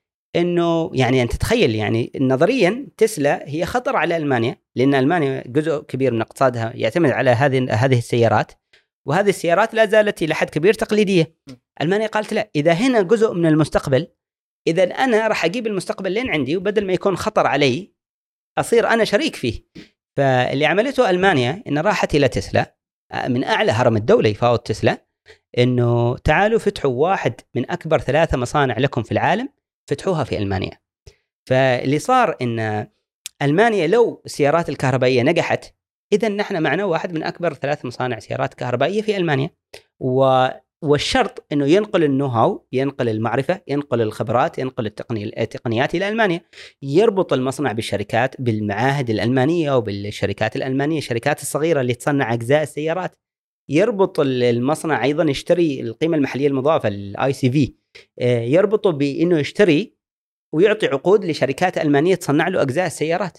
إنه يعني أنت تتخيل يعني نظريا تسلا هي خطر على ألمانيا، لأن ألمانيا جزء كبير من اقتصادها يعتمد على هذه هذه السيارات، وهذه السيارات لا زالت إلى حد كبير تقليدية. ألمانيا قالت لا، إذا هنا جزء من المستقبل، إذا أنا راح أجيب المستقبل لين عندي، وبدل ما يكون خطر علي أصير أنا شريك فيه. فاللي عملته ألمانيا إن راحت إلى تسلا من أعلى هرم الدولة يفاوض تسلا، إنه تعالوا فتحوا واحد من أكبر ثلاثة مصانع لكم في العالم، فتحوها في ألمانيا. فاللي صار إن ألمانيا لو السيارات الكهربائية نجحت إذا نحن معنا واحد من أكبر ثلاث مصانع سيارات كهربائية في ألمانيا، و والشرط أنه ينقل النو هاو، ينقل المعرفة، ينقل الخبرات، ينقل التقني... التقنيات إلى ألمانيا، يربط المصنع بالشركات، بالمعاهد الألمانية وبالشركات الألمانية، الشركات الصغيرة اللي تصنع أجزاء السيارات، يربط المصنع أيضا يشتري القيمة المحلية المضافة الاي سي في، يربطه بأنه يشتري ويعطي عقود لشركات ألمانية تصنع له أجزاء السيارات،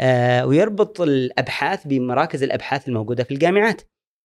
ويربط الأبحاث بمراكز الأبحاث الموجودة في الجامعات.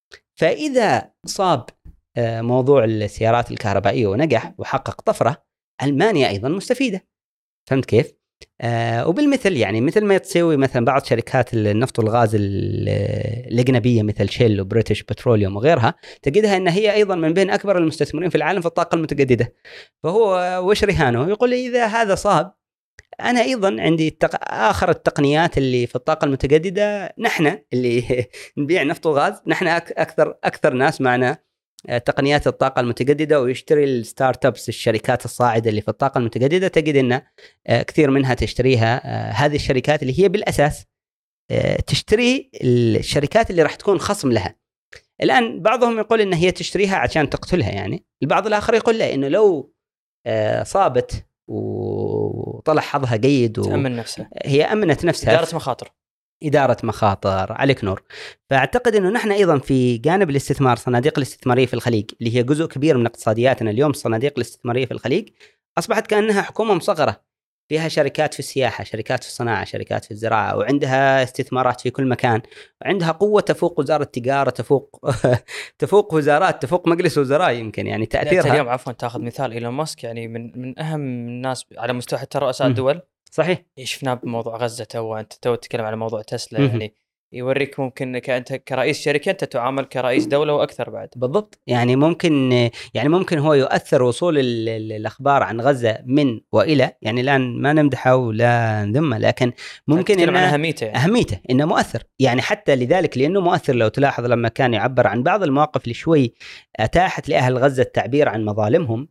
فإذا صاب موضوع السيارات الكهربائية ونجح وحقق طفرة، ألمانيا أيضا مستفيدة. فهمت كيف؟ آه وبالمثل يعني مثل ما تسوي مثلا بعض شركات النفط والغاز الأجنبية مثل شيل وبريتش بتروليوم وغيرها، تجدها أن هي أيضا من بين أكبر المستثمرين في العالم في الطاقة المتجددة. فهو وش رهانه؟ يقول لي إذا هذا صاب أنا أيضا عندي التق... آخر التقنيات اللي في الطاقة المتجددة، نحن اللي نبيع نفط وغاز، نحن أكثر أكثر ناس معنا تقنيات الطاقة المتجددة. ويشتري الستارت ابس الشركات الصاعدة اللي في الطاقة المتجددة، تجد أن كثير منها تشتريها هذه الشركات اللي هي بالأساس تشتري الشركات اللي راح تكون خصم لها. الآن بعضهم يقول إن هي تشتريها عشان تقتلها، يعني البعض الآخر يقول لا، إنه لو صابت وطلع حظها جيد و... تأمن نفسها، هي أمنت نفسها. إدارة مخاطر إدارة مخاطر، عليك نور. فأعتقد أنه نحن أيضا في جانب الاستثمار، صناديق الاستثمارية في الخليج اللي هي جزء كبير من اقتصادياتنا اليوم، الصناديق الاستثمارية في الخليج أصبحت كأنها حكومة مصغرة، فيها شركات في السياحة، شركات في الصناعة، شركات في الزراعة، وعندها استثمارات في كل مكان، وعندها قوة تفوق وزارة التجارة، تفوق تفوق وزارات، تفوق مجلس وزراء يمكن، يعني تأثيرها. اليوم عفوا تأخذ مثال إيلون ماسك، يعني من من أهم الناس على مستوى حتى رؤساء الدول. صحيح. شفناه بموضوع غزة، تو أنت تو تتكلم على موضوع تسلا، يعني يوريك ممكن كأنت كرئيس شركة أنت تعامل كرئيس دولة وأكثر بعد. بالضبط. يعني ممكن يعني ممكن هو يؤثر وصول الأخبار عن غزة من وإلى، يعني الآن ما نمدحه ولا نذمه، لكن ممكن إنه أهميته يعني. أهميته إنه مؤثر، يعني حتى لذلك لأنه مؤثر. لو تلاحظ لما كان يعبر عن بعض المواقف اللي شوي أتاحت لأهل غزة التعبير عن مظالمهم،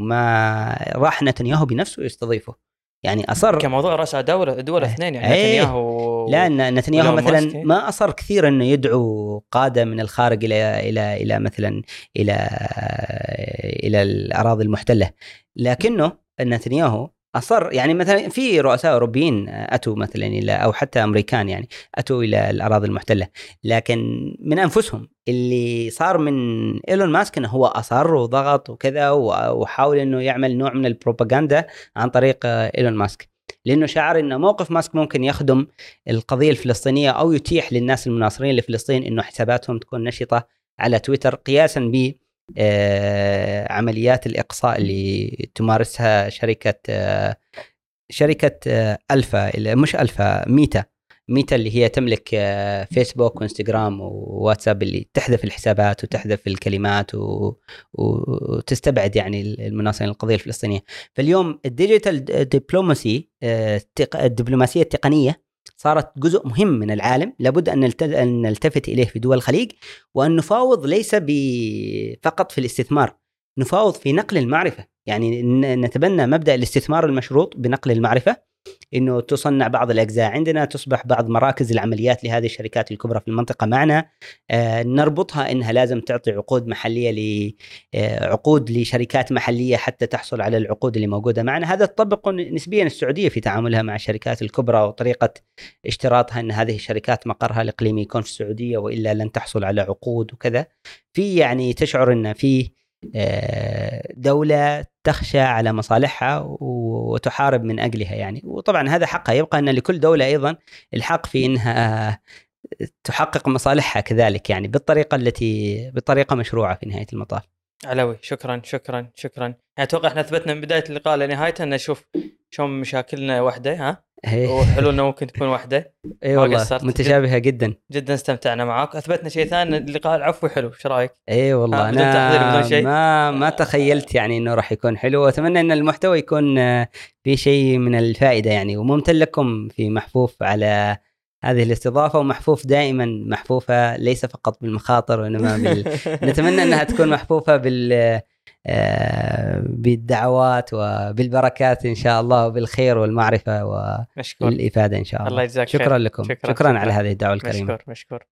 وما راح نتنياهو بنفسه يستضيفه، يعني أصر كموضوع رأساء دولة دول اثنين، يعني نتنياهو. لا نتنياهو مثلا ما أصر كثير إنه يدعو قادة من الخارج إلى إلى إلى مثلا إلى إلى الأراضي المحتلة، لكنه نتنياهو أصر يعني مثلا في رؤساء أوروبيين أتوا مثلا إلى، أو حتى أمريكان يعني أتوا إلى الأراضي المحتلة، لكن من أنفسهم اللي صار من إيلون ماسك إنه هو أصر وضغط وكذا، وحاول إنه يعمل نوع من البروباغندا عن طريق إيلون ماسك، لأنه شعر إنه موقف ماسك ممكن يخدم القضية الفلسطينية أو يتيح للناس المناصرين لفلسطين إنه حساباتهم تكون نشطة على تويتر، قياسا ب آه عمليات الإقصاء اللي تمارسها شركة آه شركة آه ألفا، مش ألفا، ميتا ميتا اللي هي تملك آه فيسبوك وإنستغرام وواتساب، اللي تحذف الحسابات وتحذف الكلمات و... وتستبعد يعني المناصرين القضية الفلسطينية. فاليوم الديجيتال دبلوماسي آه الدبلوماسية التقنية صارت جزء مهم من العالم، لابد أن نلتفت إليه في دول الخليج، وأن نفاوض ليس فقط في الاستثمار، نفاوض في نقل المعرفة. يعني نتبنى مبدأ الاستثمار المشروط بنقل المعرفة، إنه تصنع بعض الأجزاء عندنا، تصبح بعض مراكز العمليات لهذه الشركات الكبرى في المنطقة معنا، آه نربطها إنها لازم تعطي عقود محلية لعقود لشركات محلية حتى تحصل على العقود اللي موجودة معنا. هذا تطبق نسبيا السعودية في تعاملها مع الشركات الكبرى، وطريقة اشتراطها أن هذه الشركات مقرها الإقليمي يكون في السعودية، وإلا لن تحصل على عقود وكذا. في يعني تشعر أن في دولة تخشى على مصالحها وتحارب من أجلها يعني. وطبعا هذا حقها، يبقى أن لكل دولة أيضا الحق في أنها تحقق مصالحها كذلك، يعني بالطريقة التي بطريقة مشروعة في نهاية المطاف. علوي شكرا شكرا شكرا. يعني أتوقع إحنا أثبتنا من بداية اللقاء لنهايته أن نشوف شلون مشاكلنا واحدة، ها وحلولنا ممكن تكون واحدة. اي والله متشابهة جدا جدا. استمتعنا معك، اثبتنا شيء ثاني، اللقاء العفوي حلو. ايش رايك؟ اي والله انا ما ما تخيلت يعني انه راح يكون حلو، واتمنى ان المحتوى يكون في شيء من الفائدة يعني. وممتن لكم في محفوف على هذه الاستضافة، ومحفوف دائما محفوفة ليس فقط بالمخاطر وإنما بال... نتمنى أنها تكون محفوفة بال بالدعوات وبالبركات إن شاء الله، وبالخير والمعرفة والإفادة إن شاء الله. الله يجزاك شكرا خير. لكم، شكرا, شكرا, شكرا على هذه الدعوة الكريمة. مشكور مشكور.